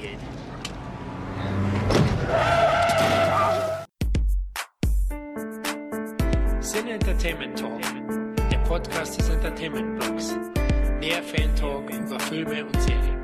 Medien. Sin Entertainment Talk, der Podcast des Entertainment Blogs. Mehr Fan-Talk über Filme und Serien.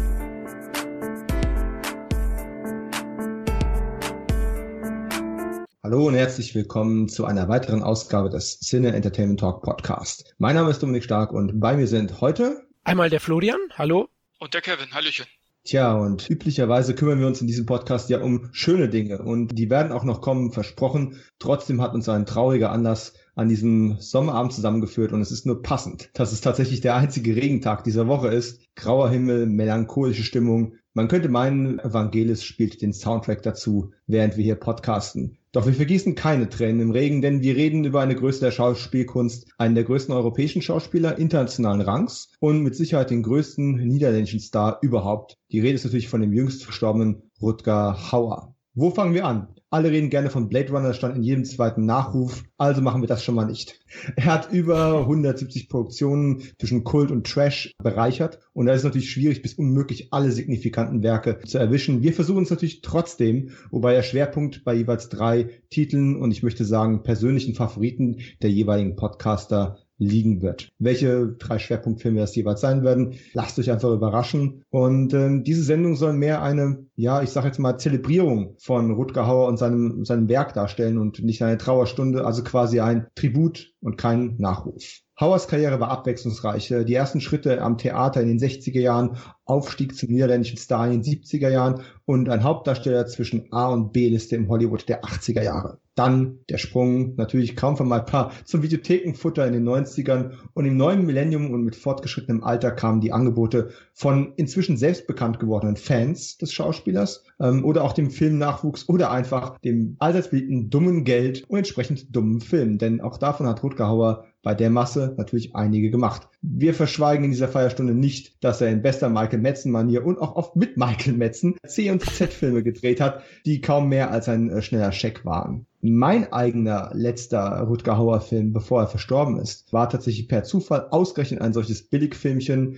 Hallo und herzlich willkommen zu einer weiteren Ausgabe des Cine Entertainment Talk Podcast. Mein Name ist Dominik Stark und bei mir sind heute einmal der Florian, hallo. Und der Kevin, hallöchen. Tja, und üblicherweise kümmern wir uns in diesem Podcast ja um schöne Dinge und die werden auch noch kommen, versprochen. Trotzdem hat uns ein trauriger Anlass an diesem Sommerabend zusammengeführt und es ist nur passend, dass es tatsächlich der einzige Regentag dieser Woche ist. Grauer Himmel, melancholische Stimmung. Man könnte meinen, Vangelis spielt den Soundtrack dazu, während wir hier podcasten. Doch wir vergießen keine Tränen im Regen, denn wir reden über eine Größe der Schauspielkunst, einen der größten europäischen Schauspieler internationalen Rangs und mit Sicherheit den größten niederländischen Star überhaupt. Die Rede ist natürlich von dem jüngst verstorbenen Rutger Hauer. Wo fangen wir an? Alle reden gerne von Blade Runner, stand in jedem zweiten Nachruf, also machen wir das schon mal nicht. Er hat über 170 Produktionen zwischen Kult und Trash bereichert und da ist es natürlich schwierig bis unmöglich, alle signifikanten Werke zu erwischen. Wir versuchen es natürlich trotzdem, wobei der Schwerpunkt bei jeweils 3 Titeln und ich möchte sagen persönlichen Favoriten der jeweiligen Podcaster liegen wird. Welche 3 Schwerpunktfilme das jeweils sein werden, lasst euch einfach überraschen. Und diese Sendung soll mehr eine, ja, ich sage jetzt mal Zelebrierung von Rutger Hauer und seinem Werk darstellen und nicht eine Trauerstunde, also quasi ein Tribut und kein Nachruf. Hauers Karriere war abwechslungsreich. Die ersten Schritte am Theater in den 60er Jahren, Aufstieg zum niederländischen Star in den 70er Jahren und ein Hauptdarsteller zwischen A- und B-Liste im Hollywood der 80er Jahre. Dann der Sprung, natürlich kaum vermeidbar, zum Videothekenfutter in den 90ern und im neuen Millennium und mit fortgeschrittenem Alter kamen die Angebote von inzwischen selbst bekannt gewordenen Fans des Schauspielers oder auch dem Filmnachwuchs oder einfach dem allseits beliebten dummen Geld und entsprechend dummen Film. Denn auch davon hat Rutger Hauer bei der Masse natürlich einige gemacht. Wir verschweigen in dieser Feierstunde nicht, dass er in bester Michael Madsen-Manier und auch oft mit Michael Madsen C- und Z-Filme gedreht hat, die kaum mehr als ein schneller Scheck waren. Mein eigener letzter Rutger Hauer-Film, bevor er verstorben ist, war tatsächlich per Zufall ausgerechnet ein solches Billigfilmchen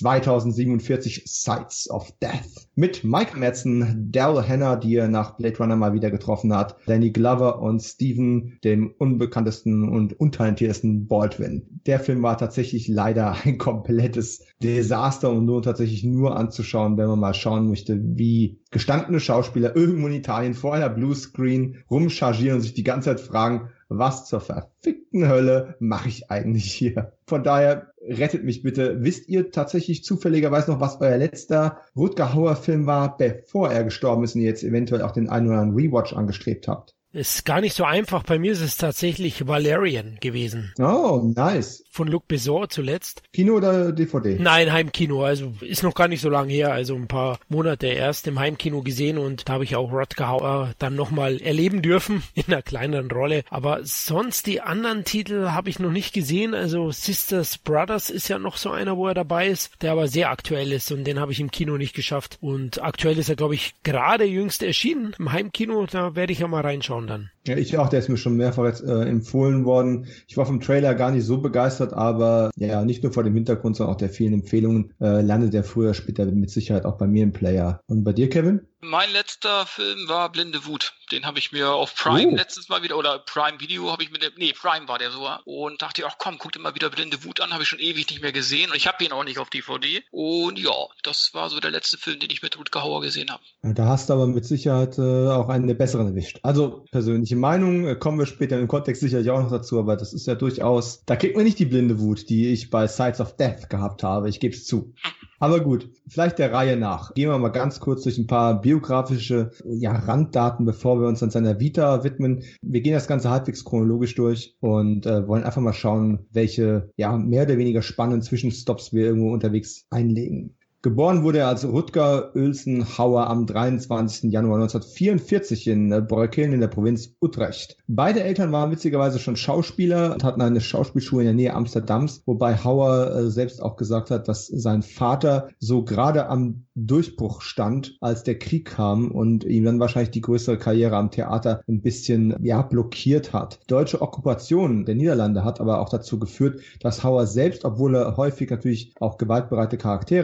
2047 Sights of Death mit Michael Madsen, Daryl Hannah, die er nach Blade Runner mal wieder getroffen hat, Danny Glover und Steven, dem unbekanntesten und untalentiertesten Baldwin. Der Film war tatsächlich leider ein komplettes Desaster und tatsächlich nur anzuschauen, wenn man mal schauen möchte, wie gestandene Schauspieler irgendwo in Italien vor einer Bluescreen rumchargieren und sich die ganze Zeit fragen, was zur verfickten Hölle mache ich eigentlich hier? Von daher rettet mich bitte. Wisst ihr tatsächlich zufälligerweise noch, was euer letzter Rutger Hauer Film war, bevor er gestorben ist und ihr jetzt eventuell auch den einen oder anderen Rewatch angestrebt habt? Ist gar nicht so einfach. Bei mir ist es tatsächlich Valerian gewesen. Oh, nice. Von Luc Besson zuletzt. Kino oder DVD? Nein, Heimkino. Also ist noch gar nicht so lange her. Also ein paar Monate erst im Heimkino gesehen und da habe ich auch Rutger Hauer dann nochmal erleben dürfen in einer kleineren Rolle. Aber sonst die anderen Titel habe ich noch nicht gesehen. Also Sisters Brothers ist ja noch so einer, wo er dabei ist, der aber sehr aktuell ist und den habe ich im Kino nicht geschafft. Und aktuell ist er, glaube ich, gerade jüngst erschienen im Heimkino. Da werde ich ja mal reinschauen dann. Ja, ich auch, der ist mir schon mehrfach jetzt empfohlen worden. Ich war vom Trailer gar nicht so begeistert, aber ja, nicht nur vor dem Hintergrund, sondern auch der vielen Empfehlungen landet der früher oder später mit Sicherheit auch bei mir im Player. Und bei dir, Kevin? Mein letzter Film war Blinde Wut. Den habe ich mir auf Prime letztes Mal wieder, oder Prime Video habe ich Prime war der so. Und dachte, ach komm, guck dir mal wieder Blinde Wut an, habe ich schon ewig nicht mehr gesehen. Und ich habe ihn auch nicht auf DVD. Und ja, das war so der letzte Film, den ich mit Rutger Hauer gesehen habe. Da hast du aber mit Sicherheit auch einen der besseren erwischt. Also persönliche Meinung, kommen wir später im Kontext sicherlich auch noch dazu, aber das ist ja durchaus, da kriegt man nicht die blinde Wut, die ich bei Sights of Death gehabt habe, ich gebe es zu. Aber gut, vielleicht der Reihe nach. Gehen wir mal ganz kurz durch ein paar biografische Randdaten, bevor wir uns dann seiner Vita widmen. Wir gehen das Ganze halbwegs chronologisch durch und wollen einfach mal schauen, welche mehr oder weniger spannenden Zwischenstops wir irgendwo unterwegs einlegen. Geboren wurde er als Rutger Oelsen Hauer am 23. Januar 1944 in Breukelen in der Provinz Utrecht. Beide Eltern waren witzigerweise schon Schauspieler und hatten eine Schauspielschule in der Nähe Amsterdams, wobei Hauer selbst auch gesagt hat, dass sein Vater so gerade am Durchbruch stand, als der Krieg kam und ihm dann wahrscheinlich die größere Karriere am Theater ein bisschen blockiert hat. Deutsche Okkupation der Niederlande hat aber auch dazu geführt, dass Hauer selbst, obwohl er häufig natürlich auch gewaltbereite Charaktere immer wieder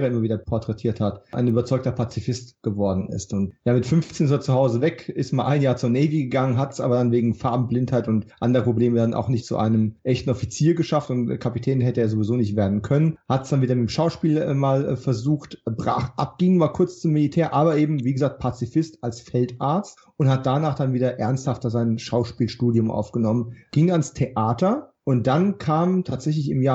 porträtiert hat, ein überzeugter Pazifist geworden ist. Und ja, mit 15 ist er zu Hause weg, ist mal ein Jahr zur Navy gegangen, hat es aber dann wegen Farbenblindheit und anderer Probleme dann auch nicht zu einem echten Offizier geschafft und Kapitän hätte er sowieso nicht werden können. Hat es dann wieder mit dem Schauspiel mal versucht, brach ab, ging mal kurz zum Militär, aber eben, wie gesagt, Pazifist als Feldarzt und hat danach dann wieder ernsthafter sein Schauspielstudium aufgenommen, ging ans Theater. Und dann kam tatsächlich im Jahr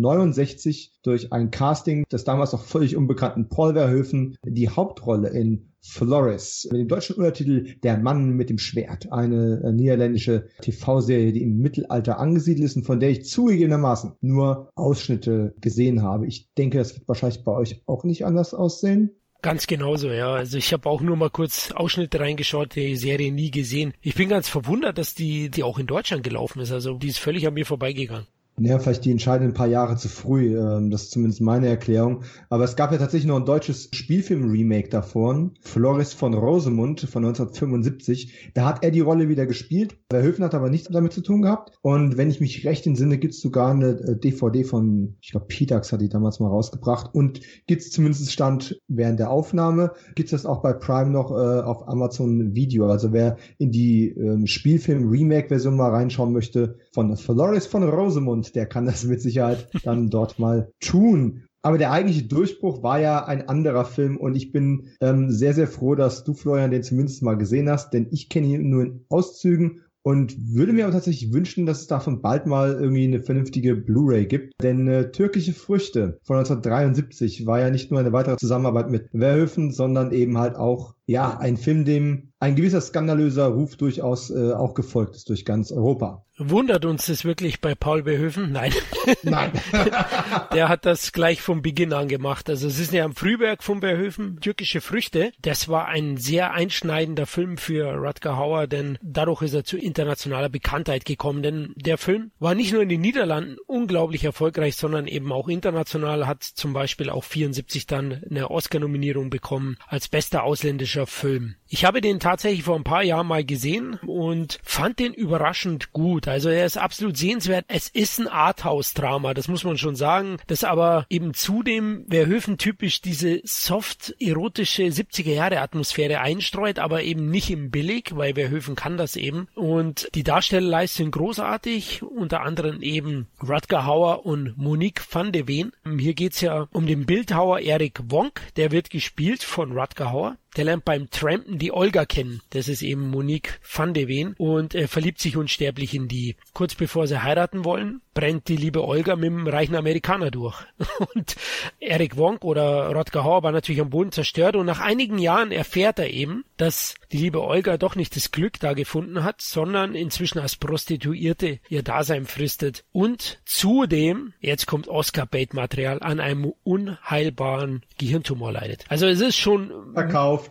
1969 durch ein Casting des damals noch völlig unbekannten Paul Verhoeven die Hauptrolle in Flores mit dem deutschen Untertitel Der Mann mit dem Schwert, eine niederländische TV-Serie, die im Mittelalter angesiedelt ist und von der ich zugegebenermaßen nur Ausschnitte gesehen habe. Ich denke, das wird wahrscheinlich bei euch auch nicht anders aussehen. Ganz genauso, ja. Also ich habe auch nur mal kurz Ausschnitte reingeschaut, die Serie nie gesehen. Ich bin ganz verwundert, dass die auch in Deutschland gelaufen ist. Also die ist völlig an mir vorbeigegangen. Ja, vielleicht die entscheidenden paar Jahre zu früh, das ist zumindest meine Erklärung. Aber es gab ja tatsächlich noch ein deutsches Spielfilm-Remake davon, Flores von Rosemund von 1975. Da hat er die Rolle wieder gespielt. Verhoeven hat aber nichts damit zu tun gehabt. Und wenn ich mich recht entsinne, gibt's sogar eine DVD von, ich glaube, Pitax hat die damals mal rausgebracht. Und gibt's zumindest Stand während der Aufnahme, gibt's das auch bei Prime noch auf Amazon Video. Also wer in die Spielfilm-Remake-Version mal reinschauen möchte von Flores von Rosemund, der kann das mit Sicherheit dann dort mal tun. Aber der eigentliche Durchbruch war ja ein anderer Film und ich bin sehr, sehr froh, dass du, Florian, den zumindest mal gesehen hast, denn ich kenne ihn nur in Auszügen und würde mir aber tatsächlich wünschen, dass es davon bald mal irgendwie eine vernünftige Blu-ray gibt. Denn Türkische Früchte von 1973 war ja nicht nur eine weitere Zusammenarbeit mit Verhoeven, sondern eben halt auch ja ein Film, dem ein gewisser skandalöser Ruf durchaus auch gefolgt ist durch ganz Europa. Wundert uns das wirklich bei Paul Verhoeven? Nein. Nein. Der hat das gleich vom Beginn an gemacht. Also es ist ja ein Frühwerk von Verhoeven, Türkische Früchte. Das war ein sehr einschneidender Film für Rutger Hauer, denn dadurch ist er zu internationaler Bekanntheit gekommen. Denn der Film war nicht nur in den Niederlanden unglaublich erfolgreich, sondern eben auch international, hat zum Beispiel auch 74 dann eine Oscar-Nominierung bekommen als bester ausländischer Film. Ich habe den tatsächlich vor ein paar Jahren mal gesehen und fand den überraschend gut. Also er ist absolut sehenswert. Es ist ein Arthouse-Drama, das muss man schon sagen, das aber eben zudem Verhoeven typisch diese soft-erotische 70er-Jahre-Atmosphäre einstreut, aber eben nicht im Billig, weil Verhoeven kann das eben. Und die Darstellerleistung großartig, unter anderem eben Rutger Hauer und Monique van de Ven. Hier geht's ja um den Bildhauer Erik Wonk, der wird gespielt von Rutger Hauer. Der lernt beim Trampen die Olga kennen. Das ist eben Monique van de Ven. Und er verliebt sich unsterblich in die. Kurz bevor sie heiraten wollen, brennt die liebe Olga mit dem reichen Amerikaner durch. Und Erik Wonk oder Rutger Hauer war natürlich am Boden zerstört. Und nach einigen Jahren erfährt er eben, dass die liebe Olga doch nicht das Glück da gefunden hat, sondern inzwischen als Prostituierte ihr Dasein fristet. Und zudem, jetzt kommt Oscar-Bait-Material, an einem unheilbaren Gehirntumor leidet. Also es ist schon... Verkauft.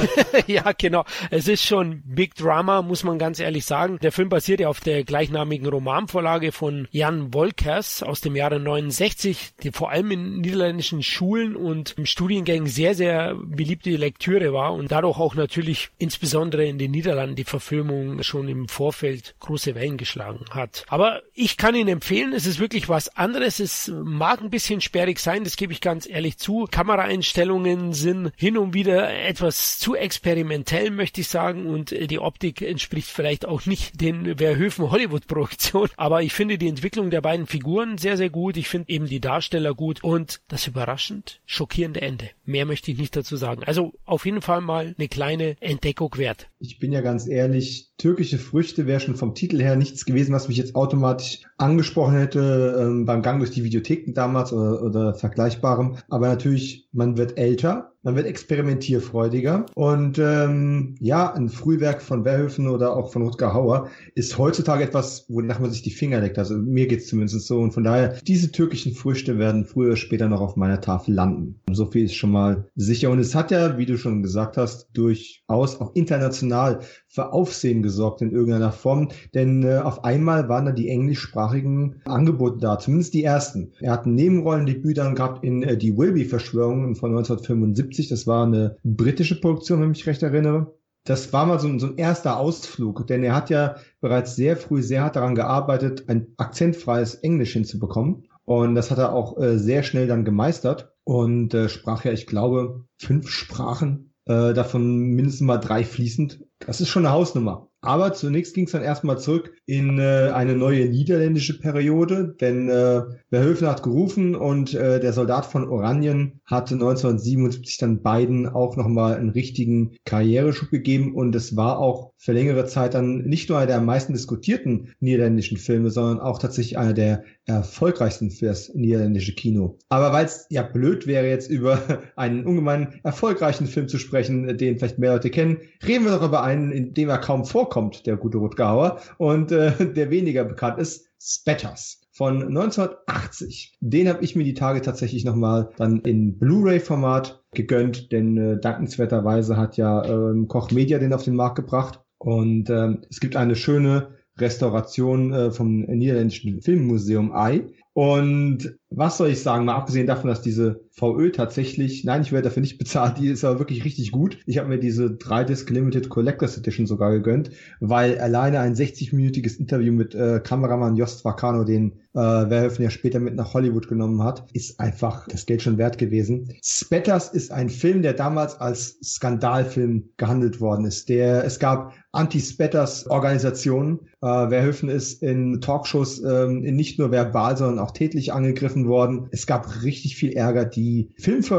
Ja, genau. Es ist schon Big Drama, muss man ganz ehrlich sagen. Der Film basiert ja auf der gleichnamigen Romanvorlage von Jan Wolkers aus dem Jahre 69, die vor allem in niederländischen Schulen und im Studiengängen sehr, sehr beliebte Lektüre war und dadurch auch natürlich insbesondere in den Niederlanden die Verfilmung schon im Vorfeld große Wellen geschlagen hat. Aber ich kann ihn empfehlen, es ist wirklich was anderes. Es mag ein bisschen sperrig sein, das gebe ich ganz ehrlich zu. Kameraeinstellungen sind hin und wieder etwas zu experimentell, möchte ich sagen, und die Optik entspricht vielleicht auch nicht den Verhoeven-Hollywood-Produktionen, aber ich finde die Entwicklung der beiden Figuren sehr, sehr gut. Ich finde eben die Darsteller gut und das überraschend schockierende Ende. Mehr möchte ich nicht dazu sagen. Also auf jeden Fall mal eine kleine Entdeckung wert. Ich bin ja ganz ehrlich, Türkische Früchte wäre schon vom Titel her nichts gewesen, was mich jetzt automatisch angesprochen hätte beim Gang durch die Videotheken damals oder Vergleichbarem. Aber natürlich, man wird älter, man wird experimentierfreudiger und ja, ein Frühwerk von Verhoeven oder auch von Rutger Hauer ist heutzutage etwas, wonach man sich die Finger leckt. Also mir geht's zumindest so und von daher, diese türkischen Früchte werden früher oder später noch auf meiner Tafel landen. So viel ist schon mal sicher und es hat ja, wie du schon gesagt hast, durchaus auch international für Aufsehen gesorgt in irgendeiner Form, denn auf einmal waren da die englischsprachigen Angebote da, zumindest die ersten. Er hat ein Nebenrollendebüt dann gehabt in die Wilby-Verschwörung von 1975, das war eine britische Produktion, wenn ich mich recht erinnere. Das war mal so ein erster Ausflug, denn er hat ja bereits sehr früh sehr hart daran gearbeitet, ein akzentfreies Englisch hinzubekommen und das hat er auch sehr schnell dann gemeistert. und sprach ja, ich glaube, 5 Sprachen, davon mindestens mal 3 fließend. Das ist schon eine Hausnummer. Aber zunächst ging es dann erstmal zurück in eine neue niederländische Periode, denn Verhoeven hat gerufen und der Soldat von Oranien hatte 1977 dann beiden auch nochmal einen richtigen Karriereschub gegeben und es war auch für längere Zeit dann nicht nur einer der am meisten diskutierten niederländischen Filme, sondern auch tatsächlich einer der erfolgreichsten fürs niederländische Kino. Aber weil es ja blöd wäre, jetzt über einen ungemein erfolgreichen Film zu sprechen, den vielleicht mehr Leute kennen, reden wir doch über einen, in dem er kaum vorkommt, der gute Rutger Hauer, und der weniger bekannt ist, Spatters von 1980. Den habe ich mir die Tage tatsächlich nochmal dann in Blu-ray-Format gegönnt, denn dankenswerterweise hat ja Koch Media den auf den Markt gebracht und es gibt eine schöne Restauration vom niederländischen Filmmuseum AI. Und was soll ich sagen, mal abgesehen davon, dass diese VÖ tatsächlich, nein, ich werde dafür nicht bezahlt, die ist aber wirklich richtig gut. Ich habe mir diese 3-Disc Limited Collectors Edition sogar gegönnt, weil alleine ein 60-minütiges Interview mit Kameramann Jost Vakano, den Verhoeven ja später mit nach Hollywood genommen hat, ist einfach das Geld schon wert gewesen. Spatters ist ein Film, der damals als Skandalfilm gehandelt worden ist. Es gab Anti-Spatters-Organisationen. Verhoeven ist in Talkshows nicht nur verbal, sondern auch tätlich angegriffen worden. Es gab richtig viel Ärger. Die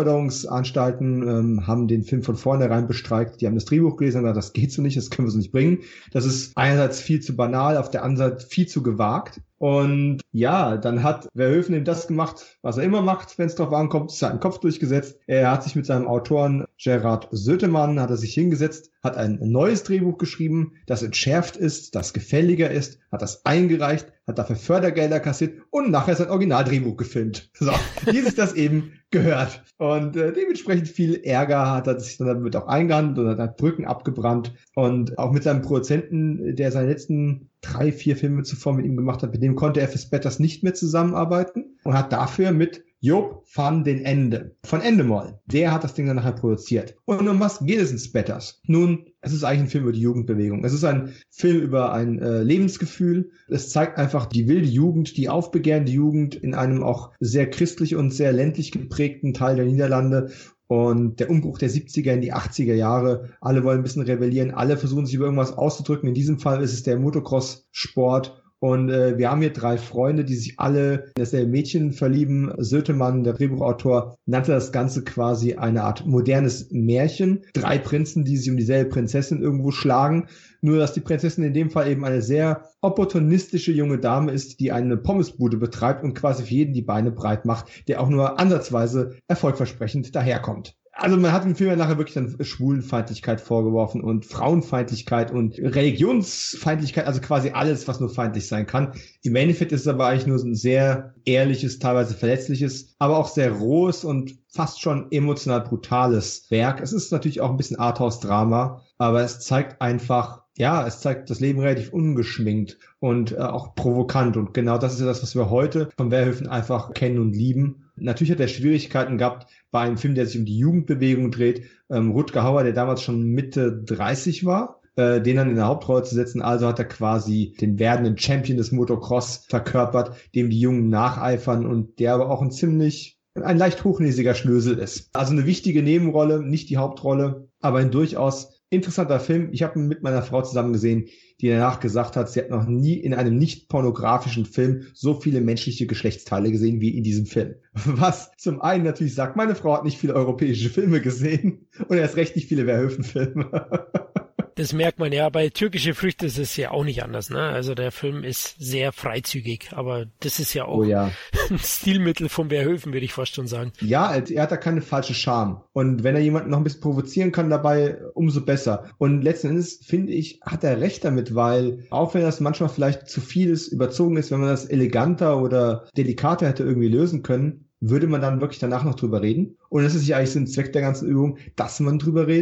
Filmförderungsanstalten haben den Film von vornherein bestreikt. Die haben das Drehbuch gelesen und gesagt, das geht so nicht, das können wir so nicht bringen. Das ist einerseits viel zu banal, auf der anderen Seite viel zu gewagt. Und ja, dann hat Verhoeven eben das gemacht, was er immer macht, wenn es drauf ankommt, seinen Kopf durchgesetzt. Er hat sich mit seinem Autoren Gerard Sötemann, hat er sich hingesetzt, hat ein neues Drehbuch geschrieben, das entschärft ist, das gefälliger ist, hat das eingereicht, hat dafür Fördergelder kassiert und nachher sein Originaldrehbuch gefilmt. So, wie sich das eben gehört. Und dementsprechend viel Ärger hat er sich dann damit auch eingehandelt und hat Brücken abgebrannt. Und auch mit seinem Produzenten, der seine letzten 3-4 Filme zuvor mit ihm gemacht hat, mit dem konnte er für Spatters nicht mehr zusammenarbeiten und hat dafür mit Joop van den Ende von Endemol. Der hat das Ding dann nachher produziert. Und um was geht es in Spatters? Nun, es ist eigentlich ein Film über die Jugendbewegung. Es ist ein Film über ein Lebensgefühl. Es zeigt einfach die wilde Jugend, die aufbegehrende Jugend in einem auch sehr christlich und sehr ländlich geprägten Teil der Niederlande. Und der Umbruch der 70er in die 80er Jahre. Alle wollen ein bisschen rebellieren. Alle versuchen sich über irgendwas auszudrücken. In diesem Fall ist es der Motocross-Sport. Und wir haben hier 3 Freunde, die sich alle in dasselbe Mädchen verlieben. Sötemann, der Drehbuchautor, nannte das Ganze quasi eine Art modernes Märchen. 3 Prinzen, die sich um dieselbe Prinzessin irgendwo schlagen. Nur, dass die Prinzessin in dem Fall eben eine sehr opportunistische junge Dame ist, die eine Pommesbude betreibt und quasi für jeden die Beine breit macht, der auch nur ansatzweise erfolgversprechend daherkommt. Also man hat im Film ja nachher wirklich dann Schwulenfeindlichkeit vorgeworfen und Frauenfeindlichkeit und Religionsfeindlichkeit, also quasi alles, was nur feindlich sein kann. Im Endeffekt ist es aber eigentlich nur so ein sehr ehrliches, teilweise verletzliches, aber auch sehr rohes und fast schon emotional brutales Werk. Es ist natürlich auch ein bisschen Arthouse-Drama, aber es zeigt einfach, ja, es zeigt das Leben relativ ungeschminkt und auch provokant. Und genau das ist ja das, was wir heute von Verhoeven einfach kennen und lieben. Natürlich hat er Schwierigkeiten gehabt bei einem Film, der sich um die Jugendbewegung dreht. Rutger Hauer, der damals schon Mitte 30 war, den dann in der Hauptrolle zu setzen. Also hat er quasi den werdenden Champion des Motocross verkörpert, dem die Jungen nacheifern und der aber auch ein leicht hochnäsiger Schnösel ist. Also eine wichtige Nebenrolle, nicht die Hauptrolle, aber ein durchaus interessanter Film. Ich habe ihn mit meiner Frau zusammen gesehen, die danach gesagt hat, sie hat noch nie in einem nicht pornografischen Film so viele menschliche Geschlechtsteile gesehen wie in diesem Film. Was zum einen natürlich sagt, meine Frau hat nicht viele europäische Filme gesehen und erst recht nicht viele Verhoeven-Filme. Das merkt man ja, bei Türkische Früchte ist es ja auch nicht anders, ne? Also der Film ist sehr freizügig, aber das ist ja auch ein Stilmittel von Verhoeven, würde ich fast schon sagen. Ja, er hat da keine falsche Charme. Und wenn er jemanden noch ein bisschen provozieren kann dabei, umso besser. Und letzten Endes, finde ich, hat er recht damit, weil auch wenn das manchmal vielleicht zu viel ist, überzogen ist, wenn man das eleganter oder delikater hätte irgendwie lösen können, würde man dann wirklich danach noch drüber reden. Und das ist ja eigentlich so ein Zweck der ganzen Übung, dass man drüber redet.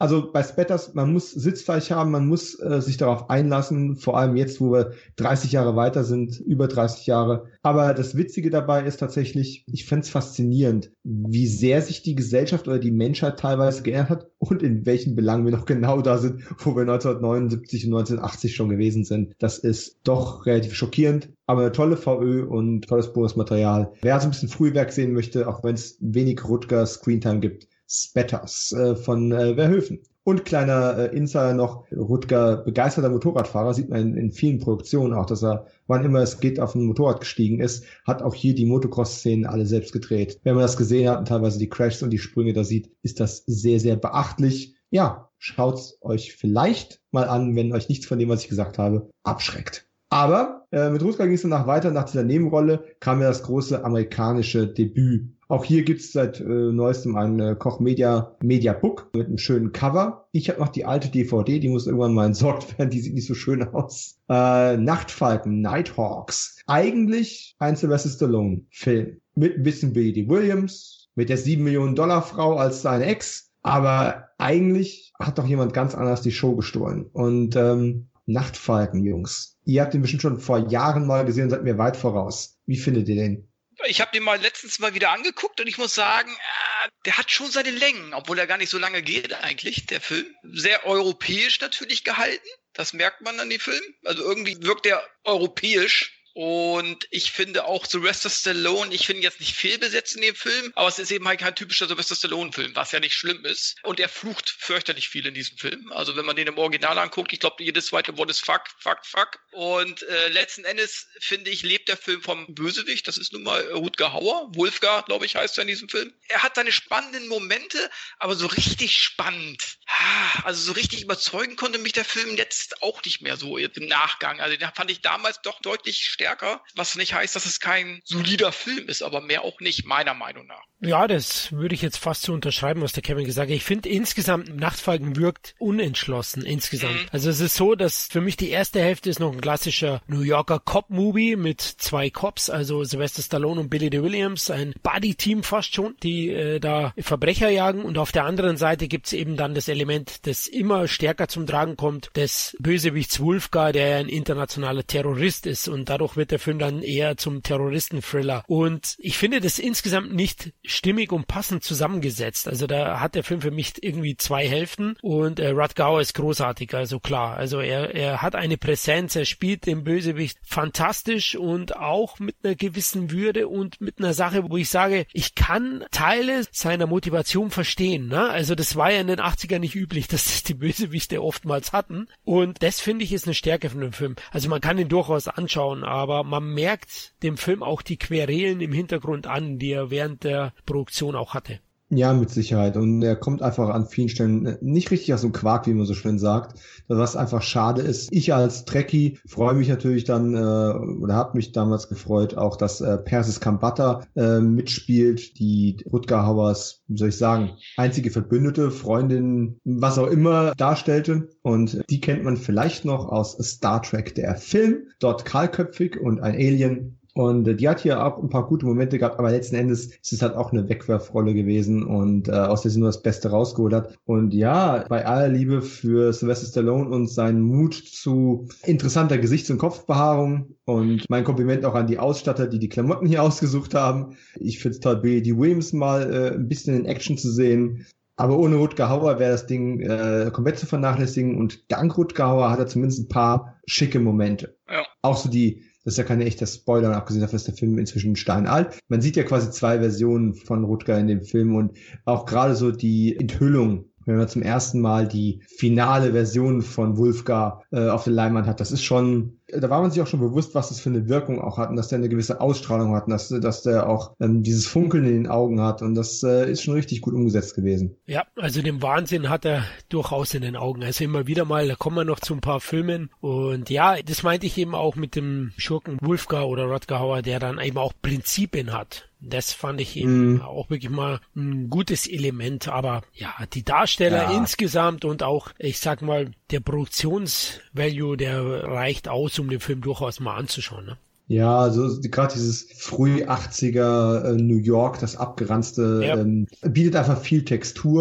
Also bei Spatters, man muss Sitzfleisch haben, man muss sich darauf einlassen, vor allem jetzt, wo wir 30 Jahre weiter sind, über 30 Jahre. Aber das Witzige dabei ist tatsächlich, ich fände es faszinierend, wie sehr sich die Gesellschaft oder die Menschheit teilweise geändert hat und in welchen Belangen wir noch genau da sind, wo wir 1979 und 1980 schon gewesen sind. Das ist doch relativ schockierend, aber eine tolle VÖ und tolles Bonusmaterial. Wer also ein bisschen Frühwerk sehen möchte, auch wenn es wenig Rutger Screentime gibt, Spatters von Verhoeven. Und kleiner Insider noch, Rutger, begeisterter Motorradfahrer, sieht man in vielen Produktionen auch, dass er, wann immer es geht, auf ein Motorrad gestiegen ist, hat auch hier die Motocross-Szenen alle selbst gedreht. Wenn man das gesehen hat und teilweise die Crashs und die Sprünge da sieht, ist das sehr, sehr beachtlich. Ja, schaut's euch vielleicht mal an, wenn euch nichts von dem, was ich gesagt habe, abschreckt. Aber mit Rutger ging es danach weiter. Nach dieser Nebenrolle kam ja das große amerikanische Debüt. Auch hier gibt's seit neuestem ein Koch Media Book mit einem schönen Cover. Ich habe noch die alte DVD, die muss irgendwann mal entsorgt werden, die sieht nicht so schön aus. Nachtfalken, Nighthawks. Eigentlich ein Sylvester Stallone-Film. Mit ein bisschen Billy Dee Williams, mit der 7 Millionen Dollar Frau als seine Ex. Aber eigentlich hat doch jemand ganz anders die Show gestohlen. Und Nachtfalken, Jungs. Ihr habt den bestimmt schon vor Jahren mal gesehen und seid mir weit voraus. Wie findet ihr den? Ich habe den letztens mal wieder angeguckt und ich muss sagen, der hat schon seine Längen, obwohl er gar nicht so lange geht eigentlich, der Film. Sehr europäisch natürlich gehalten, das merkt man an dem Film. Also irgendwie wirkt er europäisch. Und ich finde auch Sylvester Stallone, ich finde ihn jetzt nicht fehlbesetzt in dem Film, aber es ist eben halt kein typischer Sylvester Stallone-Film, was ja nicht schlimm ist. Und er flucht fürchterlich viel in diesem Film. Also wenn man den im Original anguckt, ich glaube, jedes zweite Wort ist fuck, fuck, fuck. Und letzten Endes, finde ich, lebt der Film vom Bösewicht. Das ist nun mal Rutger Hauer. Wolfgar, glaube ich, heißt er in diesem Film. Er hat seine spannenden Momente, aber so richtig spannend. Also so richtig überzeugen konnte mich der Film jetzt auch nicht mehr so im Nachgang. Also den fand ich damals doch deutlich stärker, was nicht heißt, dass es kein solider Film ist, aber mehr auch nicht, meiner Meinung nach. Ja, das würde ich jetzt fast so unterschreiben, was der Kevin gesagt hat. Ich finde insgesamt, Nachtfalken wirkt unentschlossen insgesamt. Also es ist so, dass für mich die erste Hälfte ist noch ein klassischer New Yorker Cop-Movie mit zwei Cops, also Sylvester Stallone und Billy Dee Williams, ein Buddy-Team fast schon, die da Verbrecher jagen, und auf der anderen Seite gibt's eben dann das Element, das immer stärker zum Tragen kommt, des Bösewichts Wolfgar, der ja ein internationaler Terrorist ist, und dadurch wird der Film dann eher zum Terroristen-Thriller. Und ich finde das insgesamt nicht stimmig und passend zusammengesetzt. Also da hat der Film für mich irgendwie zwei Hälften, und Rutger Hauer ist großartig, also klar. Also er hat eine Präsenz, er spielt den Bösewicht fantastisch und auch mit einer gewissen Würde und mit einer Sache, wo ich sage, ich kann Teile seiner Motivation verstehen. Ne? Also das war ja in den 80ern nicht üblich, dass das die Bösewichte oftmals hatten, und das finde ich ist eine Stärke von dem Film. Also man kann ihn durchaus anschauen, aber man merkt dem Film auch die Querelen im Hintergrund an, die er während der Produktion auch hatte. Ja, mit Sicherheit. Und er kommt einfach an vielen Stellen nicht richtig aus dem Quark, wie man so schön sagt, was einfach schade ist. Ich als Trekkie freue mich natürlich dann, oder habe mich damals gefreut, auch, dass Persis Khambatta mitspielt, die Rutger Hauers, wie soll ich sagen, einzige Verbündete, Freundin, was auch immer darstellte. Und die kennt man vielleicht noch aus Star Trek, der Film, dort kahlköpfig und ein Alien. Und die hat hier auch ein paar gute Momente gehabt, aber letzten Endes ist es halt auch eine Wegwerfrolle gewesen, und aus der sie nur das Beste rausgeholt hat. Und ja, bei aller Liebe für Sylvester Stallone und seinen Mut zu interessanter Gesichts- und Kopfbehaarung, und mein Kompliment auch an die Ausstatter, die die Klamotten hier ausgesucht haben. Ich finde es toll, Billy Dee Williams mal ein bisschen in Action zu sehen. Aber ohne Rutger Hauer wäre das Ding komplett zu vernachlässigen, und dank Rutger Hauer hat er zumindest ein paar schicke Momente. Ja. Auch so das ist ja keine echte Spoiler, abgesehen davon ist der Film inzwischen steinalt. Man sieht ja quasi zwei Versionen von Rutger in dem Film, und auch gerade so die Enthüllung, wenn man zum ersten Mal die finale Version von Wolfgar auf der Leinwand hat, das ist schon, da war man sich auch schon bewusst, was das für eine Wirkung auch hat, und dass der eine gewisse Ausstrahlung hat, und dass der auch dieses Funkeln in den Augen hat, und das ist schon richtig gut umgesetzt gewesen. Ja, also den Wahnsinn hat er durchaus in den Augen. Also immer wieder mal, da kommen wir noch zu ein paar Filmen, und ja, das meinte ich eben auch mit dem Schurken Wolfgar oder Rutger Hauer, der dann eben auch Prinzipien hat. Das fand ich eben auch wirklich mal ein gutes Element, aber ja, die Darsteller insgesamt und auch, ich sag mal, der Produktionsvalue, der reicht aus, um den Film durchaus mal anzuschauen, ne? Ja, also gerade dieses früh 80er New York, das abgeranzte, bietet einfach viel Textur.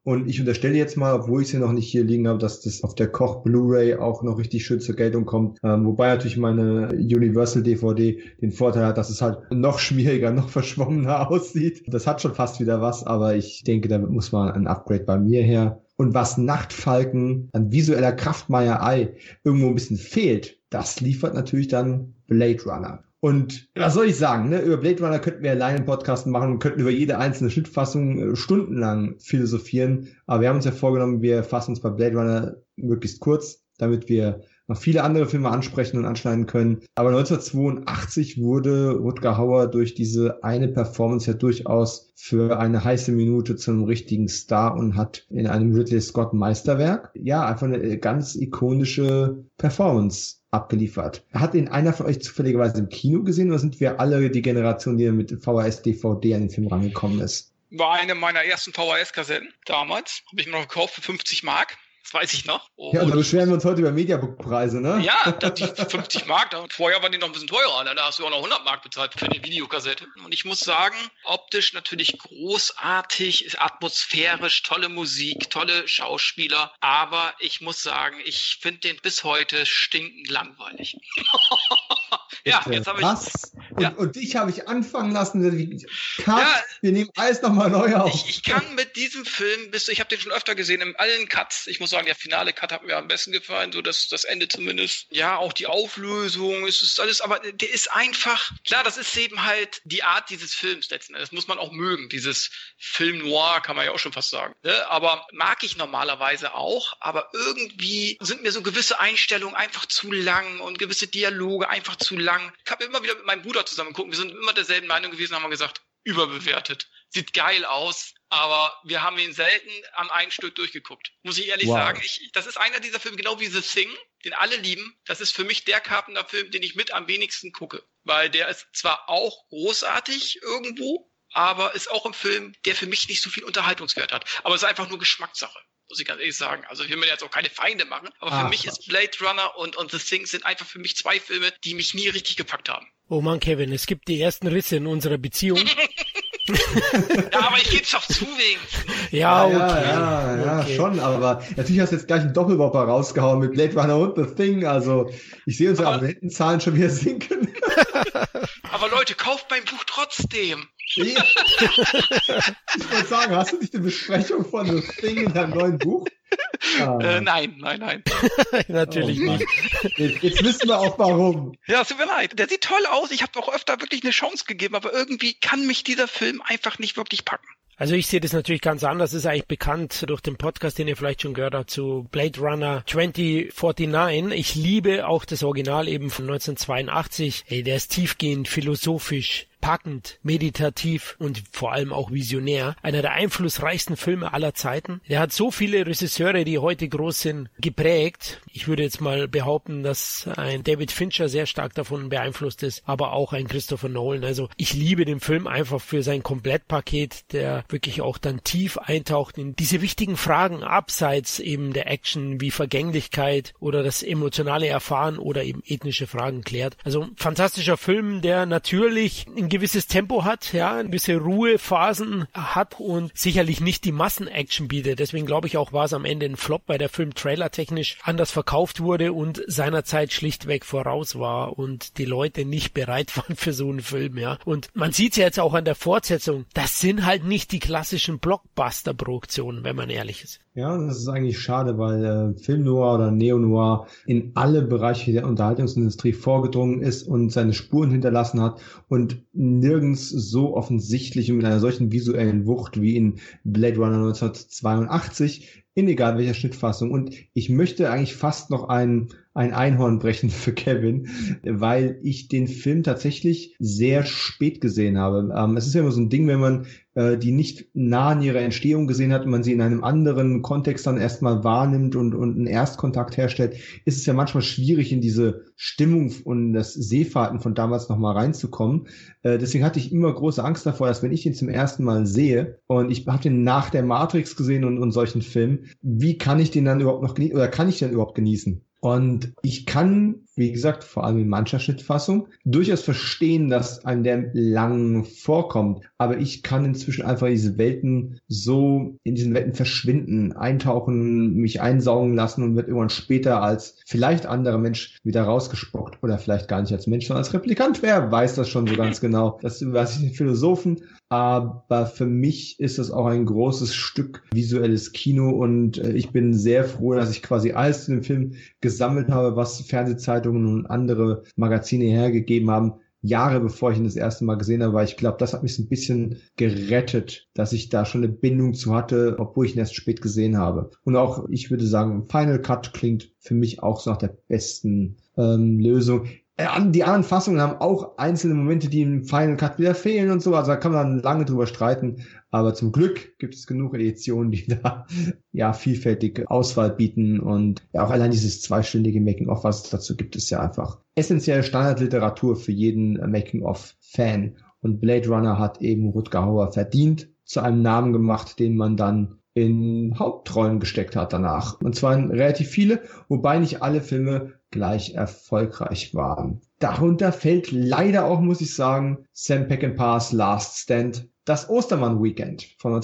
Und ich unterstelle jetzt mal, obwohl ich es ja noch nicht hier liegen habe, dass das auf der Koch Blu-ray auch noch richtig schön zur Geltung kommt. Wobei natürlich meine Universal DVD den Vorteil hat, dass es halt noch schmieriger, noch verschwommener aussieht. Das hat schon fast wieder was, aber ich denke, damit muss man ein Upgrade bei mir her. Und was Nachtfalken an visueller Kraftmeierei irgendwo ein bisschen fehlt, das liefert natürlich dann Blade Runner. Und was soll ich sagen, ne? Über Blade Runner könnten wir alleine einen Podcast machen und könnten über jede einzelne Schnittfassung stundenlang philosophieren. Aber wir haben uns ja vorgenommen, wir fassen uns bei Blade Runner möglichst kurz, damit wir noch viele andere Filme ansprechen und anschneiden können. Aber 1982 wurde Rutger Hauer durch diese eine Performance ja durchaus für eine heiße Minute zu einem richtigen Star und hat in einem Ridley Scott Meisterwerk ja einfach eine ganz ikonische Performance abgeliefert. Hat ihn einer von euch zufälligerweise im Kino gesehen oder sind wir alle die Generation, die mit VHS, DVD an den Film rangekommen ist? War eine meiner ersten VHS-Kassetten damals. Habe ich mir noch gekauft für 50 Mark. Das weiß ich noch. Und ja, und da beschweren wir uns heute über Mediabook-Preise, ne? Ja, die 50 Mark. Vorher waren die noch ein bisschen teurer. Da hast du auch noch 100 Mark bezahlt für eine Videokassette. Und ich muss sagen, optisch natürlich großartig, ist atmosphärisch, tolle Musik, tolle Schauspieler. Aber ich muss sagen, ich finde den bis heute stinkend langweilig. Ja, jetzt habe ich... Was? Und dich habe ich anfangen lassen. Wir nehmen alles nochmal neu auf. Ich kann mit diesem Film, ich habe den schon öfter gesehen, in allen Cuts. Ich muss sagen, der finale Cut hat mir am besten gefallen, so dass das Ende zumindest. Ja, auch die Auflösung, es ist alles, aber der ist einfach, klar, das ist eben halt die Art dieses Films letzten Endes. Das muss man auch mögen, dieses Film Noir, kann man ja auch schon fast sagen. Ne? Aber mag ich normalerweise auch, aber irgendwie sind mir so gewisse Einstellungen einfach zu lang und gewisse Dialoge einfach zu lang. Ich habe immer wieder mit meinem Bruder zusammen geguckt, wir sind immer derselben Meinung gewesen, haben wir gesagt, überbewertet. Sieht geil aus, aber wir haben ihn selten am einen Stück durchgeguckt. Muss ich ehrlich sagen, das ist einer dieser Filme, genau wie The Thing, den alle lieben. Das ist für mich der Carpenter-Film, den ich mit am wenigsten gucke. Weil der ist zwar auch großartig irgendwo, aber ist auch ein Film, der für mich nicht so viel Unterhaltungswert hat. Aber es ist einfach nur Geschmackssache. Muss ich ganz ehrlich sagen. Also ich will mir jetzt auch keine Feinde machen, aber für mich ist Blade Runner und The Thing sind einfach für mich zwei Filme, die mich nie richtig gepackt haben. Oh Mann, Kevin, es gibt die ersten Risse in unserer Beziehung. Ja, aber ich geb's doch zu wenigstens. Ja, okay. Ja, schon, aber natürlich hast du jetzt gleich einen Doppelwopper rausgehauen mit Blade Runner und The Thing, also ich sehe unsere Abonnentenzahlen schon wieder sinken. Aber Leute, kauft mein Buch trotzdem. Ich wollte sagen, hast du nicht eine Besprechung von The Thing in deinem neuen Buch? Nein. Natürlich nicht. Jetzt wissen wir auch warum. Ja, es tut mir leid. Der sieht toll aus. Ich habe auch öfter wirklich eine Chance gegeben, aber irgendwie kann mich dieser Film einfach nicht wirklich packen. Also ich sehe das natürlich ganz anders. Das ist eigentlich bekannt durch den Podcast, den ihr vielleicht schon gehört habt, zu Blade Runner 2049. Ich liebe auch das Original eben von 1982. Hey, der ist tiefgehend, philosophisch, packend, meditativ und vor allem auch visionär. Einer der einflussreichsten Filme aller Zeiten. Der hat so viele Regisseure, die heute groß sind, geprägt. Ich würde jetzt mal behaupten, dass ein David Fincher sehr stark davon beeinflusst ist, aber auch ein Christopher Nolan. Also ich liebe den Film einfach für sein Komplettpaket, der wirklich auch dann tief eintaucht in diese wichtigen Fragen abseits eben der Action wie Vergänglichkeit oder das emotionale Erfahren oder eben ethnische Fragen klärt. Also fantastischer Film, der natürlich ein gewisses Tempo hat, ja, ein bisschen Ruhephasen hat und sicherlich nicht die Massenaction bietet. Deswegen glaube ich auch, war es am Ende ein Flop, weil der Film trailertechnisch anders verkauft wurde und seinerzeit schlichtweg voraus war und die Leute nicht bereit waren für so einen Film, ja. Und man sieht es ja jetzt auch an der Fortsetzung, das sind halt nicht die klassischen Blockbuster-Produktionen, wenn man ehrlich ist. Ja, das ist eigentlich schade, weil Film Noir oder Neo Noir in alle Bereiche der Unterhaltungsindustrie vorgedrungen ist und seine Spuren hinterlassen hat und nirgends so offensichtlich und mit einer solchen visuellen Wucht wie in Blade Runner 1982, in egal welcher Schnittfassung. Und ich möchte eigentlich fast noch ein Einhorn brechen für Kevin, weil ich den Film tatsächlich sehr spät gesehen habe. Es ist ja immer so ein Ding, wenn man die nicht nah an ihrer Entstehung gesehen hat und man sie in einem anderen Kontext dann erstmal wahrnimmt und einen Erstkontakt herstellt, ist es ja manchmal schwierig, in diese Stimmung und das Sehverhalten von damals nochmal reinzukommen. Deswegen hatte ich immer große Angst davor, dass wenn ich ihn zum ersten Mal sehe und ich habe den nach der Matrix gesehen und solchen Filmen, wie kann ich den dann überhaupt noch genießen oder kann ich den überhaupt genießen? Und ich kann wie gesagt, vor allem in mancher Schnittfassung, durchaus verstehen, dass einem der lang vorkommt. Aber ich kann inzwischen einfach in diesen Welten verschwinden, eintauchen, mich einsaugen lassen und wird irgendwann später als vielleicht anderer Mensch wieder rausgespuckt. Oder vielleicht gar nicht als Mensch, sondern als Replikant. Wer weiß das schon so ganz genau? Das weiß ich den Philosophen. Aber für mich ist das auch ein großes Stück visuelles Kino und ich bin sehr froh, dass ich quasi alles zu dem Film gesammelt habe, was Fernsehzeitungen und andere Magazine hergegeben haben, Jahre bevor ich ihn das erste Mal gesehen habe, weil ich glaube, das hat mich so ein bisschen gerettet, dass ich da schon eine Bindung zu hatte, obwohl ich ihn erst spät gesehen habe. Und auch, ich würde sagen, Final Cut klingt für mich auch so nach der besten Lösung. Die anderen Fassungen haben auch einzelne Momente, die im Final Cut wieder fehlen und so. Also da kann man lange drüber streiten. Aber zum Glück gibt es genug Editionen, die da ja vielfältig Auswahl bieten. Und ja, auch allein dieses zweistündige Making-of, was es dazu gibt, ist ja einfach essentielle Standardliteratur für jeden Making-of-Fan. Und Blade Runner hat eben Rutger Hauer verdient zu einem Namen gemacht, den man dann in Hauptrollen gesteckt hat danach. Und zwar in relativ viele, wobei nicht alle Filme gleich erfolgreich waren. Darunter fällt leider auch, muss ich sagen, Sam Peckinpahs Last Stand, das Ostermann-Weekend von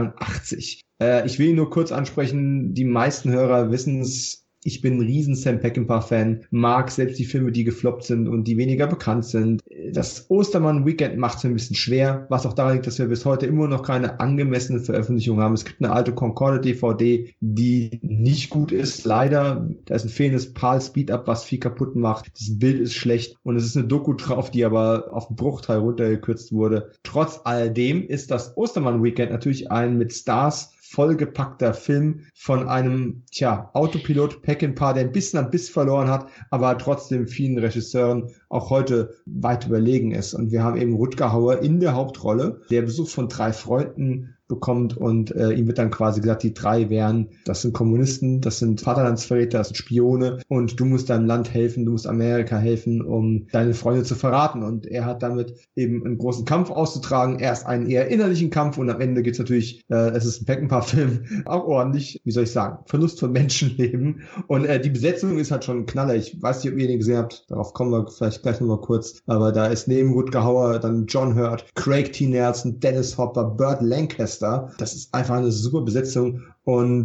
1983. Ich will ihn nur kurz ansprechen, die meisten Hörer wissen es, ich bin ein riesen Sam Peckinpah-Fan, mag selbst die Filme, die gefloppt sind und die weniger bekannt sind. Das Ostermann-Weekend macht es ein bisschen schwer, was auch daran liegt, dass wir bis heute immer noch keine angemessene Veröffentlichung haben. Es gibt eine alte Concorde-DVD, die nicht gut ist, leider. Da ist ein fehlendes PAL-Speed-Up, was viel kaputt macht. Das Bild ist schlecht und es ist eine Doku drauf, die aber auf einen Bruchteil runtergekürzt wurde. Trotz alledem ist das Ostermann-Weekend natürlich ein mit Stars vollgepackter Film von einem, Autopilot Peckinpah, der ein bisschen am Biss verloren hat, aber trotzdem vielen Regisseuren auch heute weit überlegen ist. Und wir haben eben Rutger Hauer in der Hauptrolle, der Besuch von 3 Freunden bekommt und ihm wird dann quasi gesagt, die 3 das sind Kommunisten, das sind Vaterlandsverräter, das sind Spione und du musst deinem Land helfen, du musst Amerika helfen, um deine Freunde zu verraten. Und er hat damit eben einen großen Kampf auszutragen, erst einen eher innerlichen Kampf und am Ende geht's natürlich, es ist ein Peckinpah-Film, auch ordentlich, wie soll ich sagen, Verlust von Menschenleben und die Besetzung ist halt schon ein Knaller. Ich weiß nicht, ob ihr den gesehen habt, darauf kommen wir vielleicht gleich nochmal kurz, aber da ist neben Rutger Hauer dann John Hurt, Craig T. Nelson, Dennis Hopper, Burt Lancaster. Das ist einfach eine super Besetzung und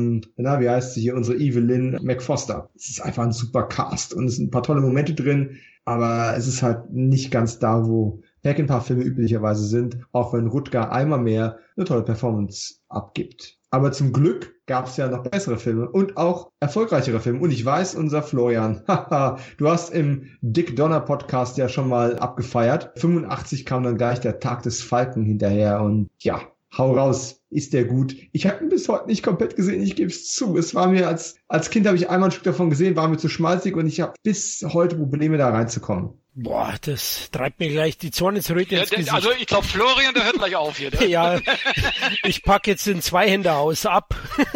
wie heißt sie hier, unsere Evelyn McFoster. Es ist einfach ein super Cast und es sind ein paar tolle Momente drin, aber es ist halt nicht ganz da, wo Peckinpah-Filme üblicherweise sind, auch wenn Rutger einmal mehr eine tolle Performance abgibt. Aber zum Glück gab es ja noch bessere Filme und auch erfolgreichere Filme. Und ich weiß, unser Florian, du hast im Dick Donner Podcast ja schon mal abgefeiert. 85 kam dann gleich der Tag des Falken hinterher und ja, hau raus, ist der gut. Ich habe ihn bis heute nicht komplett gesehen, ich gebe es zu. Es war mir als Kind habe ich einmal ein Stück davon gesehen, war mir zu schmalzig und ich habe bis heute Probleme da reinzukommen. Boah, das treibt mir gleich die Zornesröte ins Gesicht. Also ich glaube, Florian, der hört gleich auf hier. Ne? Ja, ich packe jetzt den Zweihänder-Aus ab.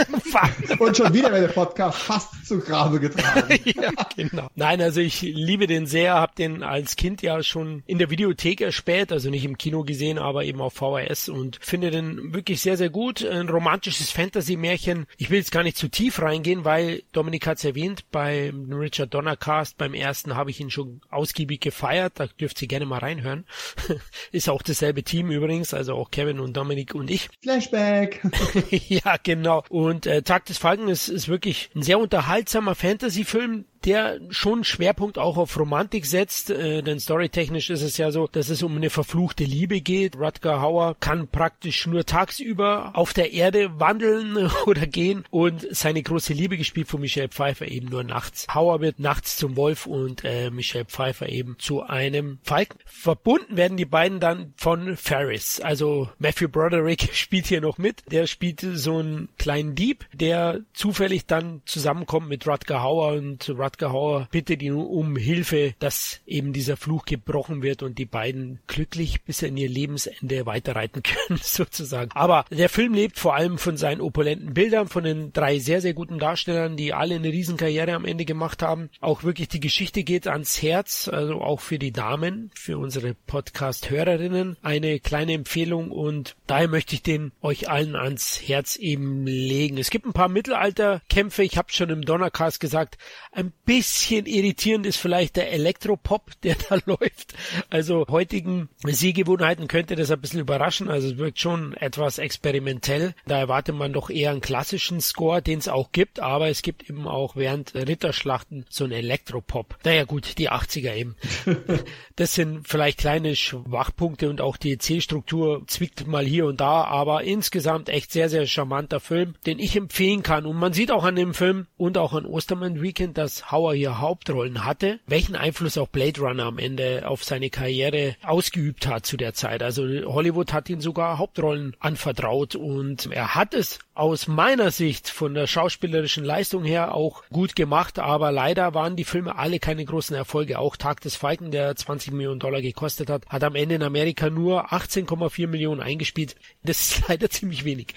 Und schon wieder der Podcast fast zu Grabe getragen. Ja, genau. Nein, also ich liebe den sehr, habe den als Kind ja schon in der Videothek erspäht, also nicht im Kino gesehen, aber eben auf VHS und finde den wirklich sehr, sehr gut. Ein romantisches Fantasy-Märchen. Ich will jetzt gar nicht zu tief reingehen, weil Dominik hat es erwähnt, beim Richard Donner Cast, beim ersten habe ich ihn schon ausgiebig gefeiert, da dürft ihr gerne mal reinhören. Ist auch dasselbe Team übrigens, also auch Kevin und Dominik und ich. Flashback! Ja, genau. Und Tag des Falken ist wirklich ein sehr unterhaltsamer Fantasy-Film, der schon Schwerpunkt auch auf Romantik setzt, denn storytechnisch ist es ja so, dass es um eine verfluchte Liebe geht. Rutger Hauer kann praktisch nur tagsüber auf der Erde wandeln oder gehen und seine große Liebe, gespielt von Michelle Pfeiffer, eben nur nachts. Hauer wird nachts zum Wolf und Michelle Pfeiffer eben zu einem Falken. Verbunden werden die beiden dann von Ferris, also Matthew Broderick spielt hier noch mit. Der spielt so einen kleinen Dieb, der zufällig dann zusammenkommt mit Rutger Hauer und Rutger Hauer bittet ihn um Hilfe, dass eben dieser Fluch gebrochen wird und die beiden glücklich bis an ihr Lebensende weiterreiten können, sozusagen. Aber der Film lebt vor allem von seinen opulenten Bildern, von den 3 sehr, sehr guten Darstellern, die alle eine Riesenkarriere am Ende gemacht haben. Auch wirklich die Geschichte geht ans Herz, also auch für die Damen, für unsere Podcast-Hörerinnen eine kleine Empfehlung und daher möchte ich den euch allen ans Herz eben legen. Es gibt ein paar Mittelalterkämpfe, ich habe schon im Donnercast gesagt, ein bisschen irritierend ist vielleicht der Elektropop, der da läuft. Also heutigen Sehgewohnheiten könnte das ein bisschen überraschen. Also es wirkt schon etwas experimentell. Da erwartet man doch eher einen klassischen Score, den es auch gibt, aber es gibt eben auch während Ritterschlachten so einen Elektropop. Naja gut, die 80er eben. Das sind vielleicht kleine Schwachpunkte und auch die Erzählstruktur zwickt mal hier und da, aber insgesamt echt sehr, sehr charmanter Film, den ich empfehlen kann. Und man sieht auch an dem Film und auch an Osterman Weekend, dass Hauer hier Hauptrollen hatte, welchen Einfluss auch Blade Runner am Ende auf seine Karriere ausgeübt hat zu der Zeit. Also Hollywood hat ihn sogar Hauptrollen anvertraut und er hat es aus meiner Sicht von der schauspielerischen Leistung her auch gut gemacht, aber leider waren die Filme alle keine großen Erfolge. Auch Tag des Falken, der $20 Millionen gekostet hat, hat am Ende in Amerika nur 18,4 Millionen eingespielt. Das ist leider ziemlich wenig.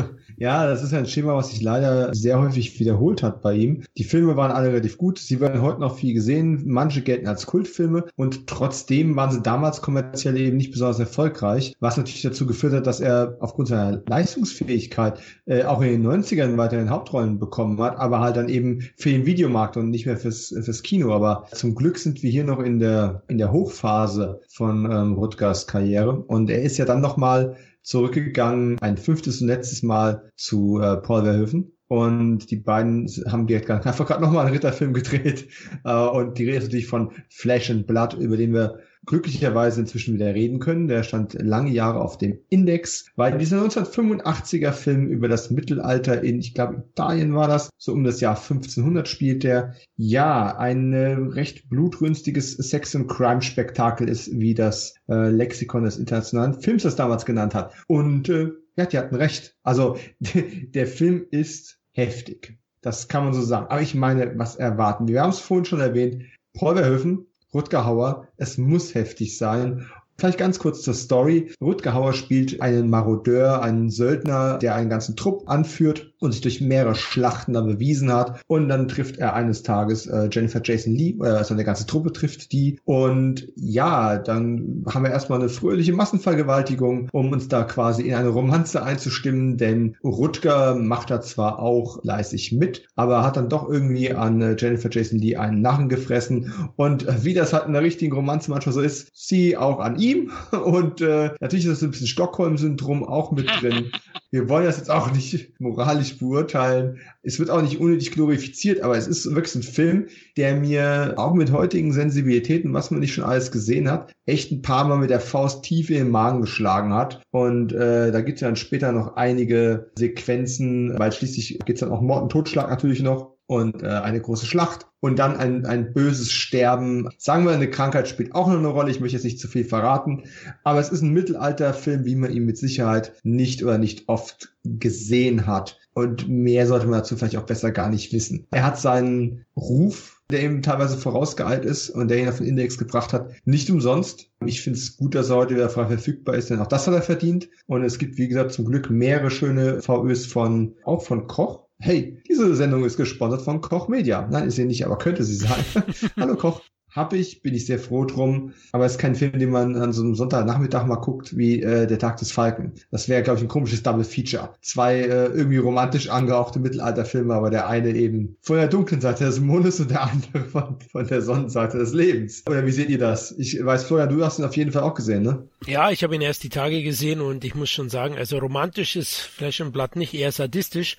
Ja, das ist ein Schema, was sich leider sehr häufig wiederholt hat bei ihm. Die Filme waren alle relativ gut. Sie werden heute noch viel gesehen. Manche gelten als Kultfilme und trotzdem waren sie damals kommerziell eben nicht besonders erfolgreich, was natürlich dazu geführt hat, dass er aufgrund seiner Leistungsfähigkeit auch in den 90ern weiterhin Hauptrollen bekommen hat, aber halt dann eben für den Videomarkt und nicht mehr fürs Kino. Aber zum Glück sind wir hier noch in der Hochphase von Rutgers Karriere und er ist ja dann nochmal zurückgegangen, ein 5. und letztes Mal zu Paul Verhoeven. Und die beiden haben direkt einfach gerade nochmal einen Ritterfilm gedreht. Und die Rede ist natürlich von Flesh and Blood, über den wir glücklicherweise inzwischen wieder reden können. Der stand lange Jahre auf dem Index, weil dieser 1985er Film über das Mittelalter in, ich glaube, Italien war das, so um das Jahr 1500 spielt der. Ja, ein recht blutrünstiges Sex-and-Crime-Spektakel ist, wie das Lexikon des internationalen Films das damals genannt hat. Und ja, die hatten recht. Also der Film ist heftig. Das kann man so sagen. Aber ich meine, was erwarten wir? Wir haben es vorhin schon erwähnt. Paul Verhoeven, Rutger Hauer, es muss heftig sein. Vielleicht ganz kurz zur Story. Rutger Hauer spielt einen Marodeur, einen Söldner, der einen ganzen Trupp anführt und sich durch mehrere Schlachten dann bewiesen hat. Und dann trifft er eines Tages Jennifer Jason Leigh, also eine ganze Truppe trifft die. Und ja, dann haben wir erstmal eine fröhliche Massenvergewaltigung, um uns da quasi in eine Romanze einzustimmen. Denn Rutger macht da zwar auch fleißig mit, aber hat dann doch irgendwie an Jennifer Jason Leigh einen Narren gefressen. Und wie das halt in der richtigen Romanze manchmal so ist, sie auch an ihm. Und natürlich ist das ein bisschen Stockholm-Syndrom auch mit drin. Wir wollen das jetzt auch nicht moralisch beurteilen. Es wird auch nicht unnötig glorifiziert, aber es ist wirklich ein Film, der mir auch mit heutigen Sensibilitäten, was man nicht schon alles gesehen hat, echt ein paar Mal mit der Faust tief in den Magen geschlagen hat. Und da gibt es dann später noch einige Sequenzen, weil schließlich gibt es dann auch Mord und Totschlag natürlich noch. Und eine große Schlacht und dann ein böses Sterben. Sagen wir, eine Krankheit spielt auch noch eine Rolle. Ich möchte jetzt nicht zu viel verraten, aber es ist ein Mittelalterfilm, wie man ihn mit Sicherheit nicht oft gesehen hat. Und mehr sollte man dazu vielleicht auch besser gar nicht wissen. Er hat seinen Ruf, der ihm teilweise vorausgeeilt ist und der ihn auf den Index gebracht hat, nicht umsonst. Ich finde es gut, dass er heute wieder frei verfügbar ist, denn auch das hat er verdient. Und es gibt, wie gesagt, zum Glück mehrere schöne VÖs auch von Koch. Hey, diese Sendung ist gesponsert von Koch Media. Nein, ist sie nicht, aber könnte sie sein. Hallo Koch. Bin ich sehr froh drum. Aber es ist kein Film, den man an so einem Sonntagnachmittag mal guckt, wie der Tag des Falken. Das wäre, glaube ich, ein komisches Double Feature. Zwei irgendwie romantisch angehauchte Mittelalterfilme, aber der eine eben von der dunklen Seite des Mondes und der andere von der Sonnenseite des Lebens. Oder wie seht ihr das? Ich weiß, Florian, du hast ihn auf jeden Fall auch gesehen, ne? Ja, ich habe ihn erst die Tage gesehen und ich muss schon sagen, also romantisch ist Flesh and Blood nicht, eher sadistisch.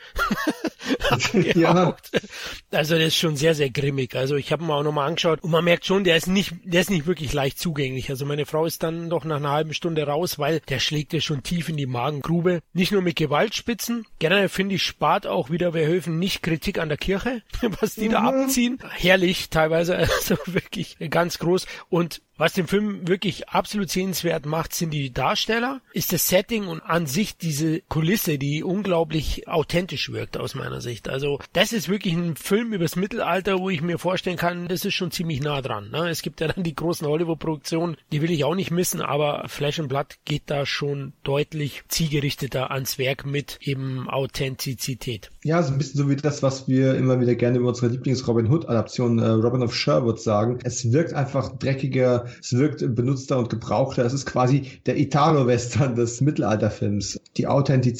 Ja. Also der ist schon sehr, sehr grimmig. Also ich habe ihn auch nochmal angeschaut und man merkt schon, der ist nicht wirklich leicht zugänglich. Also meine Frau ist dann doch nach einer halben Stunde raus, weil der schlägt ja schon tief in die Magengrube. Nicht nur mit Gewaltspitzen. Generell finde ich, spart auch wieder Verhoeven nicht Kritik an der Kirche, was die da abziehen. Herrlich teilweise, also wirklich ganz groß. Und was den Film wirklich absolut sehenswert macht, sind die Darsteller, ist das Setting und an sich diese Kulisse, die unglaublich authentisch wirkt aus meiner Sicht. Also das ist wirklich ein Film übers Mittelalter, wo ich mir vorstellen kann, das ist schon ziemlich nah dran. Ne? Es gibt ja dann die großen Hollywood-Produktionen, die will ich auch nicht missen, aber Flesh and Blood geht da schon deutlich zielgerichteter ans Werk mit eben Authentizität. Ja, so ein bisschen so wie das, was wir immer wieder gerne über unsere Lieblings-Robin Hood-Adaption Robin of Sherwood sagen. Es wirkt einfach dreckiger, es wirkt benutzter und gebrauchter. Es ist quasi der Italo-Western des Mittelalterfilms. die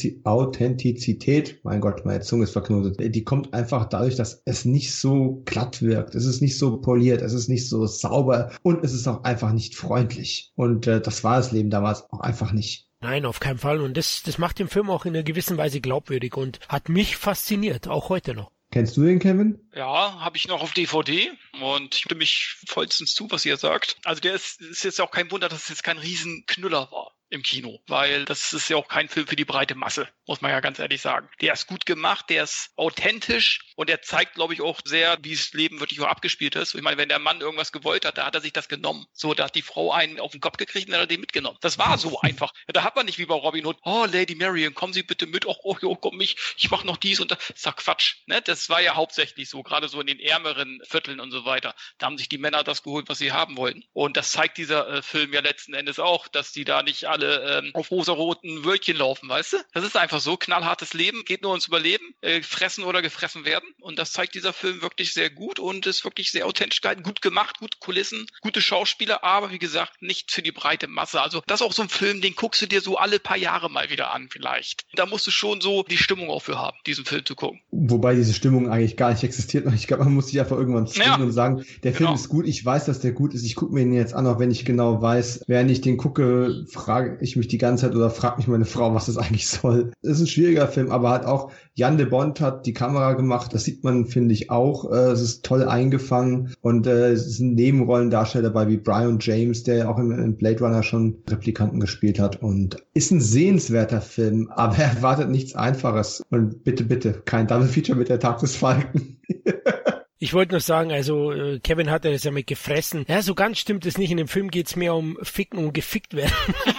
Authentizität, mein Gott, meine Zunge ist verknotet, die kommt einfach dadurch, dass es nicht so glatt wirkt, es ist nicht so poliert, es ist nicht so sauber und es ist auch einfach nicht freundlich. Und das war das Leben damals auch einfach nicht. Nein, auf keinen Fall. Und das macht den Film auch in einer gewissen Weise glaubwürdig und hat mich fasziniert, auch heute noch. Kennst du den, Kevin? Ja, habe ich noch auf DVD und ich stimme mich vollstens zu, was ihr sagt. Also der ist jetzt auch kein Wunder, dass es jetzt kein Riesenknüller war im Kino, weil das ist ja auch kein Film für die breite Masse, muss man ja ganz ehrlich sagen. Der ist gut gemacht, der ist authentisch und der zeigt, glaube ich, auch sehr, wie das Leben wirklich auch abgespielt ist. Ich meine, wenn der Mann irgendwas gewollt hat, da hat er sich das genommen. So, da hat die Frau einen auf den Kopf gekriegt und dann hat er den mitgenommen. Das war so einfach. Da hat man nicht wie bei Robin Hood, oh, Lady Marian, kommen Sie bitte mit, oh komm, ich mache noch dies und das. Das ist doch Quatsch, ne? Das war ja hauptsächlich so, gerade so in den ärmeren Vierteln und so weiter. Da haben sich die Männer das geholt, was sie haben wollten. Und das zeigt dieser Film ja letzten Endes auch, dass die da nicht alle auf rosaroten Wölkchen laufen, weißt du? Das ist einfach so, knallhartes Leben, geht nur ums Überleben, fressen oder gefressen werden. Und das zeigt dieser Film wirklich sehr gut und ist wirklich sehr authentisch gehalten, gut gemacht, gute Kulissen, gute Schauspieler, aber wie gesagt, nicht für die breite Masse. Also das ist auch so ein Film, den guckst du dir so alle paar Jahre mal wieder an vielleicht. Da musst du schon so die Stimmung auch für haben, diesen Film zu gucken. Wobei diese Stimmung eigentlich gar nicht existiert. Ich glaube, man muss sich einfach irgendwann zwingen und sagen, der Film ist gut, ich weiß, dass der gut ist, ich gucke mir ihn jetzt an, auch wenn ich genau weiß, während ich den gucke, frage ich mich die ganze Zeit oder fragt mich meine Frau, was das eigentlich soll. Es ist ein schwieriger Film, aber hat auch Jan de Bont hat die Kamera gemacht, das sieht man, finde ich, auch. Es ist toll eingefangen und es sind Nebenrollendarsteller dabei wie Brian James, der auch im Blade Runner schon Replikanten gespielt hat und ist ein sehenswerter Film, aber er erwartet nichts Einfaches und bitte, kein Double Feature mit der Tag des Falken. Ich wollte nur sagen, also Kevin hat das ja mit gefressen. Ja, so ganz stimmt es nicht. In dem Film geht's mehr um Ficken und gefickt werden.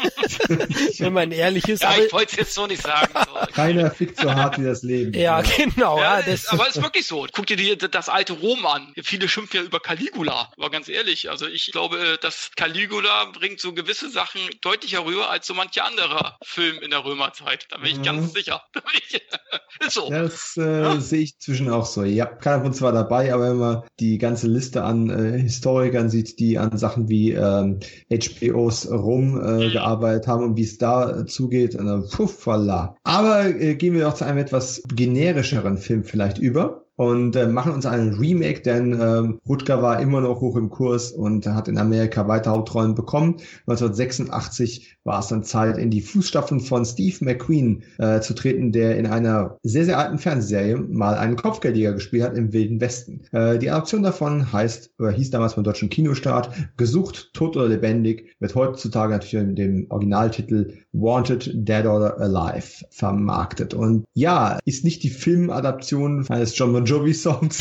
Wenn man ehrlich ist. Ja, aber ich wollte es jetzt so nicht sagen. So. Keiner fickt so hart wie das Leben. Ja, genau. Ja, das aber es ist wirklich so. Guck dir das alte Rom an. Viele schimpfen ja über Caligula. Aber ganz ehrlich, also ich glaube, dass Caligula bringt so gewisse Sachen deutlicher rüber als so manche anderer Film in der Römerzeit. Da bin ich ganz sicher. Ist so. Das sehe ich zwischen auch so. Ja, keiner von uns war dabei, aber wenn man die ganze Liste an Historikern sieht, die an Sachen wie HBOs Rom gearbeitet haben und wie es da zugeht, voilà. Aber gehen wir doch zu einem etwas generischeren Film vielleicht über. Und machen uns einen Remake, denn Rutger war immer noch hoch im Kurs und hat in Amerika weiter Hauptrollen bekommen. 1986 war es dann Zeit, in die Fußstapfen von Steve McQueen zu treten, der in einer sehr, sehr alten Fernsehserie mal einen Kopfgeldjäger gespielt hat im Wilden Westen. Die Adaption davon hieß damals beim deutschen Kinostart Gesucht, tot oder lebendig, wird heutzutage natürlich in dem Originaltitel Wanted, Dead or Alive vermarktet. Und ja, ist nicht die Filmadaption eines John Bon Jovi-Songs,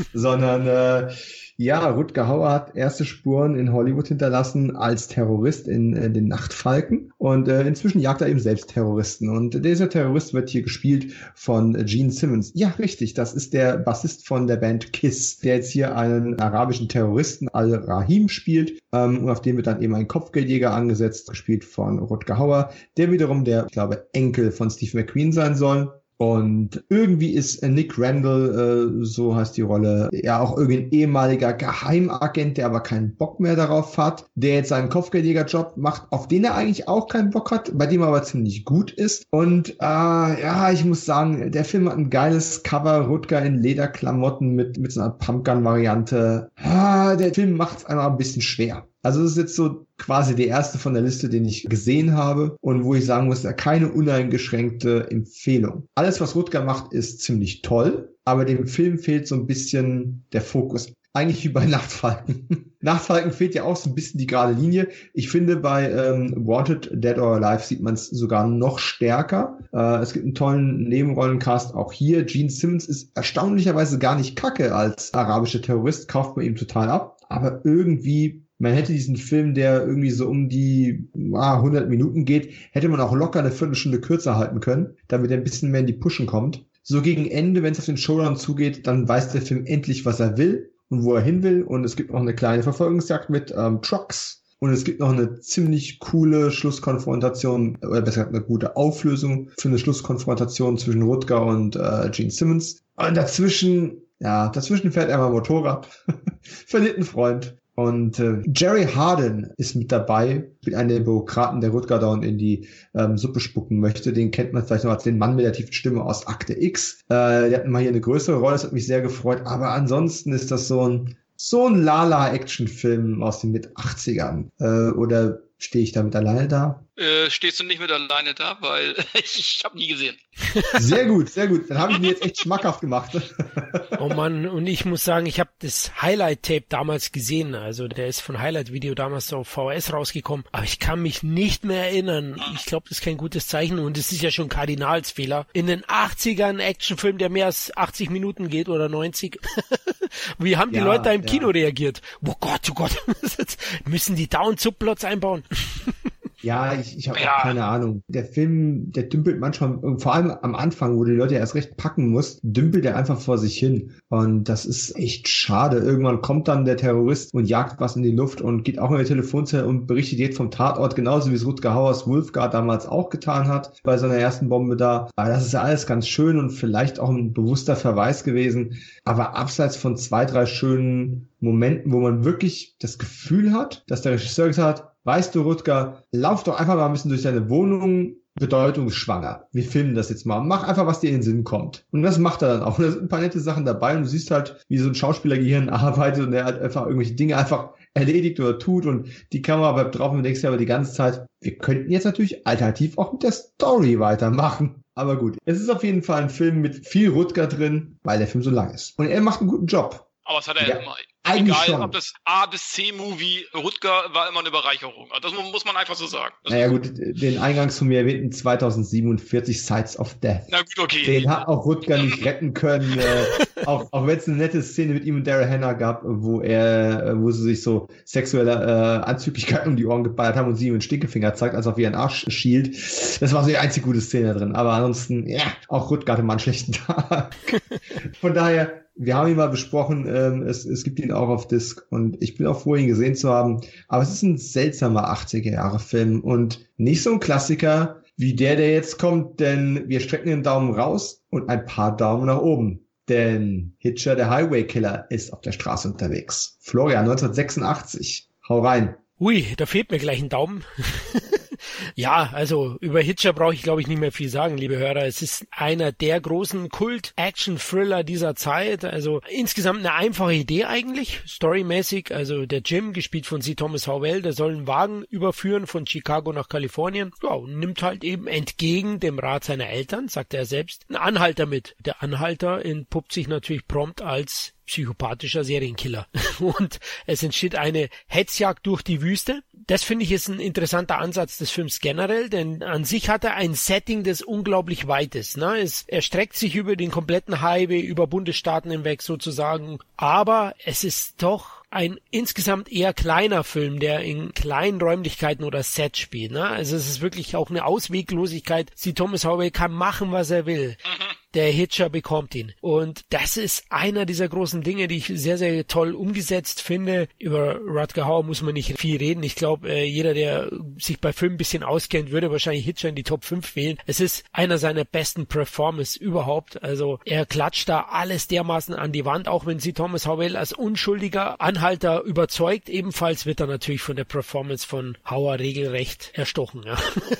sondern Rutger Hauer hat erste Spuren in Hollywood hinterlassen als Terrorist in den Nachtfalken und inzwischen jagt er eben selbst Terroristen und dieser Terrorist wird hier gespielt von Gene Simmons. Ja, richtig, das ist der Bassist von der Band Kiss, der jetzt hier einen arabischen Terroristen Al-Rahim spielt und auf dem wird dann eben ein Kopfgeldjäger angesetzt, gespielt von Rutger Hauer, der wiederum der, ich glaube, Enkel von Steve McQueen sein soll. Und irgendwie ist Nick Randall, so heißt die Rolle, ja auch irgendein ehemaliger Geheimagent, der aber keinen Bock mehr darauf hat, der jetzt seinen Kopfgeldjägerjob macht, auf den er eigentlich auch keinen Bock hat, bei dem er aber ziemlich gut ist. Und ich muss sagen, der Film hat ein geiles Cover, Rutger in Lederklamotten mit so einer Pumpgun-Variante. Der Film macht es einmal ein bisschen schwer. Also das ist jetzt so quasi der erste von der Liste, den ich gesehen habe und wo ich sagen muss, keine uneingeschränkte Empfehlung. Alles, was Rutger macht, ist ziemlich toll, aber dem Film fehlt so ein bisschen der Fokus. Eigentlich wie bei Nachtfalken. Nachtfalken fehlt ja auch so ein bisschen die gerade Linie. Ich finde, bei Wanted, Dead or Alive sieht man es sogar noch stärker. Es gibt einen tollen Nebenrollencast auch hier. Gene Simmons ist erstaunlicherweise gar nicht kacke als arabischer Terrorist, kauft man ihm total ab. Aber irgendwie, man hätte diesen Film, der irgendwie so um die 100 Minuten geht, hätte man auch locker eine Viertelstunde kürzer halten können, damit er ein bisschen mehr in die Pushen kommt. So gegen Ende, wenn es auf den Showdown zugeht, dann weiß der Film endlich, was er will und wo er hin will. Und es gibt noch eine kleine Verfolgungsjagd mit Trucks. Und es gibt noch eine ziemlich coole Schlusskonfrontation, oder besser gesagt eine gute Auflösung für eine Schlusskonfrontation zwischen Rutger und Gene Simmons. Und dazwischen fährt er mal Motorrad, verliert einen Freund. Und Jerry Harden ist mit dabei, mit einem der Bürokraten, der Rutger dauernd in die Suppe spucken möchte. Den kennt man vielleicht noch als den Mann mit der tiefen Stimme aus Akte X. Der hat mal hier eine größere Rolle, das hat mich sehr gefreut. Aber ansonsten ist das so ein Lala-Action-Film aus den Mit-80ern. Oder stehe ich damit alleine da? Stehst du nicht mit alleine da, weil ich habe nie gesehen. Sehr gut, sehr gut. Dann habe ich mir jetzt echt schmackhaft gemacht. Oh Mann, und ich muss sagen, ich habe das Highlight-Tape damals gesehen. Also der ist von Highlight-Video damals auf VHS rausgekommen. Aber ich kann mich nicht mehr erinnern. Ich glaube, das ist kein gutes Zeichen. Und es ist ja schon Kardinalsfehler. In den 80ern Actionfilm, der mehr als 80 Minuten geht oder 90. Wie haben die Leute da im Kino reagiert? Oh Gott. Müssen die dauernd Subplots einbauen? Ja, ich habe auch keine Ahnung. Der Film, der dümpelt manchmal, vor allem am Anfang, wo die Leute erst recht packen muss, dümpelt er einfach vor sich hin. Und das ist echt schade. Irgendwann kommt dann der Terrorist und jagt was in die Luft und geht auch in die Telefonzelle und berichtet jetzt vom Tatort, genauso wie es Rutger Hauers Wolfguard damals auch getan hat, bei seiner ersten Bombe da. Aber das ist ja alles ganz schön und vielleicht auch ein bewusster Verweis gewesen. Aber abseits von 2, 3 schönen Momenten, wo man wirklich das Gefühl hat, dass der Regisseur gesagt hat, weißt du, Rutger, lauf doch einfach mal ein bisschen durch deine Wohnung, bedeutungsschwanger. Wir filmen das jetzt mal. Mach einfach, was dir in den Sinn kommt. Und das macht er dann auch. Und da sind ein paar nette Sachen dabei und du siehst halt, wie so ein Schauspielergehirn arbeitet und er halt einfach irgendwelche Dinge einfach erledigt oder tut und die Kamera bleibt drauf und du denkst ja aber die ganze Zeit, wir könnten jetzt natürlich alternativ auch mit der Story weitermachen. Aber gut, es ist auf jeden Fall ein Film mit viel Rutger drin, weil der Film so lang ist. Und er macht einen guten Job. Aber es hat er ja immer. Eigentlich egal, schon. Ob das A bis C-Movie, Rutger war immer eine Bereicherung. Das muss man einfach so sagen. Naja gut, den eingangs von mir erwähnten 2047 Sides of Death. Na gut, okay. Den hat auch Rutger nicht retten können. Auch wenn es eine nette Szene mit ihm und Daryl Hannah gab, wo sie sich so sexuelle Anzüglichkeiten um die Ohren geballert haben und sie ihm einen Stinkefinger zeigt, als auf ihren Arsch schielt. Das war so die einzige gute Szene da drin. Aber ansonsten, ja, auch Rutger hatte mal einen schlechten Tag. Von daher, wir haben ihn mal besprochen, es gibt ihn auch auf Disc und ich bin auch froh, ihn gesehen zu haben. Aber es ist ein seltsamer 80er-Jahre-Film und nicht so ein Klassiker wie der jetzt kommt, denn wir strecken den Daumen raus und ein paar Daumen nach oben. Denn Hitcher, der Highway-Killer, ist auf der Straße unterwegs. Florian, 1986. Hau rein. Ui, da fehlt mir gleich ein Daumen. Ja, also über Hitcher brauche ich, glaube ich, nicht mehr viel sagen, liebe Hörer. Es ist einer der großen Kult-Action-Thriller dieser Zeit. Also insgesamt eine einfache Idee eigentlich, storymäßig. Also der Jim, gespielt von C. Thomas Howell, der soll einen Wagen überführen von Chicago nach Kalifornien. Ja, und nimmt halt eben entgegen dem Rat seiner Eltern, sagt er selbst, einen Anhalter mit. Der Anhalter entpuppt sich natürlich prompt als psychopathischer Serienkiller. Und es entsteht eine Hetzjagd durch die Wüste. Das finde ich ist ein interessanter Ansatz des Films generell, denn an sich hat er ein Setting, das unglaublich weit ist. Ne? Es erstreckt sich über den kompletten Highway, über Bundesstaaten hinweg sozusagen, aber es ist doch ein insgesamt eher kleiner Film, der in kleinen Räumlichkeiten oder Sets spielt. Ne? Also es ist wirklich auch eine Ausweglosigkeit. C. Thomas Howell kann machen, was er will. Der Hitcher bekommt ihn. Und das ist einer dieser großen Dinge, die ich sehr, sehr toll umgesetzt finde. Über Rutger Hauer muss man nicht viel reden. Ich glaube, jeder, der sich bei Filmen ein bisschen auskennt, würde wahrscheinlich Hitcher in die Top 5 wählen. Es ist einer seiner besten Performances überhaupt. Also er klatscht da alles dermaßen an die Wand, auch wenn sie Thomas Howell als unschuldiger Anhalter überzeugt. Ebenfalls wird er natürlich von der Performance von Hauer regelrecht erstochen. Ja.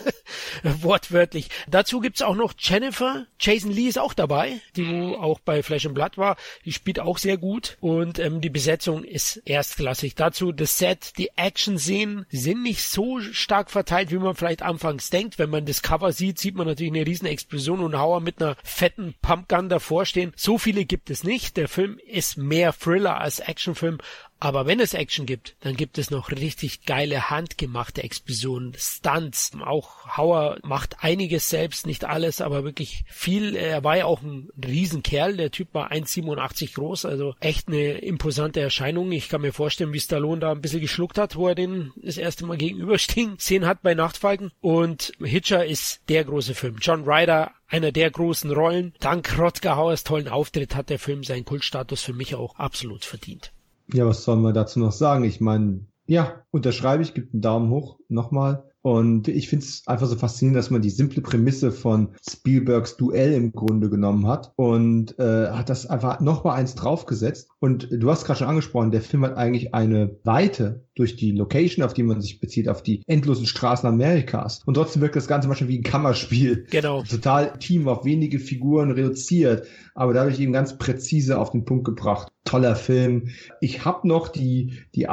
Wortwörtlich. Dazu gibt's auch noch Jennifer. Jason Lee ist auch dabei, die wo auch bei Flesh and Blood war. Die spielt auch sehr gut und die Besetzung ist erstklassig. Dazu das Set, die Action-Szenen, die sind nicht so stark verteilt, wie man vielleicht anfangs denkt. Wenn man das Cover sieht, sieht man natürlich eine riesen Explosion und Hauer mit einer fetten Pumpgun davor stehen. So viele gibt es nicht. Der Film ist mehr Thriller als Actionfilm. Aber wenn es Action gibt, dann gibt es noch richtig geile handgemachte Explosionen, Stunts. Auch Hauer macht einiges selbst, nicht alles, aber wirklich viel. Er war ja auch ein Riesenkerl. Der Typ war 1,87 groß, also echt eine imposante Erscheinung. Ich kann mir vorstellen, wie Stallone da ein bisschen geschluckt hat, wo er den das erste Mal gegenüberstehen sehen hat bei Nachtfalken. Und Hitcher ist der große Film. John Ryder, einer der großen Rollen. Dank Rutger Hauers tollen Auftritt hat der Film seinen Kultstatus für mich auch absolut verdient. Ja, was soll man dazu noch sagen? Ich meine, ja, unterschreibe ich, gibt einen Daumen hoch, nochmal. Und ich finde es einfach so faszinierend, dass man die simple Prämisse von Spielbergs Duell im Grunde genommen hat und hat das einfach nochmal eins draufgesetzt. Und du hast gerade schon angesprochen, der Film hat eigentlich eine Weite durch die Location, auf die man sich bezieht, auf die endlosen Straßen Amerikas. Und trotzdem wirkt das Ganze manchmal wie ein Kammerspiel. Genau. Total Team auf wenige Figuren reduziert, aber dadurch eben ganz präzise auf den Punkt gebracht. Toller Film. Ich habe noch die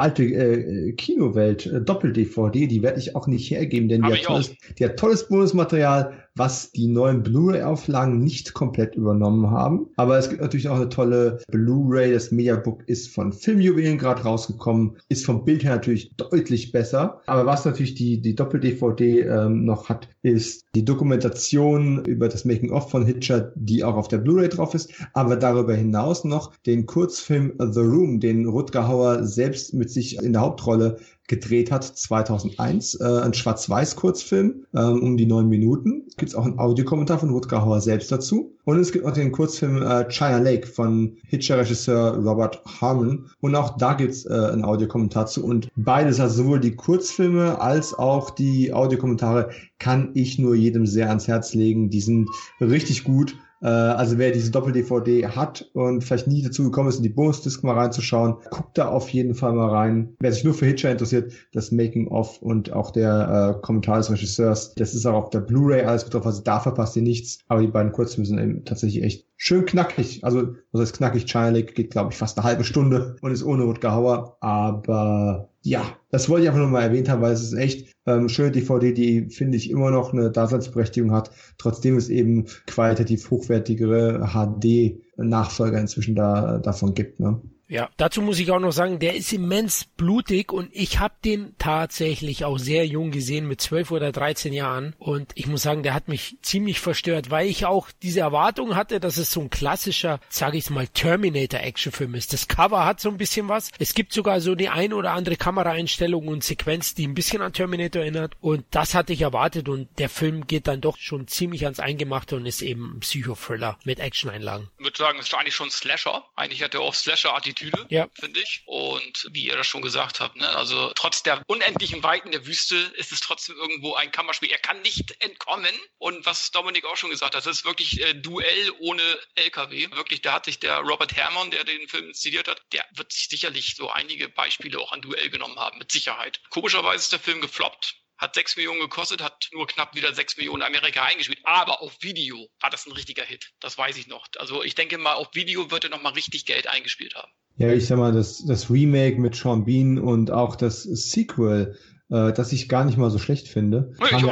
alte Kinowelt Doppel-DVD, die werde ich auch nicht hergeben, denn die hat tolles Bonusmaterial, was die neuen Blu-ray-Auflagen nicht komplett übernommen haben. Aber es gibt natürlich auch eine tolle Blu-ray. Das Mediabook ist von Filmjuwelen gerade rausgekommen, ist vom Bild her natürlich deutlich besser. Aber was natürlich die Doppel-DVD noch hat, ist die Dokumentation über das Making-of von Hitcher, die auch auf der Blu-ray drauf ist. Aber darüber hinaus noch den Kurzfilm The Room, den Rutger Hauer selbst mit sich in der Hauptrolle gedreht hat, 2001, ein Schwarz-Weiß-Kurzfilm um die 9 Minuten. Es gibt auch einen Audiokommentar von Rutger Hauer selbst dazu. Und es gibt auch den Kurzfilm China Lake von Hitcher-Regisseur Robert Harmon. Und auch da gibt's einen Audiokommentar zu. Und beides, also sowohl die Kurzfilme als auch die Audiokommentare, kann ich nur jedem sehr ans Herz legen. Die sind richtig gut. Also wer diese Doppel-DVD hat und vielleicht nie dazu gekommen ist, in die Bonus-Disc mal reinzuschauen, guckt da auf jeden Fall mal rein. Wer sich nur für Hitcher interessiert, das Making-of und auch der Kommentar des Regisseurs, das ist auch auf der Blu-ray alles drauf, also da verpasst ihr nichts. Aber die beiden Kurzfilme sind eben tatsächlich echt schön knackig. Also, was heißt knackig? China Lake geht, glaube ich, fast eine halbe Stunde und ist ohne Rutger Hauer. Aber ja, das wollte ich einfach nur mal erwähnt haben, weil es ist echt schöne DVD, die, finde ich, immer noch eine Daseinsberechtigung hat, trotzdem es eben qualitativ hochwertigere HD-Nachfolger inzwischen davon gibt, ne? Ja, dazu muss ich auch noch sagen, der ist immens blutig und ich habe den tatsächlich auch sehr jung gesehen, mit 12 oder 13 Jahren. Und ich muss sagen, der hat mich ziemlich verstört, weil ich auch diese Erwartung hatte, dass es so ein klassischer, sage ich mal, Terminator-Actionfilm ist. Das Cover hat so ein bisschen was. Es gibt sogar so die ein oder andere Kameraeinstellung und Sequenz, die ein bisschen an Terminator erinnert. Und das hatte ich erwartet und der Film geht dann doch schon ziemlich ans Eingemachte und ist eben ein Psychothriller mit Action-Einlagen. Ich würde sagen, es ist eigentlich schon ein Slasher. Eigentlich hat er auch Slasher-Attitüde. Ja, finde ich. Und wie ihr das schon gesagt habt, ne, also trotz der unendlichen Weiten der Wüste ist es trotzdem irgendwo ein Kammerspiel. Er kann nicht entkommen. Und was Dominik auch schon gesagt hat, das ist wirklich Duell ohne LKW. Wirklich, da hat sich der Robert Harmon, der den Film inszeniert hat, der wird sich sicherlich so einige Beispiele auch an Duell genommen haben, mit Sicherheit. Komischerweise ist der Film gefloppt. Hat 6 Millionen gekostet, hat nur knapp wieder 6 Millionen Amerika eingespielt. Aber auf Video war das ein richtiger Hit. Das weiß ich noch. Also ich denke mal, auf Video wird er nochmal richtig Geld eingespielt haben. Ja, ich sag mal, das Remake mit Sean Bean und auch das Sequel, das ich gar nicht mal so schlecht finde,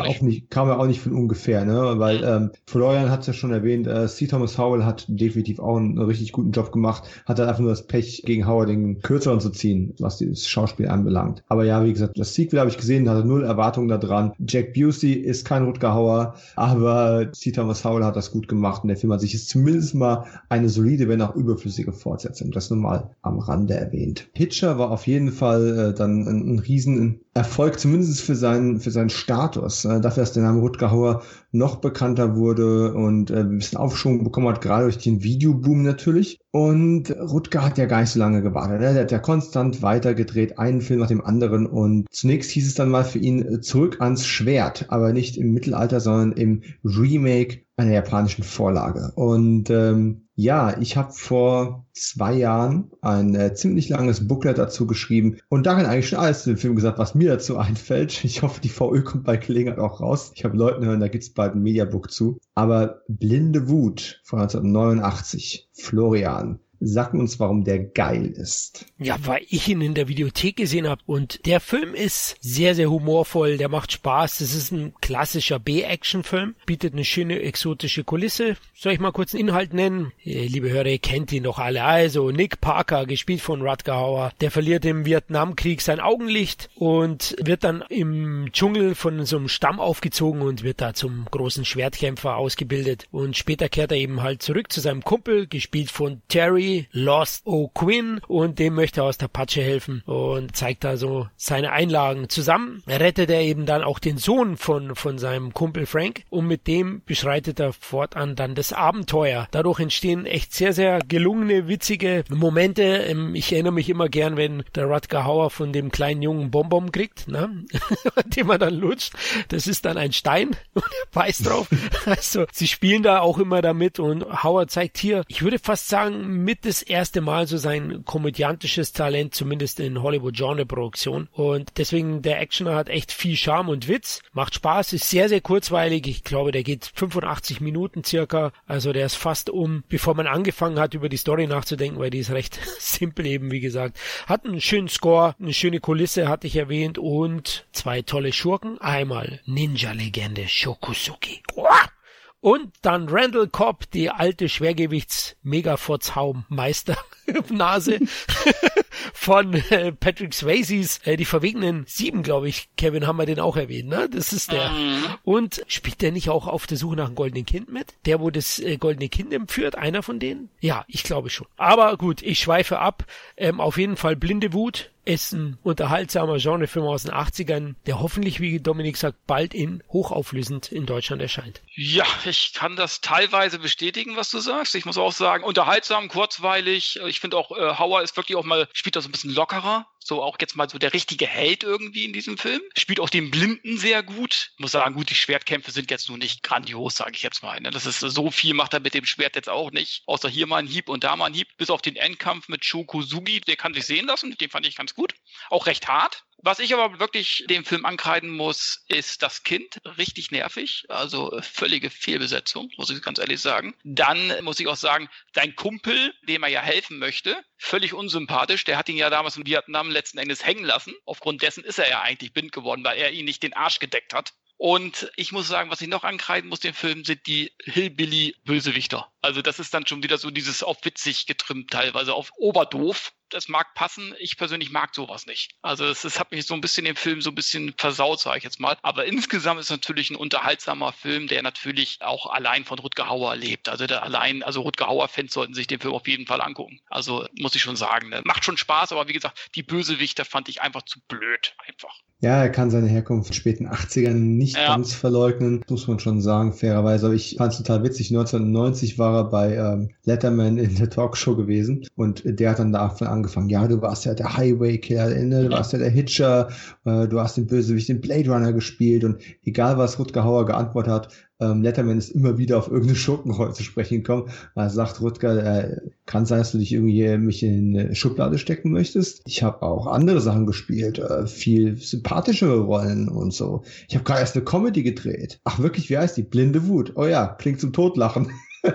kam ja auch nicht von ungefähr, ne? Weil Florian hat es ja schon erwähnt, C. Thomas Howell hat definitiv auch einen richtig guten Job gemacht, hat dann einfach nur das Pech, gegen Howard den Kürzeren zu ziehen, was das Schauspiel anbelangt. Aber ja, wie gesagt, das Sequel habe ich gesehen, hatte 0 Erwartungen da dran. Jack Busey ist kein Rutger Hauer, aber C. Thomas Howell hat das gut gemacht und der Film hat sich jetzt zumindest mal eine solide, wenn auch überflüssige Fortsetzung. Das nur mal am Rande erwähnt. Hitcher war auf jeden Fall dann ein riesen Erfolg, zumindest für seinen Status. Dafür, dass der Name Rutger Hauer noch bekannter wurde und ein bisschen Aufschwung bekommen hat, gerade durch den Videoboom natürlich. Und Rutger hat ja gar nicht so lange gewartet. Der hat ja konstant weitergedreht, einen Film nach dem anderen. Und zunächst hieß es dann mal für ihn zurück ans Schwert, aber nicht im Mittelalter, sondern im Remake einer japanischen Vorlage. Und ja, ich habe vor 2 Jahren ein ziemlich langes Booklet dazu geschrieben und darin eigentlich schon alles zu dem Film gesagt, was mir dazu einfällt. Ich hoffe, die VÖ kommt bei Gelegenheit auch raus. Ich habe Leuten hören, da gibt's bald ein Mediabook zu. Aber Blinde Wut von 1989, Florian. Sag uns, warum der geil ist. Ja, weil ich ihn in der Videothek gesehen habe und der Film ist sehr, sehr humorvoll, der macht Spaß. Das ist ein klassischer B-Action-Film, bietet eine schöne exotische Kulisse. Soll ich mal kurz einen Inhalt nennen? Liebe Hörer, ihr kennt ihn doch alle. Also Nick Parker, gespielt von Rutger Hauer, der verliert im Vietnamkrieg sein Augenlicht und wird dann im Dschungel von so einem Stamm aufgezogen und wird da zum großen Schwertkämpfer ausgebildet. Und später kehrt er eben halt zurück zu seinem Kumpel, gespielt von Terry Buddy Lost O'Quinn und dem möchte er aus der Patsche helfen und zeigt da so seine Einlagen. Zusammen rettet er eben dann auch den Sohn von seinem Kumpel Frank und mit dem beschreitet er fortan dann das Abenteuer. Dadurch entstehen echt sehr, sehr gelungene, witzige Momente. Ich erinnere mich immer gern, wenn der Rutger Hauer von dem kleinen Jungen Bonbon kriegt, ne? Den man dann lutscht. Das ist dann ein Stein und er beißt drauf. Also sie spielen da auch immer damit und Hauer zeigt hier, ich würde fast sagen, mit das erste Mal so sein komödiantisches Talent, zumindest in Hollywood-Genre-Produktion. Und deswegen, der Actioner hat echt viel Charme und Witz, macht Spaß, ist sehr, sehr kurzweilig. Ich glaube, der geht 85 Minuten circa. Also der ist fast bevor man angefangen hat, über die Story nachzudenken, weil die ist recht simpel eben, wie gesagt. Hat einen schönen Score, eine schöne Kulisse, hatte ich erwähnt, und 2 tolle Schurken. Einmal Ninja-Legende Shokusugi. Und dann Randall Cobb, die alte Schwergewichts-Megafotzhauben-Meister-Nase von Patrick Swayzes, die verwegenen 7, glaube ich. Kevin, haben wir den auch erwähnt, ne? Das ist der. Und spielt der nicht auch auf der Suche nach einem goldenen Kind mit? Der, wo das goldene Kind entführt? Einer von denen? Ja, ich glaube schon. Aber gut, ich schweife ab. Auf jeden Fall Blinde Wut. Ist ein unterhaltsamer Genrefilm aus den 80ern, der hoffentlich, wie Dominik sagt, bald hochauflösend in Deutschland erscheint. Ja, ich kann das teilweise bestätigen, was du sagst. Ich muss auch sagen, unterhaltsam, kurzweilig. Ich finde auch, Hauer ist wirklich auch mal, spielt da so ein bisschen lockerer. So auch jetzt mal so der richtige Held irgendwie in diesem Film. Spielt auch den Blinden sehr gut. Ich muss sagen, gut, die Schwertkämpfe sind jetzt nur nicht grandios, sage ich jetzt mal. Ne? Das ist so viel, macht er mit dem Schwert jetzt auch nicht. Außer hier mal ein Hieb und da mal ein Hieb. Bis auf den Endkampf mit Shokusugi, der kann sich sehen lassen. Den fand ich ganz gut. Auch recht hart. Was ich aber wirklich dem Film ankreiden muss, ist das Kind. Richtig nervig. Also völlige Fehlbesetzung, muss ich ganz ehrlich sagen. Dann muss ich auch sagen, sein Kumpel, dem er ja helfen möchte, völlig unsympathisch. Der hat ihn ja damals in Vietnam letzten Endes hängen lassen. Aufgrund dessen ist er ja eigentlich blind geworden, weil er ihn nicht den Arsch gedeckt hat. Und ich muss sagen, was ich noch ankreiden muss, den Film, sind die Hillbilly-Bösewichter. Also das ist dann schon wieder so dieses auf witzig getrimmt, teilweise auf oberdoof. Das mag passen. Ich persönlich mag sowas nicht. Also das hat mich so ein bisschen den Film so ein bisschen versaut, sage ich jetzt mal. Aber insgesamt ist es natürlich ein unterhaltsamer Film, der natürlich auch allein von Rutger Hauer lebt. Also Rutger Hauer-Fans sollten sich den Film auf jeden Fall angucken. Also muss ich schon sagen, ne? Macht schon Spaß, aber wie gesagt, die Bösewichter fand ich einfach zu blöd. Einfach. Ja, er kann seine Herkunft in den späten 80ern nicht ganz verleugnen, muss man schon sagen, fairerweise. Aber ich fand es total witzig. 1990 war er bei Letterman in der Talkshow gewesen und der hat dann davon angefangen, ja, du warst ja der Highway-Killer, du warst ja der Hitcher, du hast den Bösewicht, den Blade Runner gespielt, und egal was Rutger Hauer geantwortet hat, Letterman ist immer wieder auf irgendeine Schurkenrolle zu sprechen gekommen. Er sagt, Rutger, kann sein, dass du dich irgendwie mich in eine Schublade stecken möchtest. Ich habe auch andere Sachen gespielt, viel sympathischere Rollen und so. Ich habe gerade erst eine Comedy gedreht. Ach wirklich, wie heißt die? Blinde Wut. Oh ja, klingt zum Totlachen.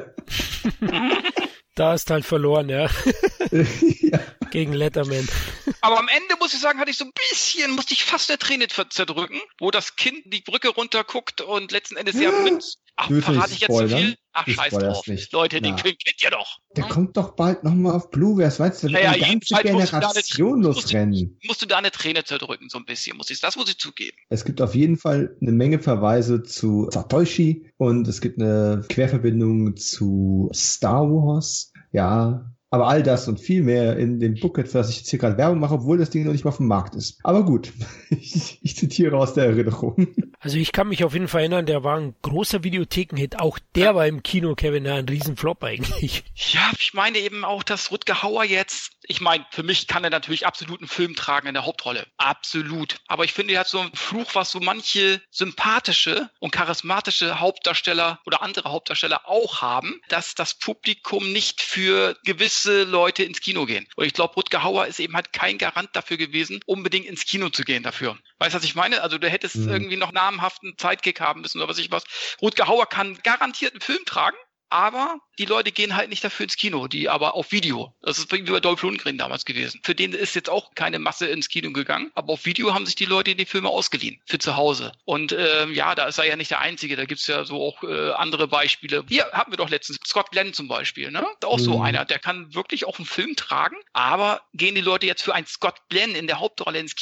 Da ist halt verloren, ja. Ja. Gegen Letterman. Aber am Ende, muss ich sagen, musste ich fast eine Träne zerdrücken, wo das Kind die Brücke runterguckt und letzten Endes ja mit... Ach, verrate ich jetzt zu viel? Ach, scheiß drauf. Nicht. Leute, den Film kennt ihr doch. Der kommt doch bald nochmal auf Blu, wer weiß, der wird eine ganze Generation losrennen. Musst du da eine Träne zerdrücken, so ein bisschen. Das muss ich zugeben. Es gibt auf jeden Fall eine Menge Verweise zu Satoshi und es gibt eine Querverbindung zu Star Wars. Ja, aber all das und viel mehr in dem Booklet, für das ich jetzt hier gerade Werbung mache, obwohl das Ding noch nicht mal auf dem Markt ist. Aber gut, ich zitiere aus der Erinnerung. Also ich kann mich auf jeden Fall erinnern, der war ein großer Videothekenhit. Auch der war im Kino, Kevin, ein Riesenflop eigentlich. Ja, ich meine eben auch, dass Rutger Hauer jetzt, ich meine, für mich kann er natürlich absolut einen Film tragen in der Hauptrolle. Absolut. Aber ich finde, er hat so einen Fluch, was so manche sympathische und charismatische Hauptdarsteller oder andere Hauptdarsteller auch haben, dass das Publikum nicht für gewisse Leute ins Kino gehen. Und ich glaube, Rutger Hauer ist eben halt kein Garant dafür gewesen, unbedingt ins Kino zu gehen dafür. Weißt du, was ich meine? Also du hättest irgendwie noch namhaften Sidekick haben müssen oder was ich was. Rutger Hauer kann garantiert einen Film tragen, aber die Leute gehen halt nicht dafür ins Kino, die aber auf Video. Das ist wie bei Dolph Lundgren damals gewesen. Für den ist jetzt auch keine Masse ins Kino gegangen, aber auf Video haben sich die Leute die Filme ausgeliehen für zu Hause. Und da ist er ja nicht der Einzige, da gibt's ja so auch andere Beispiele. Hier hatten wir doch letztens Scott Glenn zum Beispiel, ne? Auch so einer, der kann wirklich auch einen Film tragen, aber gehen die Leute jetzt für einen Scott Glenn in der Hauptrolle ins Kino?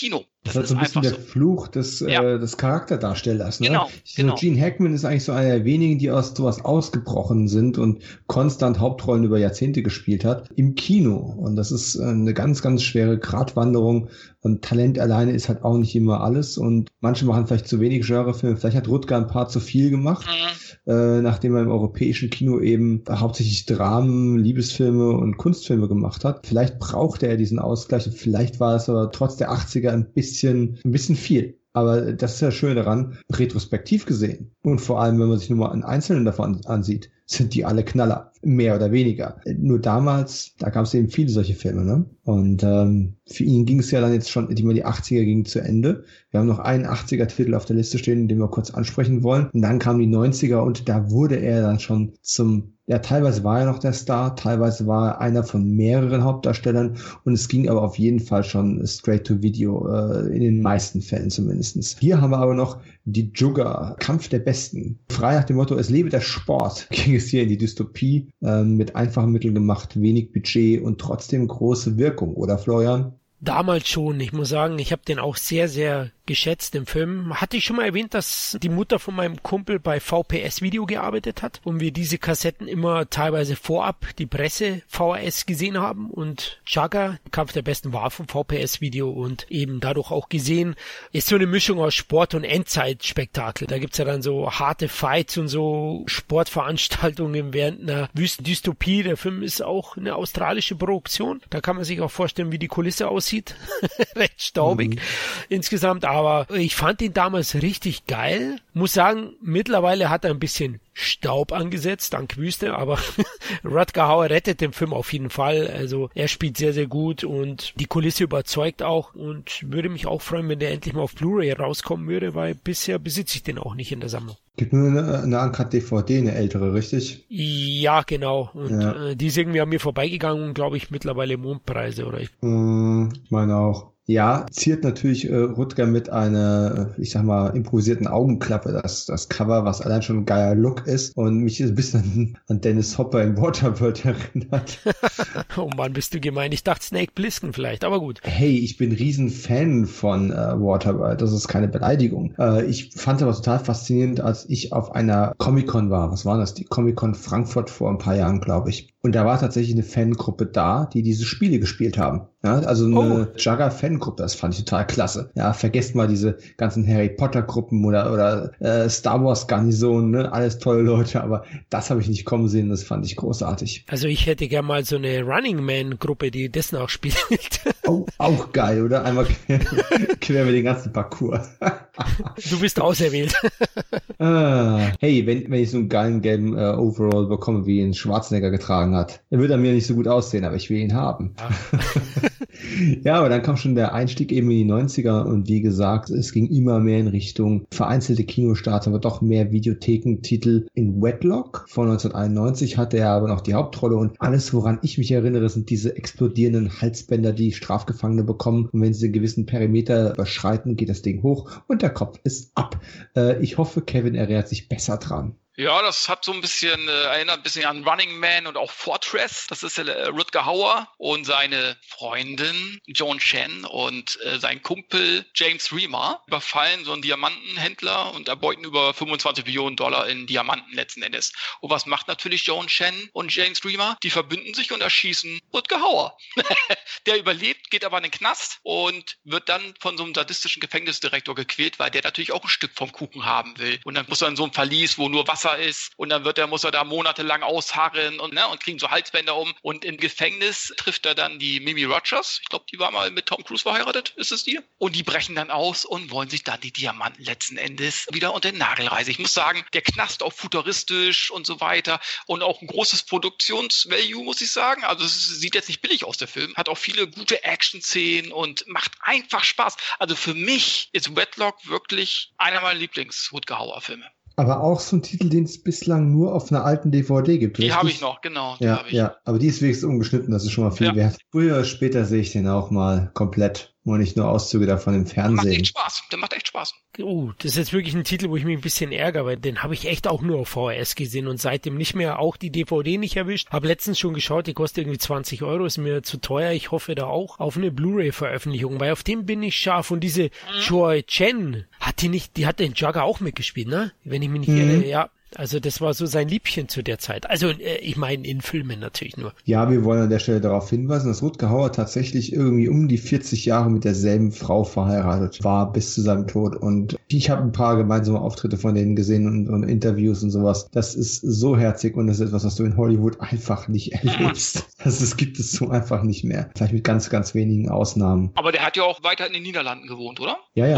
Das ist so ein bisschen der Fluch des Charakterdarstellers. Ne? Genau. Gene Hackman ist eigentlich so einer der wenigen, die aus sowas ausgebrochen sind und konstant Hauptrollen über Jahrzehnte gespielt hat im Kino. Und das ist eine ganz, ganz schwere Gratwanderung. Und Talent alleine ist halt auch nicht immer alles. Und manche machen vielleicht zu wenig Genrefilme. Vielleicht hat Rutger ein paar zu viel gemacht, nachdem er im europäischen Kino eben hauptsächlich Dramen, Liebesfilme und Kunstfilme gemacht hat. Vielleicht brauchte er diesen Ausgleich. Vielleicht war es aber trotz der 80er ein bisschen viel. Aber das ist ja schön daran, retrospektiv gesehen. Und vor allem, wenn man sich nur mal einen einzelnen davon ansieht, sind die alle Knaller. Mehr oder weniger. Nur damals, da gab es eben viele solche Filme, ne? Und für ihn ging es ja dann jetzt schon, die 80er gingen zu Ende. Wir haben noch einen 80er-Titel auf der Liste stehen, den wir kurz ansprechen wollen. Und dann kamen die 90er und da wurde er dann schon teilweise war er noch der Star, teilweise war er einer von mehreren Hauptdarstellern und es ging aber auf jeden Fall schon straight to video, in den meisten Fällen zumindest. Hier haben wir aber noch die Jugger, Kampf der Besten. Frei nach dem Motto, es lebe der Sport, ging es hier in die Dystopie, mit einfachen Mitteln gemacht, wenig Budget und trotzdem große Wirkung, oder Florian? Damals schon. Ich muss sagen, ich habe den auch sehr, sehr geschätzt im Film. Hatte ich schon mal erwähnt, dass die Mutter von meinem Kumpel bei VPS Video gearbeitet hat und wir diese Kassetten immer teilweise vorab die Presse VHS gesehen haben und Jugger, Kampf der Besten, war vom VPS Video und eben dadurch auch gesehen, ist so eine Mischung aus Sport und Endzeitspektakel. Da gibt's ja dann so harte Fights und so Sportveranstaltungen während einer Wüstendystopie. Der Film ist auch eine australische Produktion. Da kann man sich auch vorstellen, wie die Kulisse aussieht. Recht staubig insgesamt. Aber ich fand ihn damals richtig geil. Muss sagen, mittlerweile hat er ein bisschen Staub angesetzt, dank Wüste, aber Rutger Hauer rettet den Film auf jeden Fall. Also er spielt sehr, sehr gut und die Kulisse überzeugt auch und würde mich auch freuen, wenn der endlich mal auf Blu-ray rauskommen würde, weil bisher besitze ich den auch nicht in der Sammlung. Gibt nur eine Uncut-DVD, eine ältere, richtig? Ja, genau. Und die ist irgendwie an mir vorbeigegangen und glaube ich mittlerweile Mondpreise oder ich. Ich meine auch. Ja, ziert natürlich Rutger mit einer, ich sag mal, improvisierten Augenklappe, das Cover, was allein schon ein geiler Look ist und mich ein bisschen an Dennis Hopper in Waterworld erinnert. Oh Mann, bist du gemein. Ich dachte Snake Plissken vielleicht, aber gut. Hey, ich bin riesen Fan von Waterworld, das ist keine Beleidigung. Ich fand aber total faszinierend, als ich auf einer Comic-Con war. Was war das? Die Comic-Con Frankfurt vor ein paar Jahren, glaube ich. Und da war tatsächlich eine Fangruppe da, die diese Spiele gespielt haben. Ja, also eine Jugger-Fangruppe, das fand ich total klasse. Ja, vergesst mal diese ganzen Harry Potter-Gruppen oder Star Wars-Garnisonen, ne? Alles tolle Leute, aber das habe ich nicht kommen sehen, das fand ich großartig. Also ich hätte gern mal so eine Running Man-Gruppe, die das nachspielt. Oh, auch geil, oder? Einmal quer mit den ganzen Parcours. Du bist auserwählt. Hey, wenn ich so einen geilen gelben Overall bekomme, wie ihn Schwarzenegger getragen hat, dann würde er mir nicht so gut aussehen, aber ich will ihn haben. Ja. Ja, aber dann kam schon der Einstieg eben in die 90er und wie gesagt, es ging immer mehr in Richtung vereinzelte Kinostarts, aber doch mehr Videothekentitel. In Wedlock von 1991 hatte er aber noch die Hauptrolle und alles, woran ich mich erinnere, sind diese explodierenden Halsbänder, die Strafgefangene bekommen und wenn sie einen gewissen Perimeter überschreiten, geht das Ding hoch und der Kopf ist ab. Ich hoffe, Kevin erinnert sich besser dran. Ja, das hat so ein bisschen, erinnert ein bisschen an Running Man und auch Fortress. Das ist Rutger Hauer und seine Freundin Joan Chen und sein Kumpel James Remar überfallen so einen Diamantenhändler und erbeuten über $25 Millionen in Diamanten letzten Endes. Und was macht natürlich Joan Chen und James Remar? Die verbünden sich und erschießen Rutger Hauer. Der überlebt, geht aber in den Knast und wird dann von so einem sadistischen Gefängnisdirektor gequält, weil der natürlich auch ein Stück vom Kuchen haben will. Und dann muss er in so ein Verlies, wo nur Wasser ist und dann muss er da monatelang ausharren und kriegen so Halsbänder um und im Gefängnis trifft er dann die Mimi Rogers, ich glaube, die war mal mit Tom Cruise verheiratet, ist es die? Und die brechen dann aus und wollen sich dann die Diamanten letzten Endes wieder unter den Nagel reißen. Ich muss sagen, der Knast auch futuristisch und so weiter und auch ein großes Produktionsvalue, muss ich sagen. Also es sieht jetzt nicht billig aus, der Film, hat auch viele gute Action-Szenen und macht einfach Spaß. Also für mich ist Wedlock wirklich einer meiner Lieblings-Rutger Hauer-Filme. Aber auch so ein Titel, den es bislang nur auf einer alten DVD gibt. Die habe ich noch, genau. Ja, aber die ist wenigstens ungeschnitten, das ist schon mal viel wert. Früher oder später sehe ich den auch mal komplett. und nicht nur Auszüge davon im Fernsehen. Der macht echt Spaß. Das ist jetzt wirklich ein Titel, wo ich mich ein bisschen ärgere, weil den habe ich echt auch nur auf VHS gesehen und seitdem nicht mehr, auch die DVD nicht erwischt. Habe letztens schon geschaut, die kostet irgendwie 20 €, ist mir zu teuer. Ich hoffe da auch auf eine Blu-ray-Veröffentlichung, weil auf dem bin ich scharf. Und diese Joy Chen, die hat den Jugger auch mitgespielt, ne? Wenn ich mich nicht irre, ja. Also das war so sein Liebchen zu der Zeit. Also ich meine in Filmen natürlich nur. Ja, wir wollen an der Stelle darauf hinweisen, dass Rutger Hauer tatsächlich irgendwie um die 40 Jahre mit derselben Frau verheiratet war bis zu seinem Tod. Und ich habe ein paar gemeinsame Auftritte von denen gesehen und Interviews und sowas. Das ist so herzig und das ist etwas, was du in Hollywood einfach nicht erlebst. Das gibt es so einfach nicht mehr. Vielleicht mit ganz, ganz wenigen Ausnahmen. Aber der hat ja auch weiter in den Niederlanden gewohnt, oder? Ja.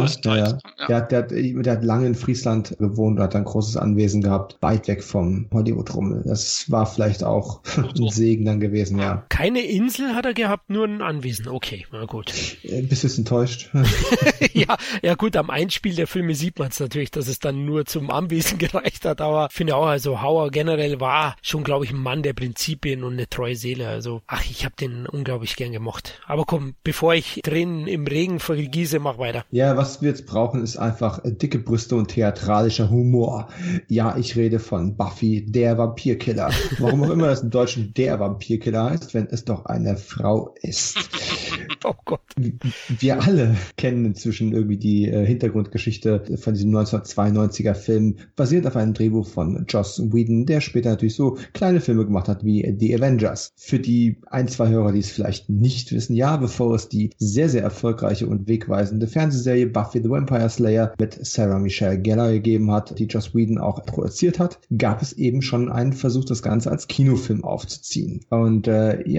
Der hat lange in Friesland gewohnt und hat ein großes Anwesen gehabt, weit weg vom Hollywood-Rummel. Das war vielleicht auch ein Segen dann gewesen, ja. Keine Insel hat er gehabt, nur ein Anwesen. Okay, na gut. Bist du enttäuscht? ja gut, am Einspiel der Filme sieht man es natürlich, dass es dann nur zum Anwesen gereicht hat, aber ich finde auch, also Hauer generell war schon, glaube ich, ein Mann der Prinzipien und eine treue Seele. Also, ich habe den unglaublich gern gemocht. Aber komm, bevor ich Tränen im Regen vergieße, mach weiter. Ja, was wir jetzt brauchen, ist einfach dicke Brüste und theatralischer Humor. Ja, ich rede von Buffy, der Vampirkiller. Warum auch immer das im Deutschen der Vampirkiller heißt, wenn es doch eine Frau ist. Oh Gott. Wir alle kennen inzwischen irgendwie die Hintergrundgeschichte von diesem 1992er Film, basierend auf einem Drehbuch von Joss Whedon, der später natürlich so kleine Filme gemacht hat wie The Avengers. Für die 1-2 Hörer, die es vielleicht nicht wissen, ja, bevor es die sehr, sehr erfolgreiche und wegweisende Fernsehserie Buffy the Vampire Slayer mit Sarah Michelle Gellar gegeben hat, die Joss Whedon auch produziert hat, gab es eben schon einen Versuch, das Ganze als Kinofilm aufzuziehen. Und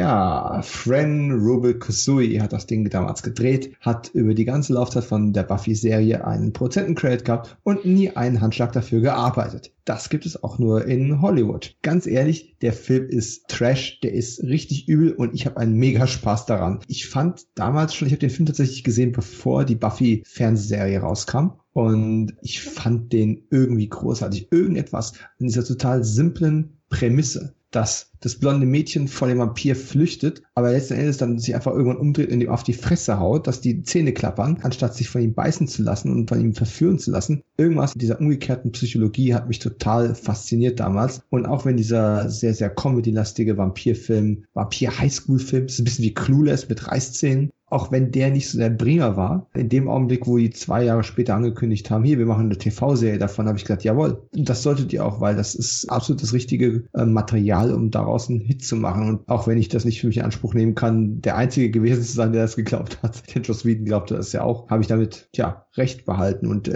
Fran Rubel Kusui hat das Ding damals gedreht, hat über die ganze Laufzeit von der Buffy-Serie einen Produzentencredit gehabt und nie einen Handschlag dafür gearbeitet. Das gibt es auch nur in Hollywood. Ganz ehrlich, der Film ist Trash, der ist richtig übel und ich habe einen mega Spaß daran. Ich fand damals schon, ich habe den Film tatsächlich gesehen, bevor die Buffy-Fernsehserie rauskam. Und ich fand den irgendwie großartig. Irgendetwas in dieser total simplen Prämisse, dass das blonde Mädchen vor dem Vampir flüchtet, aber letzten Endes dann sich einfach irgendwann umdreht und ihm auf die Fresse haut, dass die Zähne klappern, anstatt sich von ihm beißen zu lassen und von ihm verführen zu lassen. Irgendwas in dieser umgekehrten Psychologie hat mich total fasziniert damals. Und auch wenn dieser sehr, sehr comedy-lastige Vampir-Highschool-Film, ist ein bisschen wie Clueless mit Reißzähnen, auch wenn der nicht so der Bringer war, in dem Augenblick, wo die 2 Jahre später angekündigt haben, hier, wir machen eine TV-Serie davon, habe ich gesagt, jawohl, das solltet ihr auch, weil das ist absolut das richtige Material, um daraus einen Hit zu machen. Und auch wenn ich das nicht für mich in Anspruch nehmen kann, der Einzige gewesen zu sein, der das geglaubt hat, der Joss Whedon glaubte das ja auch, habe ich damit, recht behalten. Und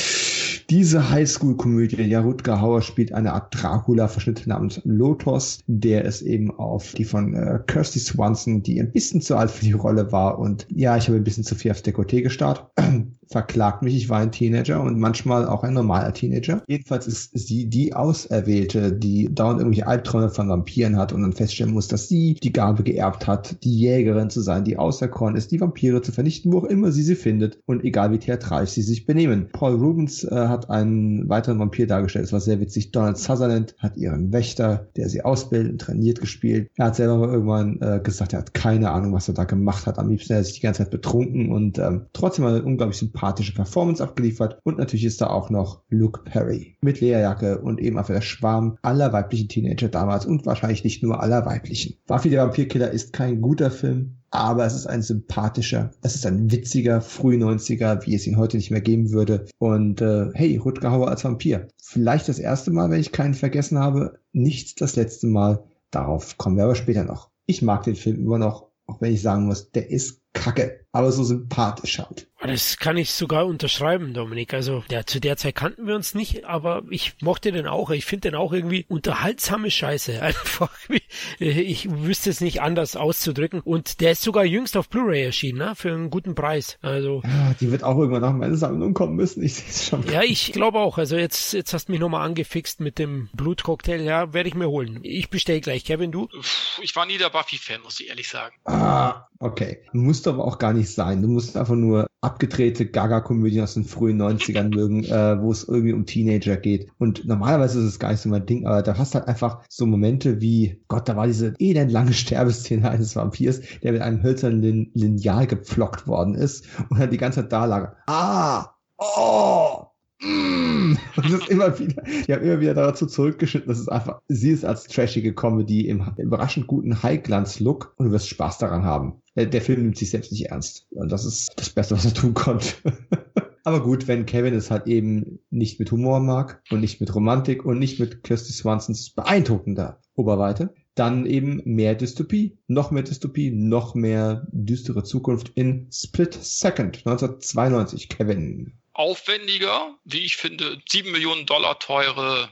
diese Highschool-Komödie, Rutger Hauer spielt eine Art Dracula-Verschnitt namens Lotos, der es eben auf die von Kirsty Swanson, die ein bisschen zu alt für die Rolle war. Und ich habe ein bisschen zu viel aufs Dekolleté gestarrt. Verklagt mich, ich war ein Teenager und manchmal auch ein normaler Teenager. Jedenfalls ist sie die Auserwählte, die dauernd irgendwelche Albträume von Vampiren hat und dann feststellen muss, dass sie die Gabe geerbt hat, die Jägerin zu sein, die auserkoren ist, die Vampire zu vernichten, wo auch immer sie findet und egal wie theatralisch sie sich benehmen. Paul Rubens hat einen weiteren Vampir dargestellt, das war sehr witzig. Donald Sutherland hat ihren Wächter, der sie ausbildet und trainiert, gespielt. Er hat selber mal irgendwann gesagt, er hat keine Ahnung, was er da gemacht hat. Am liebsten hat er sich die ganze Zeit betrunken und trotzdem hat er unglaublich sympathische Performance abgeliefert. Und natürlich ist da auch noch Luke Perry mit Lederjacke und eben einfach der Schwarm aller weiblichen Teenager damals und wahrscheinlich nicht nur aller weiblichen. Buffy der Vampirkiller ist kein guter Film, aber es ist ein sympathischer, es ist ein witziger Früh-90er, wie es ihn heute nicht mehr geben würde. Und hey, Rutger Hauer als Vampir. Vielleicht das erste Mal, wenn ich keinen vergessen habe, nicht das letzte Mal. Darauf kommen wir aber später noch. Ich mag den Film immer noch, auch wenn ich sagen muss, der ist kacke, aber so sympathisch halt. Das kann ich sogar unterschreiben, Dominik. Also zu der Zeit kannten wir uns nicht, aber ich mochte den auch. Ich finde den auch irgendwie unterhaltsame Scheiße. Einfach, ich wüsste es nicht anders auszudrücken. Und der ist sogar jüngst auf Blu-ray erschienen, ne? Für einen guten Preis. Also ja, die wird auch irgendwann nach meiner Sammlung kommen müssen. Ich sehe es schon. Ja, ich glaube auch. Also jetzt hast du mich nochmal angefixt mit dem Blutcocktail. Ja, werde ich mir holen. Ich bestelle gleich. Kevin, du? Ich war nie der Buffy-Fan, muss ich ehrlich sagen. Okay. Du musst du aber auch gar nicht sein. Du musst einfach nur abgedrehte Gaga-Komödien aus den frühen 90ern mögen, wo es irgendwie um Teenager geht. Und normalerweise ist es gar nicht so mein Ding, aber da hast halt einfach so Momente wie, Gott, da war diese elendlange Sterbeszene eines Vampirs, der mit einem hölzernen Lineal gepflockt worden ist und dann die ganze Zeit da lag. Und das ist immer wieder, die haben immer wieder dazu zurückgeschnitten, dass es einfach, sie ist als trashige Comedy im überraschend guten High-Glanz-Look und du wirst Spaß daran haben. Der Film nimmt sich selbst nicht ernst. Und das ist das Beste, was er tun konnte. Aber gut, wenn Kevin es halt eben nicht mit Humor mag und nicht mit Romantik und nicht mit Kirsty Swansons beeindruckender Oberweite, dann eben mehr Dystopie, noch mehr düstere Zukunft in Split Second 1992. Kevin. Aufwendiger, wie ich finde, $7 Millionen teure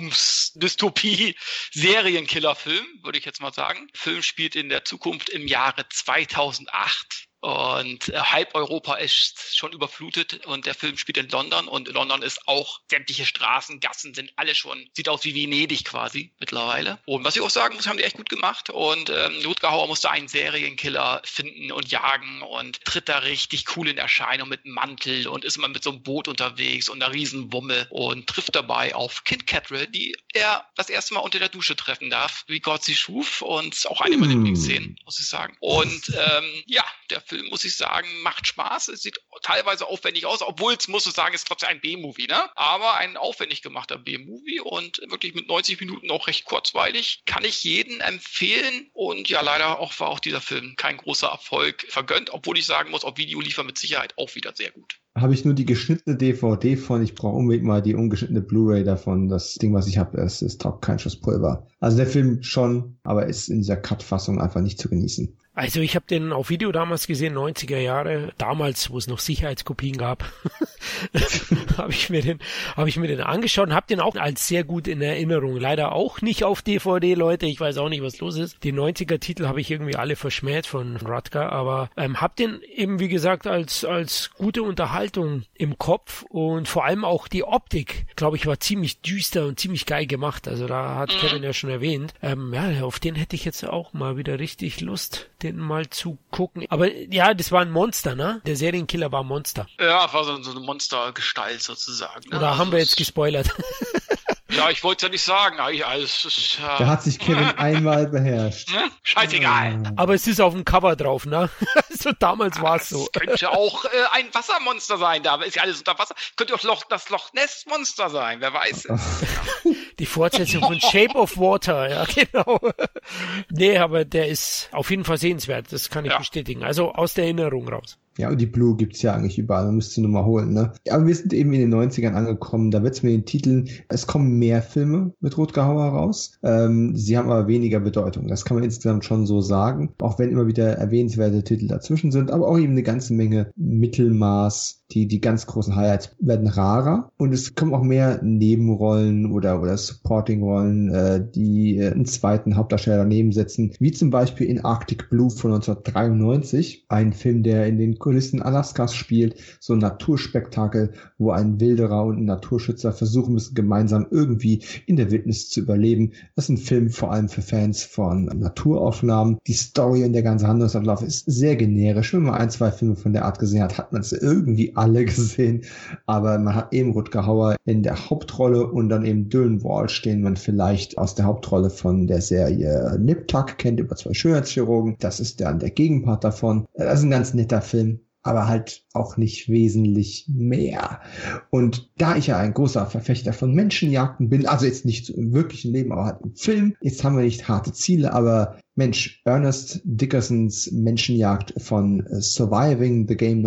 Zukunftsdystopie-Serienkiller-Film, würde ich jetzt mal sagen. Der Film spielt in der Zukunft im Jahre 2008. Und halb Europa ist schon überflutet und der Film spielt in London und London ist auch, sämtliche Straßen, Gassen sind alle schon, sieht aus wie Venedig quasi mittlerweile. Und was ich auch sagen muss, haben die echt gut gemacht und Rutger Hauer musste einen Serienkiller finden und jagen und tritt da richtig cool in Erscheinung mit einem Mantel und ist immer mit so einem Boot unterwegs und einer riesen Wumme und trifft dabei auf Kid Cattrall, die er das erste Mal unter der Dusche treffen darf, wie Gott sie schuf und ist auch eine meiner Lieblingsszenen, muss ich sagen. Und ja, der Film, muss ich sagen, macht Spaß. Es sieht teilweise aufwendig aus, obwohl es, muss ich sagen, ist trotzdem ein B-Movie, ne? Aber ein aufwendig gemachter B-Movie und wirklich mit 90 Minuten auch recht kurzweilig. Kann ich jedem empfehlen. Und ja, leider war auch dieser Film kein großer Erfolg vergönnt, obwohl ich sagen muss, auf Video lief er mit Sicherheit auch wieder sehr gut. Habe ich nur die geschnittene DVD von, ich brauche unbedingt mal die ungeschnittene Blu-ray davon. Das Ding, was ich habe, es taugt kein Schuss Pulver. Also der Film schon, aber ist in dieser Cut-Fassung einfach nicht zu genießen. Also ich habe den auf Video damals gesehen, 90er Jahre, damals, wo es noch Sicherheitskopien gab, habe ich mir den angeschaut und habe den auch als sehr gut in Erinnerung. Leider auch nicht auf DVD, Leute, ich weiß auch nicht, was los ist. Die 90er-Titel habe ich irgendwie alle verschmäht von Rutger, aber habe den eben, wie gesagt, als gute Unterhaltung im Kopf und vor allem auch die Optik, glaube ich, war ziemlich düster und ziemlich geil gemacht. Also da hat Kevin ja schon erwähnt. Ja, auf den hätte ich jetzt auch mal wieder richtig Lust, den mal zu gucken. Aber ja, das war ein Monster, ne? Der Serienkiller war ein Monster. Ja, war so eine Monstergestalt sozusagen. Ne? Oder haben wir jetzt gespoilert? Ja, ich wollte es ja nicht sagen. Da hat sich Kevin einmal beherrscht. Ne? Scheißegal. Aber es ist auf dem Cover drauf, ne? Also damals war es so. Könnte auch ein Wassermonster sein. Da ist ja alles unter Wasser. Könnte auch das Loch Ness Monster sein. Wer weiß es. Die Fortsetzung von Shape of Water, ja, genau. Nee, aber der ist auf jeden Fall sehenswert. Das kann ich bestätigen. Also aus der Erinnerung raus. Ja, und die Blue gibt's ja eigentlich überall. Man müsste sie nur mal holen, ne? Ja, aber wir sind eben in den 90ern angekommen. Da wird's mit den Titeln, es kommen mehr Filme mit Rutger Hauer raus. Sie haben aber weniger Bedeutung. Das kann man insgesamt schon so sagen. Auch wenn immer wieder erwähnenswerte Titel dazwischen sind, aber auch eben eine ganze Menge Mittelmaß. Die ganz großen Highlights werden rarer. Und es kommen auch mehr Nebenrollen oder Supporting-Rollen, die einen zweiten Hauptdarsteller daneben setzen. Wie zum Beispiel in Arctic Blue von 1993. Ein Film, der in den Kulissen Alaskas spielt, so ein Naturspektakel, wo ein Wilderer und ein Naturschützer versuchen müssen, gemeinsam irgendwie in der Wildnis zu überleben. Das ist ein Film vor allem für Fans von Naturaufnahmen. Die Story und der ganze Handlungsablauf ist sehr generisch. Wenn man 1-2 Filme von der Art gesehen hat, hat man es irgendwie alle gesehen. Aber man hat eben Rutger Hauer in der Hauptrolle und dann eben Dylan Walsh, den man vielleicht aus der Hauptrolle von der Serie Nip Tuck kennt, über 2 Schönheitschirurgen. Das ist dann der Gegenpart davon. Das ist ein ganz netter Film, aber halt auch nicht wesentlich mehr. Und da ich ja ein großer Verfechter von Menschenjagden bin, also jetzt nicht so im wirklichen Leben, aber halt im Film, jetzt haben wir nicht harte Ziele, aber Mensch, Ernest Dickersons Menschenjagd von Surviving the Game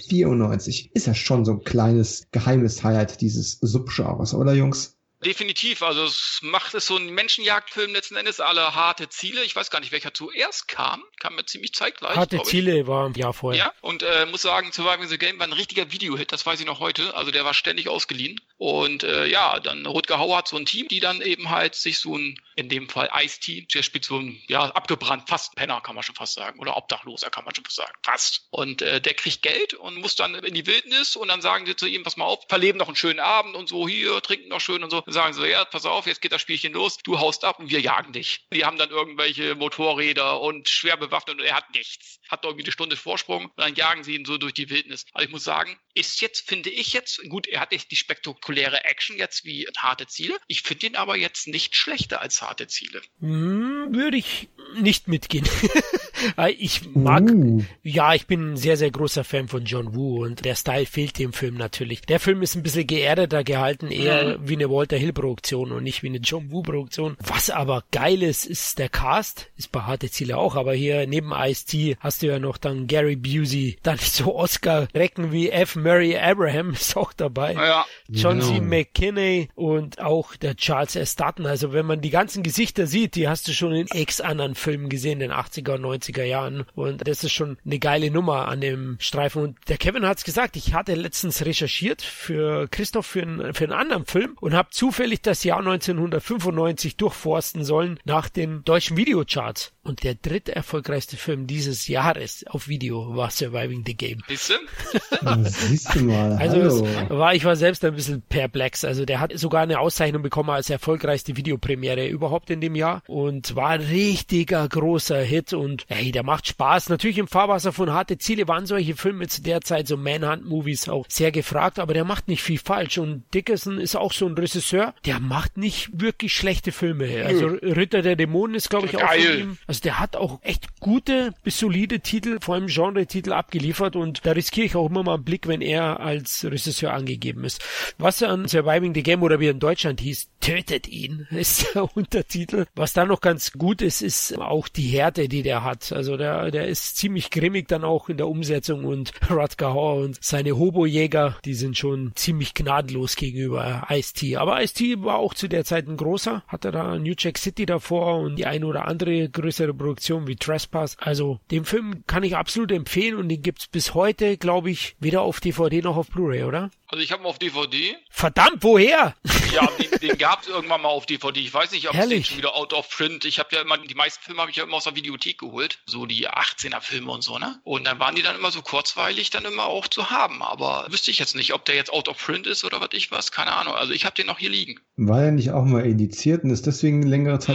1994 ist ja schon so ein kleines geheimes Highlight dieses Subgenres, oder Jungs? Definitiv, also es macht es so ein Menschenjagdfilm letzten Endes, alle harte Ziele. Ich weiß gar nicht, welcher zuerst kam mir ziemlich zeitgleich. Harte Ziele war ein Jahr vorher. Ja, und muss sagen, Surviving the Game war ein richtiger Videohit, das weiß ich noch heute. Also der war ständig ausgeliehen. Und ja, dann Rutger Hauer hat so ein Team, die dann eben halt sich so ein, in dem Fall Ice-T, der spielt so ein, ja, abgebrannt, fast Penner kann man schon fast sagen, oder Obdachloser kann man schon fast sagen, fast. Und der kriegt Geld und muss dann in die Wildnis und dann sagen sie zu ihm, pass mal auf, verleben noch einen schönen Abend und so, hier, trinken noch schön und so. und sagen so, ja, pass auf, jetzt geht das Spielchen los, du haust ab und wir jagen dich. Die haben dann irgendwelche Motorräder und schwer bewaffnet und er hat nichts. Hat irgendwie eine Stunde Vorsprung und dann jagen sie ihn so durch die Wildnis. Also ich muss sagen, ist jetzt, finde ich jetzt, gut, er hat nicht die spektakuläre Action jetzt wie Harte Ziele. Ich finde ihn aber jetzt nicht schlechter als Harte Ziele. Würde ich nicht mitgehen. Ich mag, ja, ich bin ein sehr, sehr großer Fan von John Woo und der Style fehlt dem Film natürlich. Der Film ist ein bisschen geerdeter gehalten, eher wie eine Walter Hill Produktion und nicht wie eine John Woo Produktion. Was aber geil ist der Cast, ist bei Harte Ziele auch, aber hier neben Ice-T hast du ja noch dann Gary Busey, dann so Oscar-Recken wie F. Murray Abraham ist auch dabei. Ja. John C. McKinney und auch der Charles S. Dutton. Also wenn man die ganzen Gesichter sieht, die hast du schon in anderen Filmen gesehen, in den 80er und 90er Jahren. Und das ist schon eine geile Nummer an dem Streifen. Und der Kevin hat's gesagt, ich hatte letztens recherchiert für Christoph für einen anderen Film und habe zufällig das Jahr 1995 durchforsten sollen nach den deutschen Videocharts. Und der dritte erfolgreichste Film dieses Jahres auf Video war Surviving the Game. Siehst du mal. Also ich war selbst ein bisschen perplex. Also der hat sogar eine Auszeichnung bekommen als erfolgreichste Videopremiere überhaupt in dem Jahr und war ein richtiger großer Hit und hey, der macht Spaß. Natürlich im Fahrwasser von Harte Ziele waren solche Filme zu der Zeit, so Manhunt-Movies auch sehr gefragt, aber der macht nicht viel falsch und Dickerson ist auch so ein Regisseur, der macht nicht wirklich schlechte Filme. Also Ritter der Dämonen ist, glaube ich, auch von ihm. Also der hat auch echt gute bis solide Titel, vor allem Genre-Titel abgeliefert und da riskiere ich auch immer mal einen Blick, wenn er als Regisseur angegeben ist. Was an Surviving the Game oder wie er in Deutschland hieß, tötet ihn, ist der Untertitel. Was da noch ganz gut ist, ist auch die Härte, die der hat. Also der ist ziemlich grimmig dann auch in der Umsetzung und Rutger Hauer und seine Hobojäger, die sind schon ziemlich gnadenlos gegenüber Ice-T. Aber Ice-T war auch zu der Zeit ein großer, hatte da New Jack City davor und die eine oder andere größere Produktion wie Trespass. Also den Film kann ich absolut empfehlen und den gibt's bis heute, glaube ich, weder auf DVD noch auf Blu-ray, oder? Also ich habe ihn auf DVD. Verdammt, woher? Ja, den gab es irgendwann mal auf DVD. Ich weiß nicht, ob es den schon wieder out of print. Ich habe ja immer, die meisten Filme habe ich ja immer aus der Videothek geholt. So die 18er Filme und so, ne? Und dann waren die dann immer so kurzweilig dann immer auch zu haben. Aber wüsste ich jetzt nicht, ob der jetzt out of print ist oder was. Keine Ahnung. Also ich habe den noch hier liegen. War er nicht auch mal indiziert und ist deswegen längere Zeit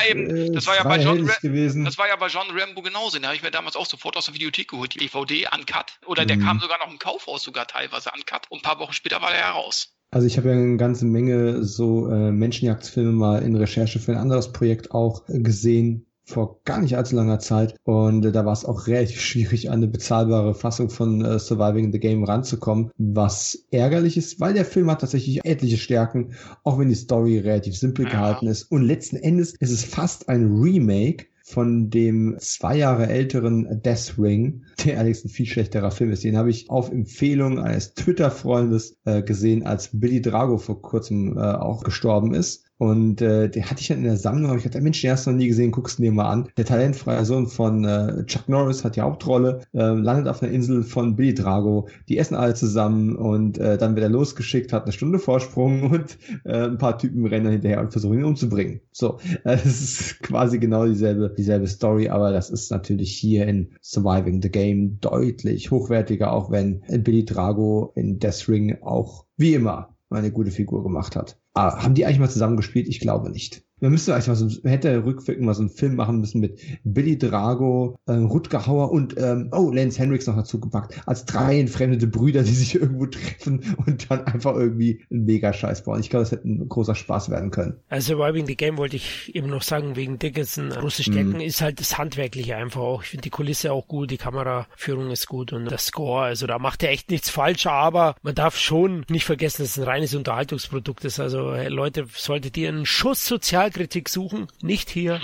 das war ja bei John gewesen? Das war ja bei John Rambo genauso. Den habe ich mir damals auch sofort aus der Videothek geholt. Die DVD uncut. Oder der kam sogar noch im Kaufhaus sogar teilweise uncut. Und ein paar Wochen später war der heraus. Also ich habe ja eine ganze Menge so Menschenjagdfilme mal in Recherche für ein anderes Projekt auch gesehen, vor gar nicht allzu langer Zeit. Und da war es auch relativ schwierig, an eine bezahlbare Fassung von Surviving the Game ranzukommen, was ärgerlich ist, weil der Film hat tatsächlich etliche Stärken, auch wenn die Story relativ simpel gehalten ist. Und letzten Endes ist es fast ein Remake von dem 2 Jahre älteren Death Ring, der allerdings ein viel schlechterer Film ist. Den habe ich auf Empfehlung eines Twitter-Freundes gesehen, als Billy Drago vor kurzem auch gestorben ist. Und den hatte ich dann in der Sammlung, habe ich gedacht, Mensch, den hast du noch nie gesehen, guckst du dir mal an. Der talentfreie Sohn von Chuck Norris hat die Hauptrolle, landet auf einer Insel von Billy Drago, die essen alle zusammen und dann wird er losgeschickt, hat eine Stunde Vorsprung und ein paar Typen rennen hinterher und versuchen ihn umzubringen. So, das ist quasi genau dieselbe Story, aber das ist natürlich hier in Surviving the Game deutlich hochwertiger, auch wenn Billy Drago in Death Ring auch wie immer eine gute Figur gemacht hat. Aber haben die eigentlich mal zusammen gespielt? Ich glaube nicht. Man müsste eigentlich man hätte rückwirkend mal so einen Film machen müssen mit Billy Drago, Rutger Hauer und Lance Henricks noch dazu gepackt. Als 3 entfremdete Brüder, die sich irgendwo treffen und dann einfach irgendwie einen Mega-Scheiß bauen. Ich glaube, das hätte ein großer Spaß werden können. Also Surviving the Game wollte ich eben noch sagen, wegen Dickinson. Große Stärken ist halt das Handwerkliche einfach auch. Ich finde die Kulisse auch gut, die Kameraführung ist gut und der Score, also da macht er echt nichts falsch, aber man darf schon nicht vergessen, dass es ein reines Unterhaltungsprodukt ist. Also Leute, solltet ihr einen Schuss Sozialkritik suchen, nicht hier.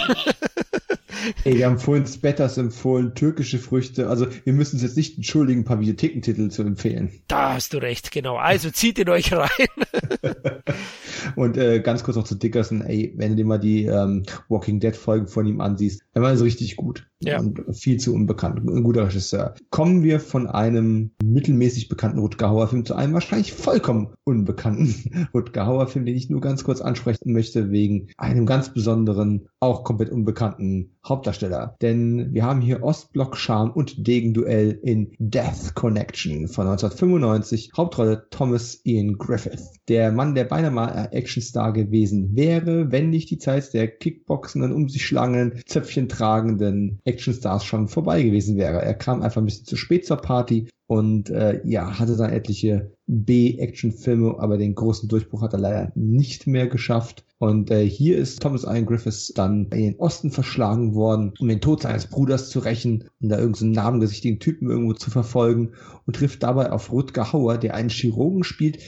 Ey, wir haben vorhin Spetters empfohlen, türkische Früchte. Also wir müssen uns jetzt nicht entschuldigen, ein paar Videothekentitel zu empfehlen. Da hast du recht, genau. Also zieht ihn euch rein. Und ganz kurz noch zu Dickerson. Ey, wenn du dir mal die Walking Dead Folgen von ihm ansiehst, er war so richtig gut. Ja. Und viel zu unbekannt. Ein guter Regisseur. Kommen wir von einem mittelmäßig bekannten Rutger Hauer Film zu einem wahrscheinlich vollkommen unbekannten Rutger Hauer Film, den ich nur ganz kurz ansprechen möchte, wegen einem ganz besonderen, auch komplett unbekannten Hauptdarsteller. Denn wir haben hier Ostblock-Charme und Degenduell in Death Connection von 1995. Hauptrolle Thomas Ian Griffith. Der Mann, der beinahe mal Actionstar gewesen wäre, wenn nicht die Zeit der kickboxenden, um sich schlagenden, Zöpfchen tragenden Actionstars schon vorbei gewesen wäre. Er kam einfach ein bisschen zu spät zur Party und hatte dann etliche B-Action-Filme, aber den großen Durchbruch hat er leider nicht mehr geschafft. Und hier ist Thomas Ian Griffiths dann in den Osten verschlagen worden, um den Tod seines Bruders zu rächen und da irgendeinen namengesichtigen Typen irgendwo zu verfolgen und trifft dabei auf Rutger Hauer, der einen Chirurgen spielt,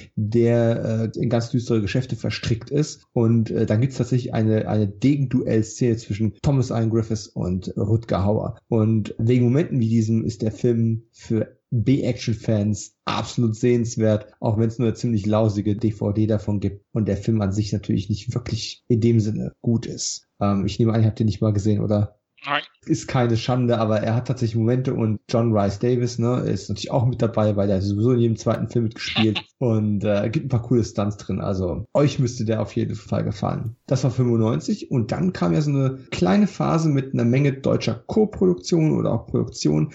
der in ganz düstere Geschäfte verstrickt ist. Und dann gibt es tatsächlich eine Degenduell-Szene zwischen Thomas Ian Griffiths und Rutger Hauer. Und wegen Momenten wie diesem ist der Film für B-Action-Fans absolut sehenswert, auch wenn es nur eine ziemlich lausige DVD davon gibt und der Film an sich natürlich nicht wirklich in dem Sinne gut ist. Ich nehme an, ihr habt den nicht mal gesehen, oder? Nein. Ist keine Schande, aber er hat tatsächlich Momente und John Rhys Davies, ist natürlich auch mit dabei, weil er sowieso in jedem zweiten Film mitgespielt und gibt ein paar coole Stunts drin. Also euch müsste der auf jeden Fall gefallen. Das war 95 und dann kam ja so eine kleine Phase mit einer Menge deutscher Co-Produktion oder auch Produktion.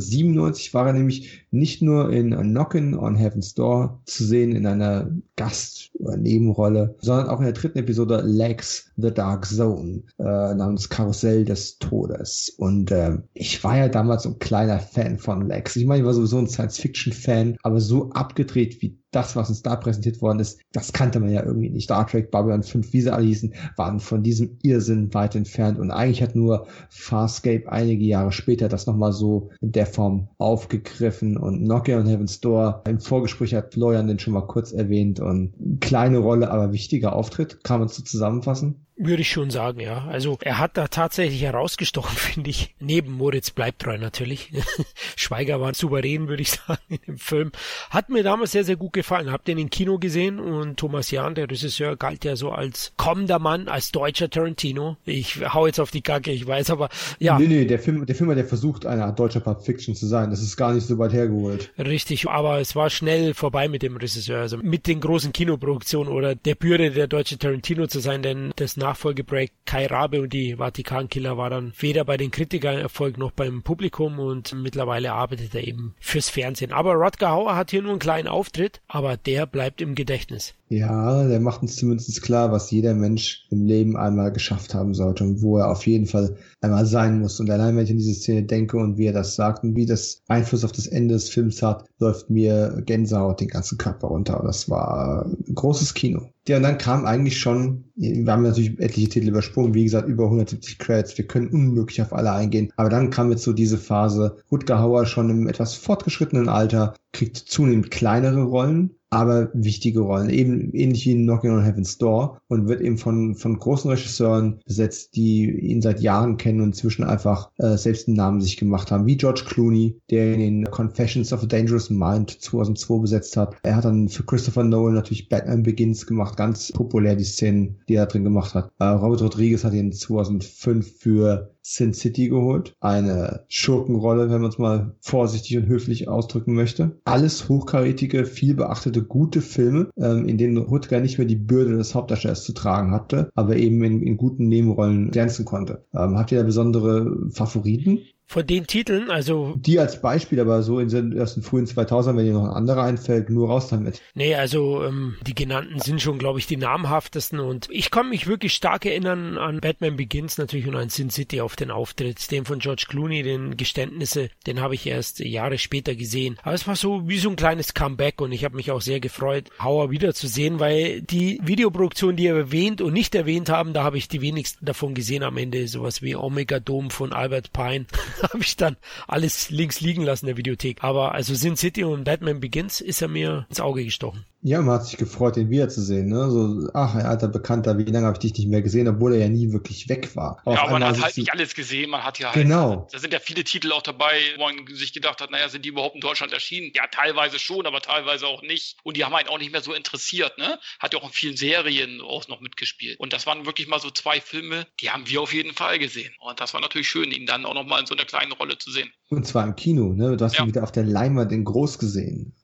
1997 war er nämlich nicht nur in A Knockin' on Heaven's Door zu sehen in einer Gast- oder Nebenrolle, sondern auch in der dritten Episode Legs, The Dark Zone, namens Karussell des Todes. Und ich war ja damals so ein kleiner Fan von Legs. Ich meine, ich war sowieso ein Science-Fiction-Fan, aber so abgedreht wie das, was uns da präsentiert worden ist, das kannte man ja irgendwie nicht. Star Trek, Babylon 5, wie sie alle hießen, waren von diesem Irrsinn weit entfernt und eigentlich hat nur Farscape einige Jahre später das nochmal so in der Form aufgegriffen und Knockin' on Heaven's Door, im Vorgespräch hat Florian den schon mal kurz erwähnt und kleine Rolle, aber wichtiger Auftritt, kann man so zusammenfassen? Würde ich schon sagen, ja. Also er hat da tatsächlich herausgestochen, finde ich. Neben Moritz Bleibtreu natürlich. Schweiger war souverän, würde ich sagen, in dem Film. Hat mir damals sehr, sehr gut gefallen. Habt ihr ihn im Kino gesehen und Thomas Jahn, der Regisseur, galt ja so als kommender Mann, als deutscher Tarantino. Ich hau jetzt auf die Kacke, ich weiß, aber ja. Nee, der Film hat ja versucht, eine Art deutscher Pulp Fiction zu sein. Das ist gar nicht so weit hergeholt. Richtig, aber es war schnell vorbei mit dem Regisseur. Also mit den großen Kinoproduktionen oder der Bürde der deutsche Tarantino zu sein, denn das Nachfolgeprojekt Kai Rabe und die Vatikankiller war dann weder bei den Kritikern Erfolg noch beim Publikum und mittlerweile arbeitet er eben fürs Fernsehen. Aber Rutger Hauer hat hier nur einen kleinen Auftritt, aber der bleibt im Gedächtnis. Ja, der macht uns zumindest klar, was jeder Mensch im Leben einmal geschafft haben sollte und wo er auf jeden Fall einmal sein muss. Und allein, wenn ich an diese Szene denke und wie er das sagt und wie das Einfluss auf das Ende des Films hat, läuft mir Gänsehaut den ganzen Körper runter. Und das war ein großes Kino. Ja, und dann kam eigentlich schon, wir haben natürlich etliche Titel übersprungen, wie gesagt, über 170 Credits, wir können unmöglich auf alle eingehen. Aber dann kam jetzt so diese Phase, Rutger Hauer schon im etwas fortgeschrittenen Alter, kriegt zunehmend kleinere Rollen, aber wichtige Rollen, eben ähnlich wie in Knockin' on Heaven's Door und wird eben von großen Regisseuren besetzt, die ihn seit Jahren kennen und inzwischen einfach selbst einen Namen sich gemacht haben, wie George Clooney, der in den Confessions of a Dangerous Mind 2002 besetzt hat. Er hat dann für Christopher Nolan natürlich Batman Begins gemacht, ganz populär die Szenen, die er drin gemacht hat. Robert Rodriguez hat ihn 2005 für Sin City geholt. Eine Schurkenrolle, wenn man es mal vorsichtig und höflich ausdrücken möchte. Alles hochkarätige, viel beachtete, gute Filme, in denen Rutger nicht mehr die Bürde des Hauptdarstellers zu tragen hatte, aber eben in guten Nebenrollen glänzen konnte. Habt ihr da besondere Favoriten? Von den Titeln, also... Die als Beispiel, aber so in den ersten frühen 2000, wenn dir noch ein anderer einfällt, nur raus damit. Nee, also die genannten sind schon, glaube ich, die namhaftesten und ich kann mich wirklich stark erinnern an Batman Begins natürlich und an Sin City auf den Auftritt, den von George Clooney, den Geständnisse, den habe ich erst Jahre später gesehen. Aber es war so wie so ein kleines Comeback und ich habe mich auch sehr gefreut, Hauer wiederzusehen, weil die Videoproduktion, die er erwähnt und nicht erwähnt haben, da habe ich die wenigsten davon gesehen am Ende, sowas wie Omega Dome von Albert Pine. Habe ich dann alles links liegen lassen in der Videothek. Aber also Sin City und Batman Begins ist er mir ins Auge gestochen. Ja, man hat sich gefreut, ihn wiederzusehen, ne? So, ach, ein alter Bekannter, wie lange habe ich dich nicht mehr gesehen, obwohl er ja nie wirklich weg war. Ja, aber man hat halt nicht alles gesehen, man hat ja halt, genau. Da sind ja viele Titel auch dabei, wo man sich gedacht hat, naja, sind die überhaupt in Deutschland erschienen? Ja, teilweise schon, aber teilweise auch nicht. Und die haben einen auch nicht mehr so interessiert, ne? Hat ja auch in vielen Serien auch noch mitgespielt. Und das waren wirklich mal so 2 Filme, die haben wir auf jeden Fall gesehen. Und das war natürlich schön, ihn dann auch noch mal in so einer kleinen Rolle zu sehen. Und zwar im Kino, ne? Du hast ihn wieder auf der Leinwand in groß gesehen.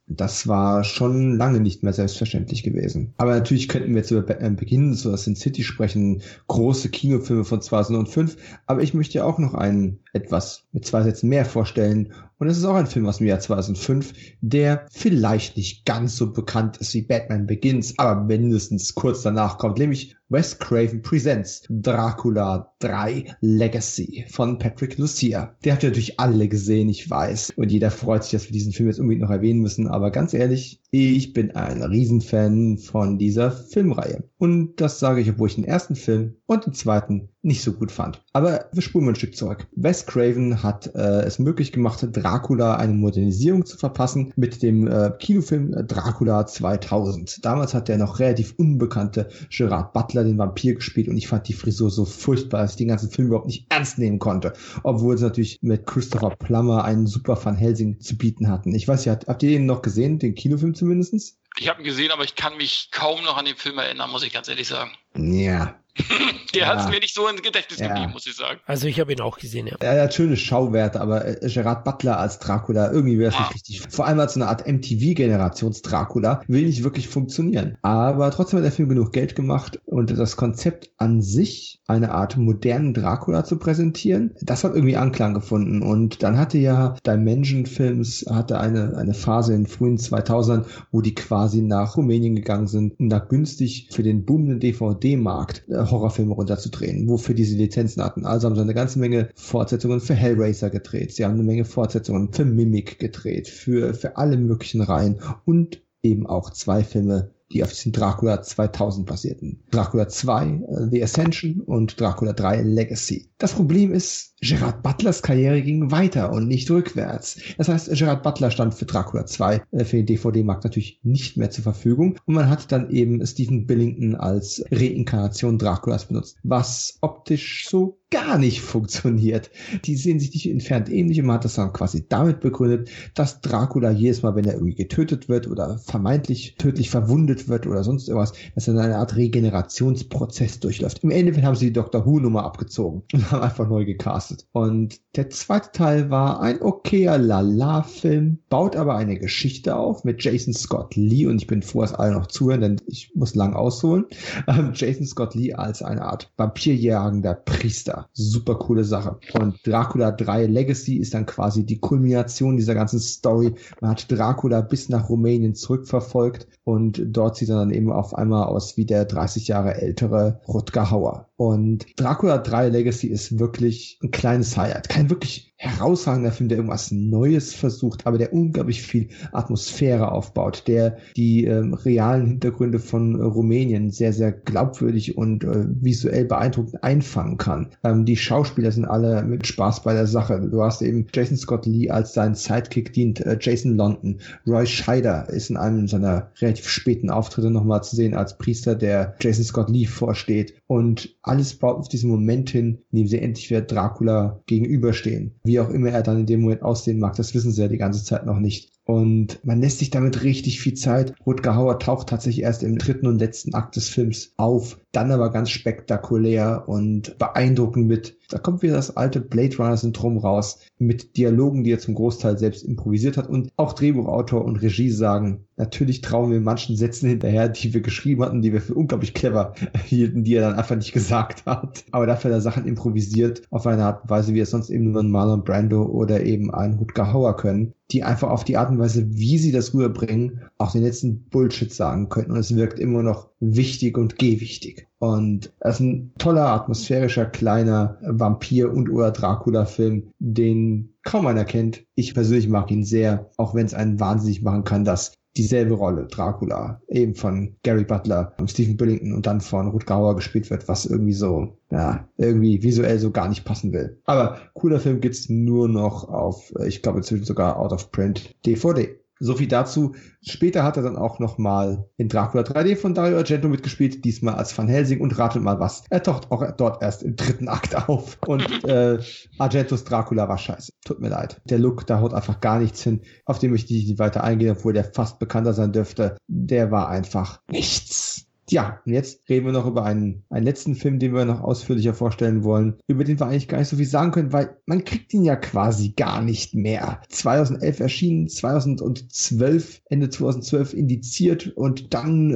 Das war schon lange nicht mehr selbstverständlich gewesen. Aber natürlich könnten wir jetzt über Batman Begins oder Sin City sprechen, große Kinofilme von 2005. Aber ich möchte ja auch noch einen etwas mit 2 Sätzen mehr vorstellen. Und es ist auch ein Film aus dem Jahr 2005, der vielleicht nicht ganz so bekannt ist wie Batman Begins, aber mindestens kurz danach kommt, nämlich Wes Craven Presents Dracula 3 Legacy von Patrick Lucia. Der habt ihr natürlich alle gesehen, ich weiß. Und jeder freut sich, dass wir diesen Film jetzt unbedingt noch erwähnen müssen. Aber ganz ehrlich, ich bin ein Riesenfan von dieser Filmreihe. Und das sage ich, obwohl ich den ersten Film und den zweiten nicht so gut fand. Aber wir spulen mal ein Stück zurück. Wes Craven hat es möglich gemacht, Dracula eine Modernisierung zu verpassen mit dem Kinofilm Dracula 2000. Damals hat der noch relativ unbekannte Gerard Butler den Vampir gespielt und ich fand die Frisur so furchtbar, dass ich den ganzen Film überhaupt nicht ernst nehmen konnte. Obwohl sie natürlich mit Christopher Plummer einen super Van Helsing zu bieten hatten. Ich weiß nicht, habt ihr den noch gesehen, den Kinofilm zumindest? Ich habe ihn gesehen, aber ich kann mich kaum noch an den Film erinnern, muss ich ganz ehrlich sagen. Ja. Der hat es mir nicht so ins Gedächtnis geblieben, muss ich sagen. Also ich habe ihn auch gesehen, ja. Er hat schöne Schauwerte, aber Gerard Butler als Dracula, irgendwie wäre es nicht richtig. Vor allem als so eine Art MTV-Generations-Dracula will nicht wirklich funktionieren. Aber trotzdem hat der Film genug Geld gemacht und das Konzept an sich, eine Art modernen Dracula zu präsentieren, das hat irgendwie Anklang gefunden. Und dann hatte ja Dimension Films eine Phase in den frühen 2000ern, wo die quasi nach Rumänien gegangen sind, um da günstig für den boomenden DVD-Markt Horrorfilme runterzudrehen, wofür diese Lizenzen hatten. Also haben sie eine ganze Menge Fortsetzungen für Hellraiser gedreht. Sie haben eine Menge Fortsetzungen für Mimic gedreht, für alle möglichen Reihen und eben auch 2 Filme, die auf diesem Dracula 2000 basierten. Dracula 2, The Ascension und Dracula 3, Legacy. Das Problem ist, Gerard Butlers Karriere ging weiter und nicht rückwärts. Das heißt, Gerard Butler stand für Dracula 2 für den DVD-Markt natürlich nicht mehr zur Verfügung und man hat dann eben Stephen Billington als Reinkarnation Draculas benutzt, was optisch so gar nicht funktioniert. Die sehen sich nicht entfernt ähnlich und man hat das dann quasi damit begründet, dass Dracula jedes Mal, wenn er irgendwie getötet wird oder vermeintlich tödlich verwundet wird oder sonst irgendwas, dass er eine Art Regenerationsprozess durchläuft. Im Endeffekt haben sie die Doctor Who-Nummer abgezogen und haben einfach neu gecastet. Und der zweite Teil war ein okayer Lala-Film, baut aber eine Geschichte auf mit Jason Scott Lee und ich bin froh, dass alle noch zuhören, denn ich muss lang ausholen. Jason Scott Lee als eine Art vampirjagender Priester. Super coole Sache. Und Dracula 3 Legacy ist dann quasi die Kulmination dieser ganzen Story. Man hat Dracula bis nach Rumänien zurückverfolgt und dort sieht er dann eben auf einmal aus wie der 30 Jahre ältere Rutger Hauer. Und Dracula 3 Legacy ist wirklich ein kleines Highlight. Kein wirklich herausragender Film, der irgendwas Neues versucht, aber der unglaublich viel Atmosphäre aufbaut, der die realen Hintergründe von Rumänien sehr, sehr glaubwürdig und visuell beeindruckend einfangen kann. Die Schauspieler sind alle mit Spaß bei der Sache. Du hast eben Jason Scott Lee als sein Sidekick dient, Jason London. Roy Scheider ist in einem seiner relativ späten Auftritte nochmal zu sehen als Priester, der Jason Scott Lee vorsteht. Und alles baut auf diesen Moment hin, in dem sie endlich wieder Dracula gegenüberstehen. Wie auch immer er dann in dem Moment aussehen mag, das wissen sie ja die ganze Zeit noch nicht. Und man lässt sich damit richtig viel Zeit. Rutger Hauer taucht tatsächlich erst im 3. und letzten Akt des Films auf, dann aber ganz spektakulär und beeindruckend mit, da kommt wieder das alte Blade Runner-Syndrom raus, mit Dialogen, die er zum Großteil selbst improvisiert hat und auch Drehbuchautor und Regie sagen, natürlich trauen wir manchen Sätzen hinterher, die wir geschrieben hatten, die wir für unglaublich clever hielten, die er dann einfach nicht gesagt hat. Aber dafür hat er Sachen improvisiert auf eine Art und Weise, wie es sonst eben nur ein Marlon Brando oder eben ein Rutger Hauer können, die einfach auf die Art und Weise, wie sie das rüberbringen, auch den letzten Bullshit sagen könnten. Und es wirkt immer noch wichtig und gewichtig. Und es ist ein toller, atmosphärischer, kleiner Vampir- und oder Dracula-Film, den kaum einer kennt. Ich persönlich mag ihn sehr, auch wenn es einen wahnsinnig machen kann, dass dieselbe Rolle, Dracula, eben von Gary Butler, Stephen Billington und dann von Rutger Hauer gespielt wird, was irgendwie so, ja, irgendwie visuell so gar nicht passen will. Aber cooler Film gibt's nur noch auf, ich glaube inzwischen sogar out of print DVD. So viel dazu. Später hat er dann auch nochmal in Dracula 3D von Dario Argento mitgespielt, diesmal als Van Helsing und ratet mal was. Er taucht auch dort erst im 3. Akt auf und Argentos Dracula war scheiße. Tut mir leid. Der Look, da haut einfach gar nichts hin. Auf den möchte ich nicht weiter eingehen, obwohl der fast bekannter sein dürfte. Der war einfach nichts. Ja, und jetzt reden wir noch über einen letzten Film, den wir noch ausführlicher vorstellen wollen, über den wir eigentlich gar nicht so viel sagen können, weil man kriegt ihn ja quasi gar nicht mehr. 2011 erschienen, 2012, Ende 2012 indiziert und dann,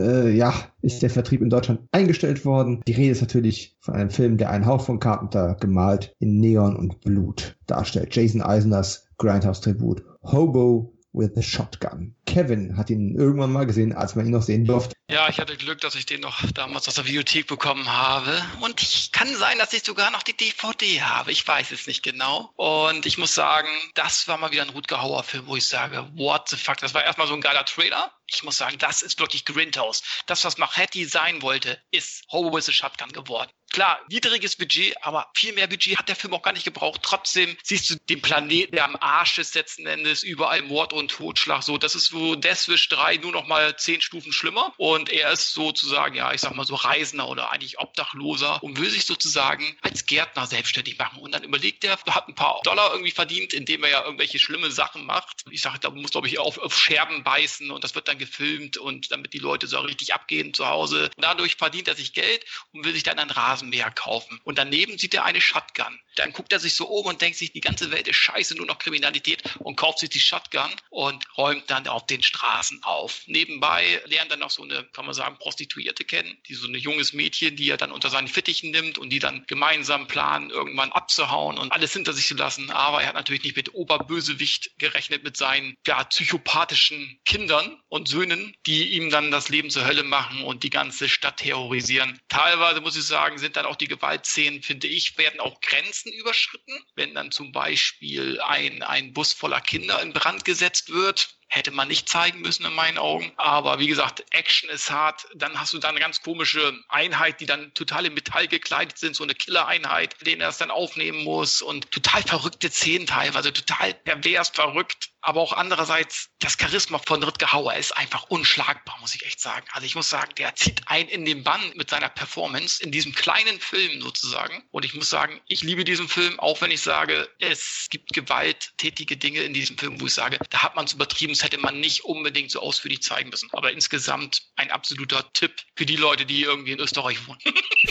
ist der Vertrieb in Deutschland eingestellt worden. Die Rede ist natürlich von einem Film, der einen Hauch von Carpenter gemalt in Neon und Blut darstellt. Jason Eisners Grindhouse-Tribut. Hobo with a Shotgun. Kevin hat ihn irgendwann mal gesehen, als man ihn noch sehen durfte. Ja, ich hatte Glück, dass ich den noch damals aus der Videothek bekommen habe. Und kann sein, dass ich sogar noch die DVD habe. Ich weiß es nicht genau. Und ich muss sagen, das war mal wieder ein Rutger Hauer-Film, wo ich sage, what the fuck. Das war erstmal so ein geiler Trailer. Ich muss sagen, das ist wirklich Grindhouse. Das, was Machete sein wollte, ist Hobo with a Shotgun geworden. Klar, niedriges Budget, aber viel mehr Budget hat der Film auch gar nicht gebraucht. Trotzdem siehst du den Planeten, der am Arsch ist letzten Endes, überall Mord und Totschlag. So, das ist so Deathwish 3 nur noch mal 10 Stufen schlimmer. Und er ist sozusagen, ja, ich sag mal so Reisender oder eigentlich Obdachloser und will sich sozusagen als Gärtner selbstständig machen. Und dann überlegt er, hat ein paar Dollar irgendwie verdient, indem er ja irgendwelche schlimme Sachen macht. Ich sage, da muss, glaube ich, auf Scherben beißen und das wird dann gefilmt und damit die Leute so richtig abgehen zu Hause. Und dadurch verdient er sich Geld und will sich dann einen Rasenmäher kaufen. Und daneben sieht er eine Shotgun. Dann guckt er sich so um und denkt sich, die ganze Welt ist scheiße, nur noch Kriminalität und kauft sich die Shotgun und räumt dann auf den Straßen auf. Nebenbei lernt er noch so eine, kann man sagen, Prostituierte kennen, die so ein junges Mädchen, die er dann unter seinen Fittichen nimmt und die dann gemeinsam planen, irgendwann abzuhauen und alles hinter sich zu lassen. Aber er hat natürlich nicht mit Oberbösewicht gerechnet, mit seinen psychopathischen Kindern und Söhnen, die ihm dann das Leben zur Hölle machen und die ganze Stadt terrorisieren. Teilweise, muss ich sagen, sind dann auch die Gewaltszenen, finde ich, werden auch Grenzen überschritten. Wenn dann zum Beispiel ein Bus voller Kinder in Brand gesetzt wird, hätte man nicht zeigen müssen in meinen Augen. Aber wie gesagt, Action ist hart. Dann hast du da eine ganz komische Einheit, die dann total in Metall gekleidet sind, so eine Killer-Einheit, den er das dann aufnehmen muss. Und total verrückte Szenen teilweise, total pervers verrückt. Aber auch andererseits, das Charisma von Rutger Hauer ist einfach unschlagbar, muss ich echt sagen. Also ich muss sagen, der zieht einen in den Bann mit seiner Performance in diesem kleinen Film sozusagen. Und ich muss sagen, ich liebe diesen Film, auch wenn ich sage, es gibt gewalttätige Dinge in diesem Film, wo ich sage, da hat man es übertrieben, das hätte man nicht unbedingt so ausführlich zeigen müssen. Aber insgesamt ein absoluter Tipp für die Leute, die irgendwie in Österreich wohnen.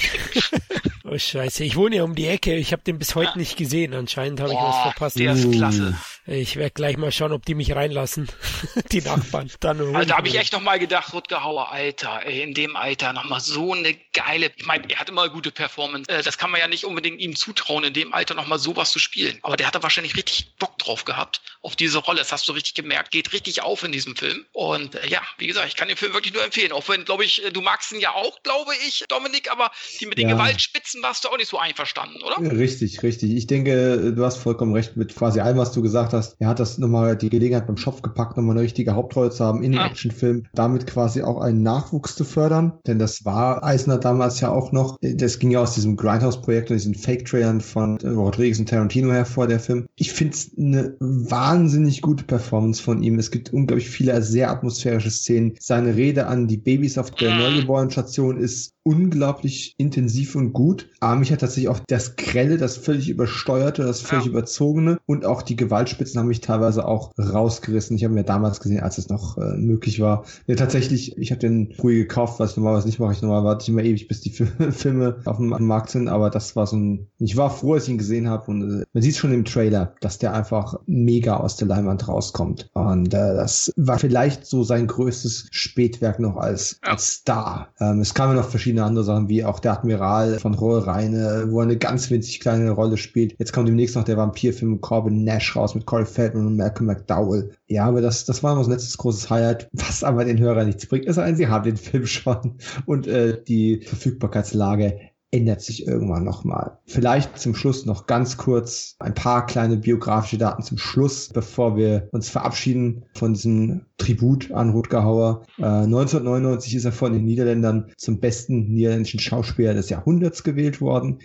Oh Scheiße, ich wohne ja um die Ecke, ich habe den bis heute nicht gesehen, anscheinend habe ich was verpasst. Der ist klasse. Ich werde gleich mal schauen, ob die mich reinlassen, die Nachbarn. Also da habe ich echt nochmal gedacht, Rutger Hauer, Alter, ey, in dem Alter nochmal so eine geile, ich meine, er hat immer eine gute Performance, das kann man ja nicht unbedingt ihm zutrauen, in dem Alter nochmal sowas zu spielen. Aber der hat da wahrscheinlich richtig Bock drauf gehabt, auf diese Rolle, das hast du richtig gemerkt, geht richtig auf in diesem Film. Und ja, wie gesagt, ich kann den Film wirklich nur empfehlen, auch wenn, glaube ich, du magst ihn ja auch, glaube ich, Dominik, aber die mit den Gewaltspitzen warst du auch nicht so einverstanden, oder? Ja, richtig. Ich denke, du hast vollkommen recht mit quasi allem, was du gesagt hast. Er hat das nochmal die Gelegenheit beim Schopf gepackt, nochmal eine richtige Hauptrolle zu haben in den Actionfilm, damit quasi auch einen Nachwuchs zu fördern, denn das war Eisner damals ja auch noch. Das ging ja aus diesem Grindhouse-Projekt und diesen Fake-Trailern von Rodriguez und Tarantino hervor, der Film. Ich finde es eine wahnsinnig gute Performance von ihm. Es gibt unglaublich viele sehr atmosphärische Szenen. Seine Rede an die Babys auf der Neugeborenenstation ist unglaublich intensiv und gut. Aber mich hat tatsächlich auch das Grelle, das völlig Übersteuerte, das völlig Überzogene und auch die Gewaltspitzen haben mich teilweise auch rausgerissen. Ich habe mir damals gesehen, als es noch möglich war. Ja, tatsächlich, ich habe den früh gekauft, was ich normalerweise nicht mache. Normalerweise warte ich immer ewig, bis die Filme auf dem Markt sind, aber das war so ein, ich war froh, als ich ihn gesehen habe und man sieht schon im Trailer, dass der einfach mega aus der Leinwand rauskommt. Und das war vielleicht so sein größtes Spätwerk noch als Star. Es kamen noch verschiedene andere Sachen, wie auch der Admiral von Roy Reine, wo er eine ganz winzig kleine Rolle spielt. Jetzt kommt demnächst noch der Vampirfilm Corbin Nash raus mit Corey Feldman und Malcolm McDowell. Ja, aber das war noch ein letztes großes Highlight, was aber den Hörern nichts bringt. Es sei denn, sie haben den Film schon und die Verfügbarkeitslage ändert sich irgendwann nochmal. Vielleicht zum Schluss noch ganz kurz ein paar kleine biografische Daten zum Schluss, bevor wir uns verabschieden von diesem Tribut an Rutger Hauer. 1999 ist er von den Niederländern zum besten niederländischen Schauspieler des Jahrhunderts gewählt worden.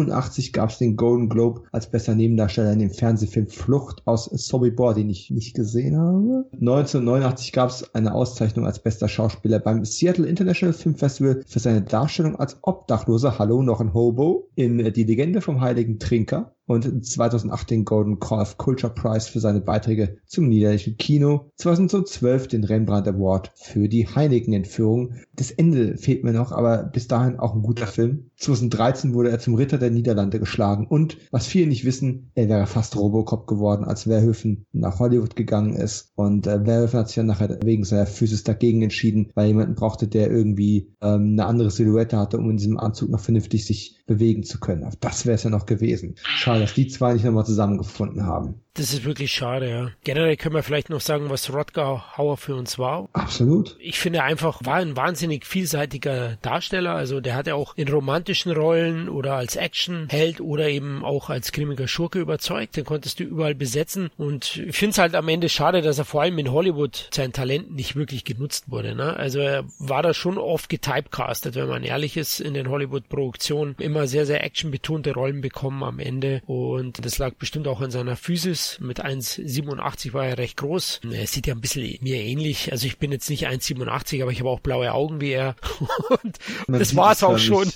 87 gab es den Golden Globe als bester Nebendarsteller in dem Fernsehfilm Flucht aus Sobibor, den ich nicht gesehen habe. 1989 gab es eine Auszeichnung als bester Schauspieler beim Seattle International Film Festival für seine Darstellung als Obdachloser, hallo, noch ein Hobo, in Die Legende vom Heiligen Trinker. und 2008 den Golden Call of Culture Prize für seine Beiträge zum niederländischen Kino, 2012 den Rembrandt Award für die Heineken-Entführung. Das Ende fehlt mir noch, aber bis dahin auch ein guter Film. 2013 wurde er zum Ritter der Niederlande geschlagen und, was viele nicht wissen, er wäre fast Robocop geworden, als Verhoeven nach Hollywood gegangen ist, und Verhoeven hat sich dann nachher wegen seiner Physis dagegen entschieden, weil jemanden brauchte, der irgendwie eine andere Silhouette hatte, um in diesem Anzug noch vernünftig sich bewegen zu können. Aber das wäre es ja noch gewesen. Schade, dass die zwei nicht nochmal zusammengefunden haben. Das ist wirklich schade, ja. Generell können wir vielleicht noch sagen, was Rutger Hauer für uns war. Absolut. Ich finde einfach, war ein wahnsinnig vielseitiger Darsteller. Also der hat ja auch in romantischen Rollen oder als Actionheld oder eben auch als grimmiger Schurke überzeugt. Den konntest du überall besetzen. Und ich finde es halt am Ende schade, dass er vor allem in Hollywood sein Talent nicht wirklich genutzt wurde, ne? Also er war da schon oft getypecastet, wenn man ehrlich ist, in den Hollywood-Produktionen. Immer sehr, sehr actionbetonte Rollen bekommen am Ende. Und das lag bestimmt auch an seiner Physis. Mit 1,87 war er recht groß. Er sieht ja ein bisschen mir ähnlich. Also ich bin jetzt nicht 1,87, aber ich habe auch blaue Augen wie er. Und das war's auch schon.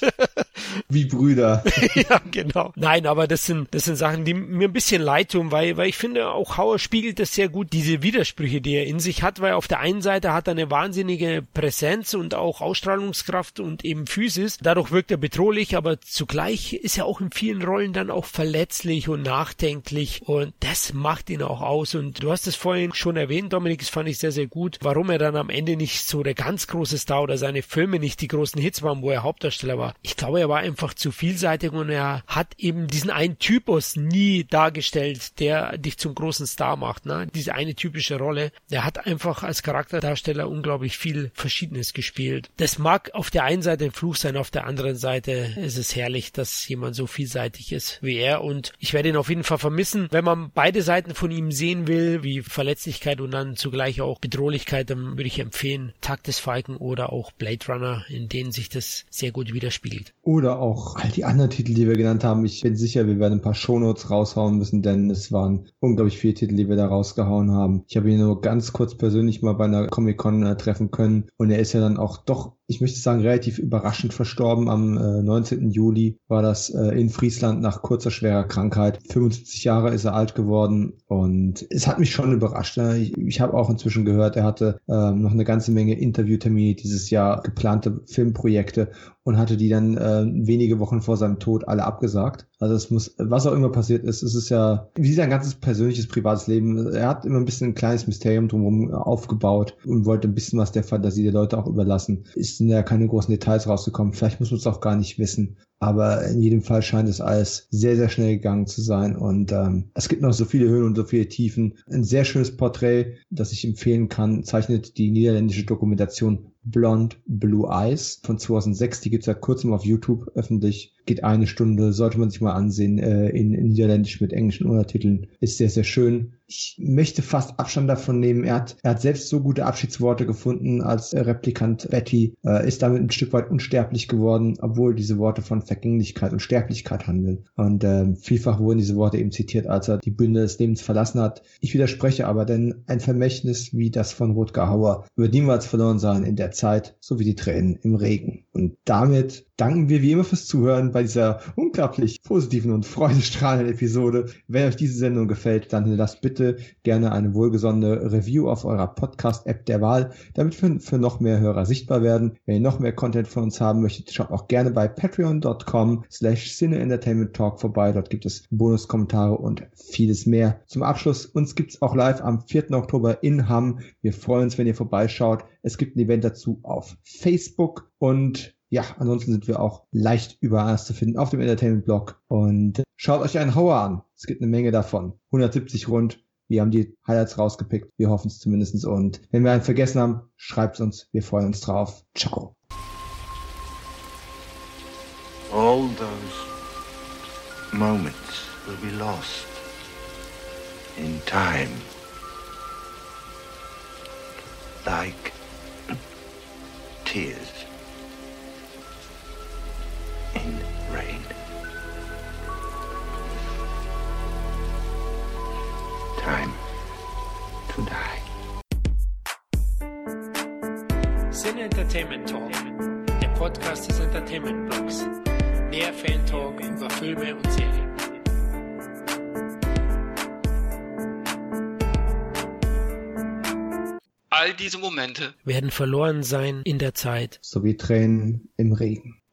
Wie Brüder. Ja, genau. Nein, aber das sind Sachen, die mir ein bisschen leid tun, weil ich finde, auch Hauer spiegelt das sehr gut, diese Widersprüche, die er in sich hat, weil auf der einen Seite hat er eine wahnsinnige Präsenz und auch Ausstrahlungskraft und eben Physis. Dadurch wirkt er bedrohlich, aber zugleich ist er auch in vielen Rollen dann auch verletzlich und nachdenklich, und das macht ihn auch aus. Und du hast es vorhin schon erwähnt, Dominik, das fand ich sehr, sehr gut, warum er dann am Ende nicht so der ganz große Star oder seine Filme nicht die großen Hits waren, wo er Hauptdarsteller war. Ich glaube, er war einfach zu vielseitig und er hat eben diesen einen Typus nie dargestellt, der dich zum großen Star macht, ne? Diese eine typische Rolle. Er hat einfach als Charakterdarsteller unglaublich viel Verschiedenes gespielt. Das mag auf der einen Seite ein Fluch sein, auf der anderen Seite ist es herrlich, dass jemand so vielseitig ist wie er, und ich werde ihn auf jeden Fall vermissen. Wenn man beide Seiten von ihm sehen will, wie Verletzlichkeit und dann zugleich auch Bedrohlichkeit, dann würde ich empfehlen Tag des Falken oder auch Blade Runner, in denen sich das sehr gut widerspiegelt. Oder auch all die anderen Titel, die wir genannt haben. Ich bin sicher, wir werden ein paar Shownotes raushauen müssen, denn es waren unglaublich viele Titel, die wir da rausgehauen haben. Ich habe ihn nur ganz kurz persönlich mal bei einer Comic-Con treffen können, und er ist ja dann auch doch, ich möchte sagen, relativ überraschend verstorben. Am 19. Juli war das in Friesland nach kurzer, schwerer Krankheit. 75 Jahre ist er alt geworden, und es hat mich schon überrascht. Ne? Ich habe auch inzwischen gehört, er hatte noch eine ganze Menge Interviewtermine dieses Jahr, geplante Filmprojekte, und hatte die dann wenige Wochen vor seinem Tod alle abgesagt. Also es muss, was auch immer passiert ist, es ist ja wie sein ganzes persönliches, privates Leben. Er hat immer ein bisschen ein kleines Mysterium drumherum aufgebaut und wollte ein bisschen was der Fantasie der Leute auch überlassen. Ist sind ja keine großen Details rausgekommen. Vielleicht muss man es auch gar nicht wissen. Aber in jedem Fall scheint es alles sehr, sehr schnell gegangen zu sein. Und es gibt noch so viele Höhen und so viele Tiefen. Ein sehr schönes Porträt, das ich empfehlen kann, zeichnet die niederländische Dokumentation Blonde Blue Eyes von 2006. Die gibt's seit kurzem auf YouTube öffentlich. Geht 1 Stunde, sollte man sich mal ansehen, in Niederländisch mit englischen Untertiteln. Ist sehr, sehr schön. Ich möchte fast Abstand davon nehmen. Er hat selbst so gute Abschiedsworte gefunden als Replikant Betty, ist damit ein Stück weit unsterblich geworden, obwohl diese Worte von Vergänglichkeit und Sterblichkeit handeln. Und vielfach wurden diese Worte eben zitiert, als er die Bühne des Lebens verlassen hat. Ich widerspreche aber, denn ein Vermächtnis wie das von Rutger Hauer wird niemals verloren sein in der Zeit, so wie die Tränen im Regen. Und damit danken wir wie immer fürs Zuhören bei dieser unglaublich positiven und freudestrahlenden Episode. Wenn euch diese Sendung gefällt, dann lasst bitte gerne eine wohlgesonnene Review auf eurer Podcast-App der Wahl, damit wir für noch mehr Hörer sichtbar werden. Wenn ihr noch mehr Content von uns haben möchtet, schaut auch gerne bei patreon.com/CineEntertainmentTalk vorbei. Dort gibt es Bonuskommentare und vieles mehr. Zum Abschluss, uns gibt's auch live am 4. Oktober in Hamm. Wir freuen uns, wenn ihr vorbeischaut. Es gibt ein Event dazu auf Facebook, und ja, ansonsten sind wir auch leicht überall zu finden auf dem Entertainment-Blog. Und schaut euch einen Hauer an. Es gibt eine Menge davon. 170 rund. Wir haben die Highlights rausgepickt. Wir hoffen es zumindest. Und wenn wir einen vergessen haben, schreibt uns. Wir freuen uns drauf. Ciao. All those moments will be lost in time. Like tears in rain. Time to die. Cine Entertainment Talk, der Podcast des Entertainment Blogs. Mehr Fan-Talk über Filme und Serien. all diese Momente werden verloren sein in der Zeit. Sowie Tränen im Regen.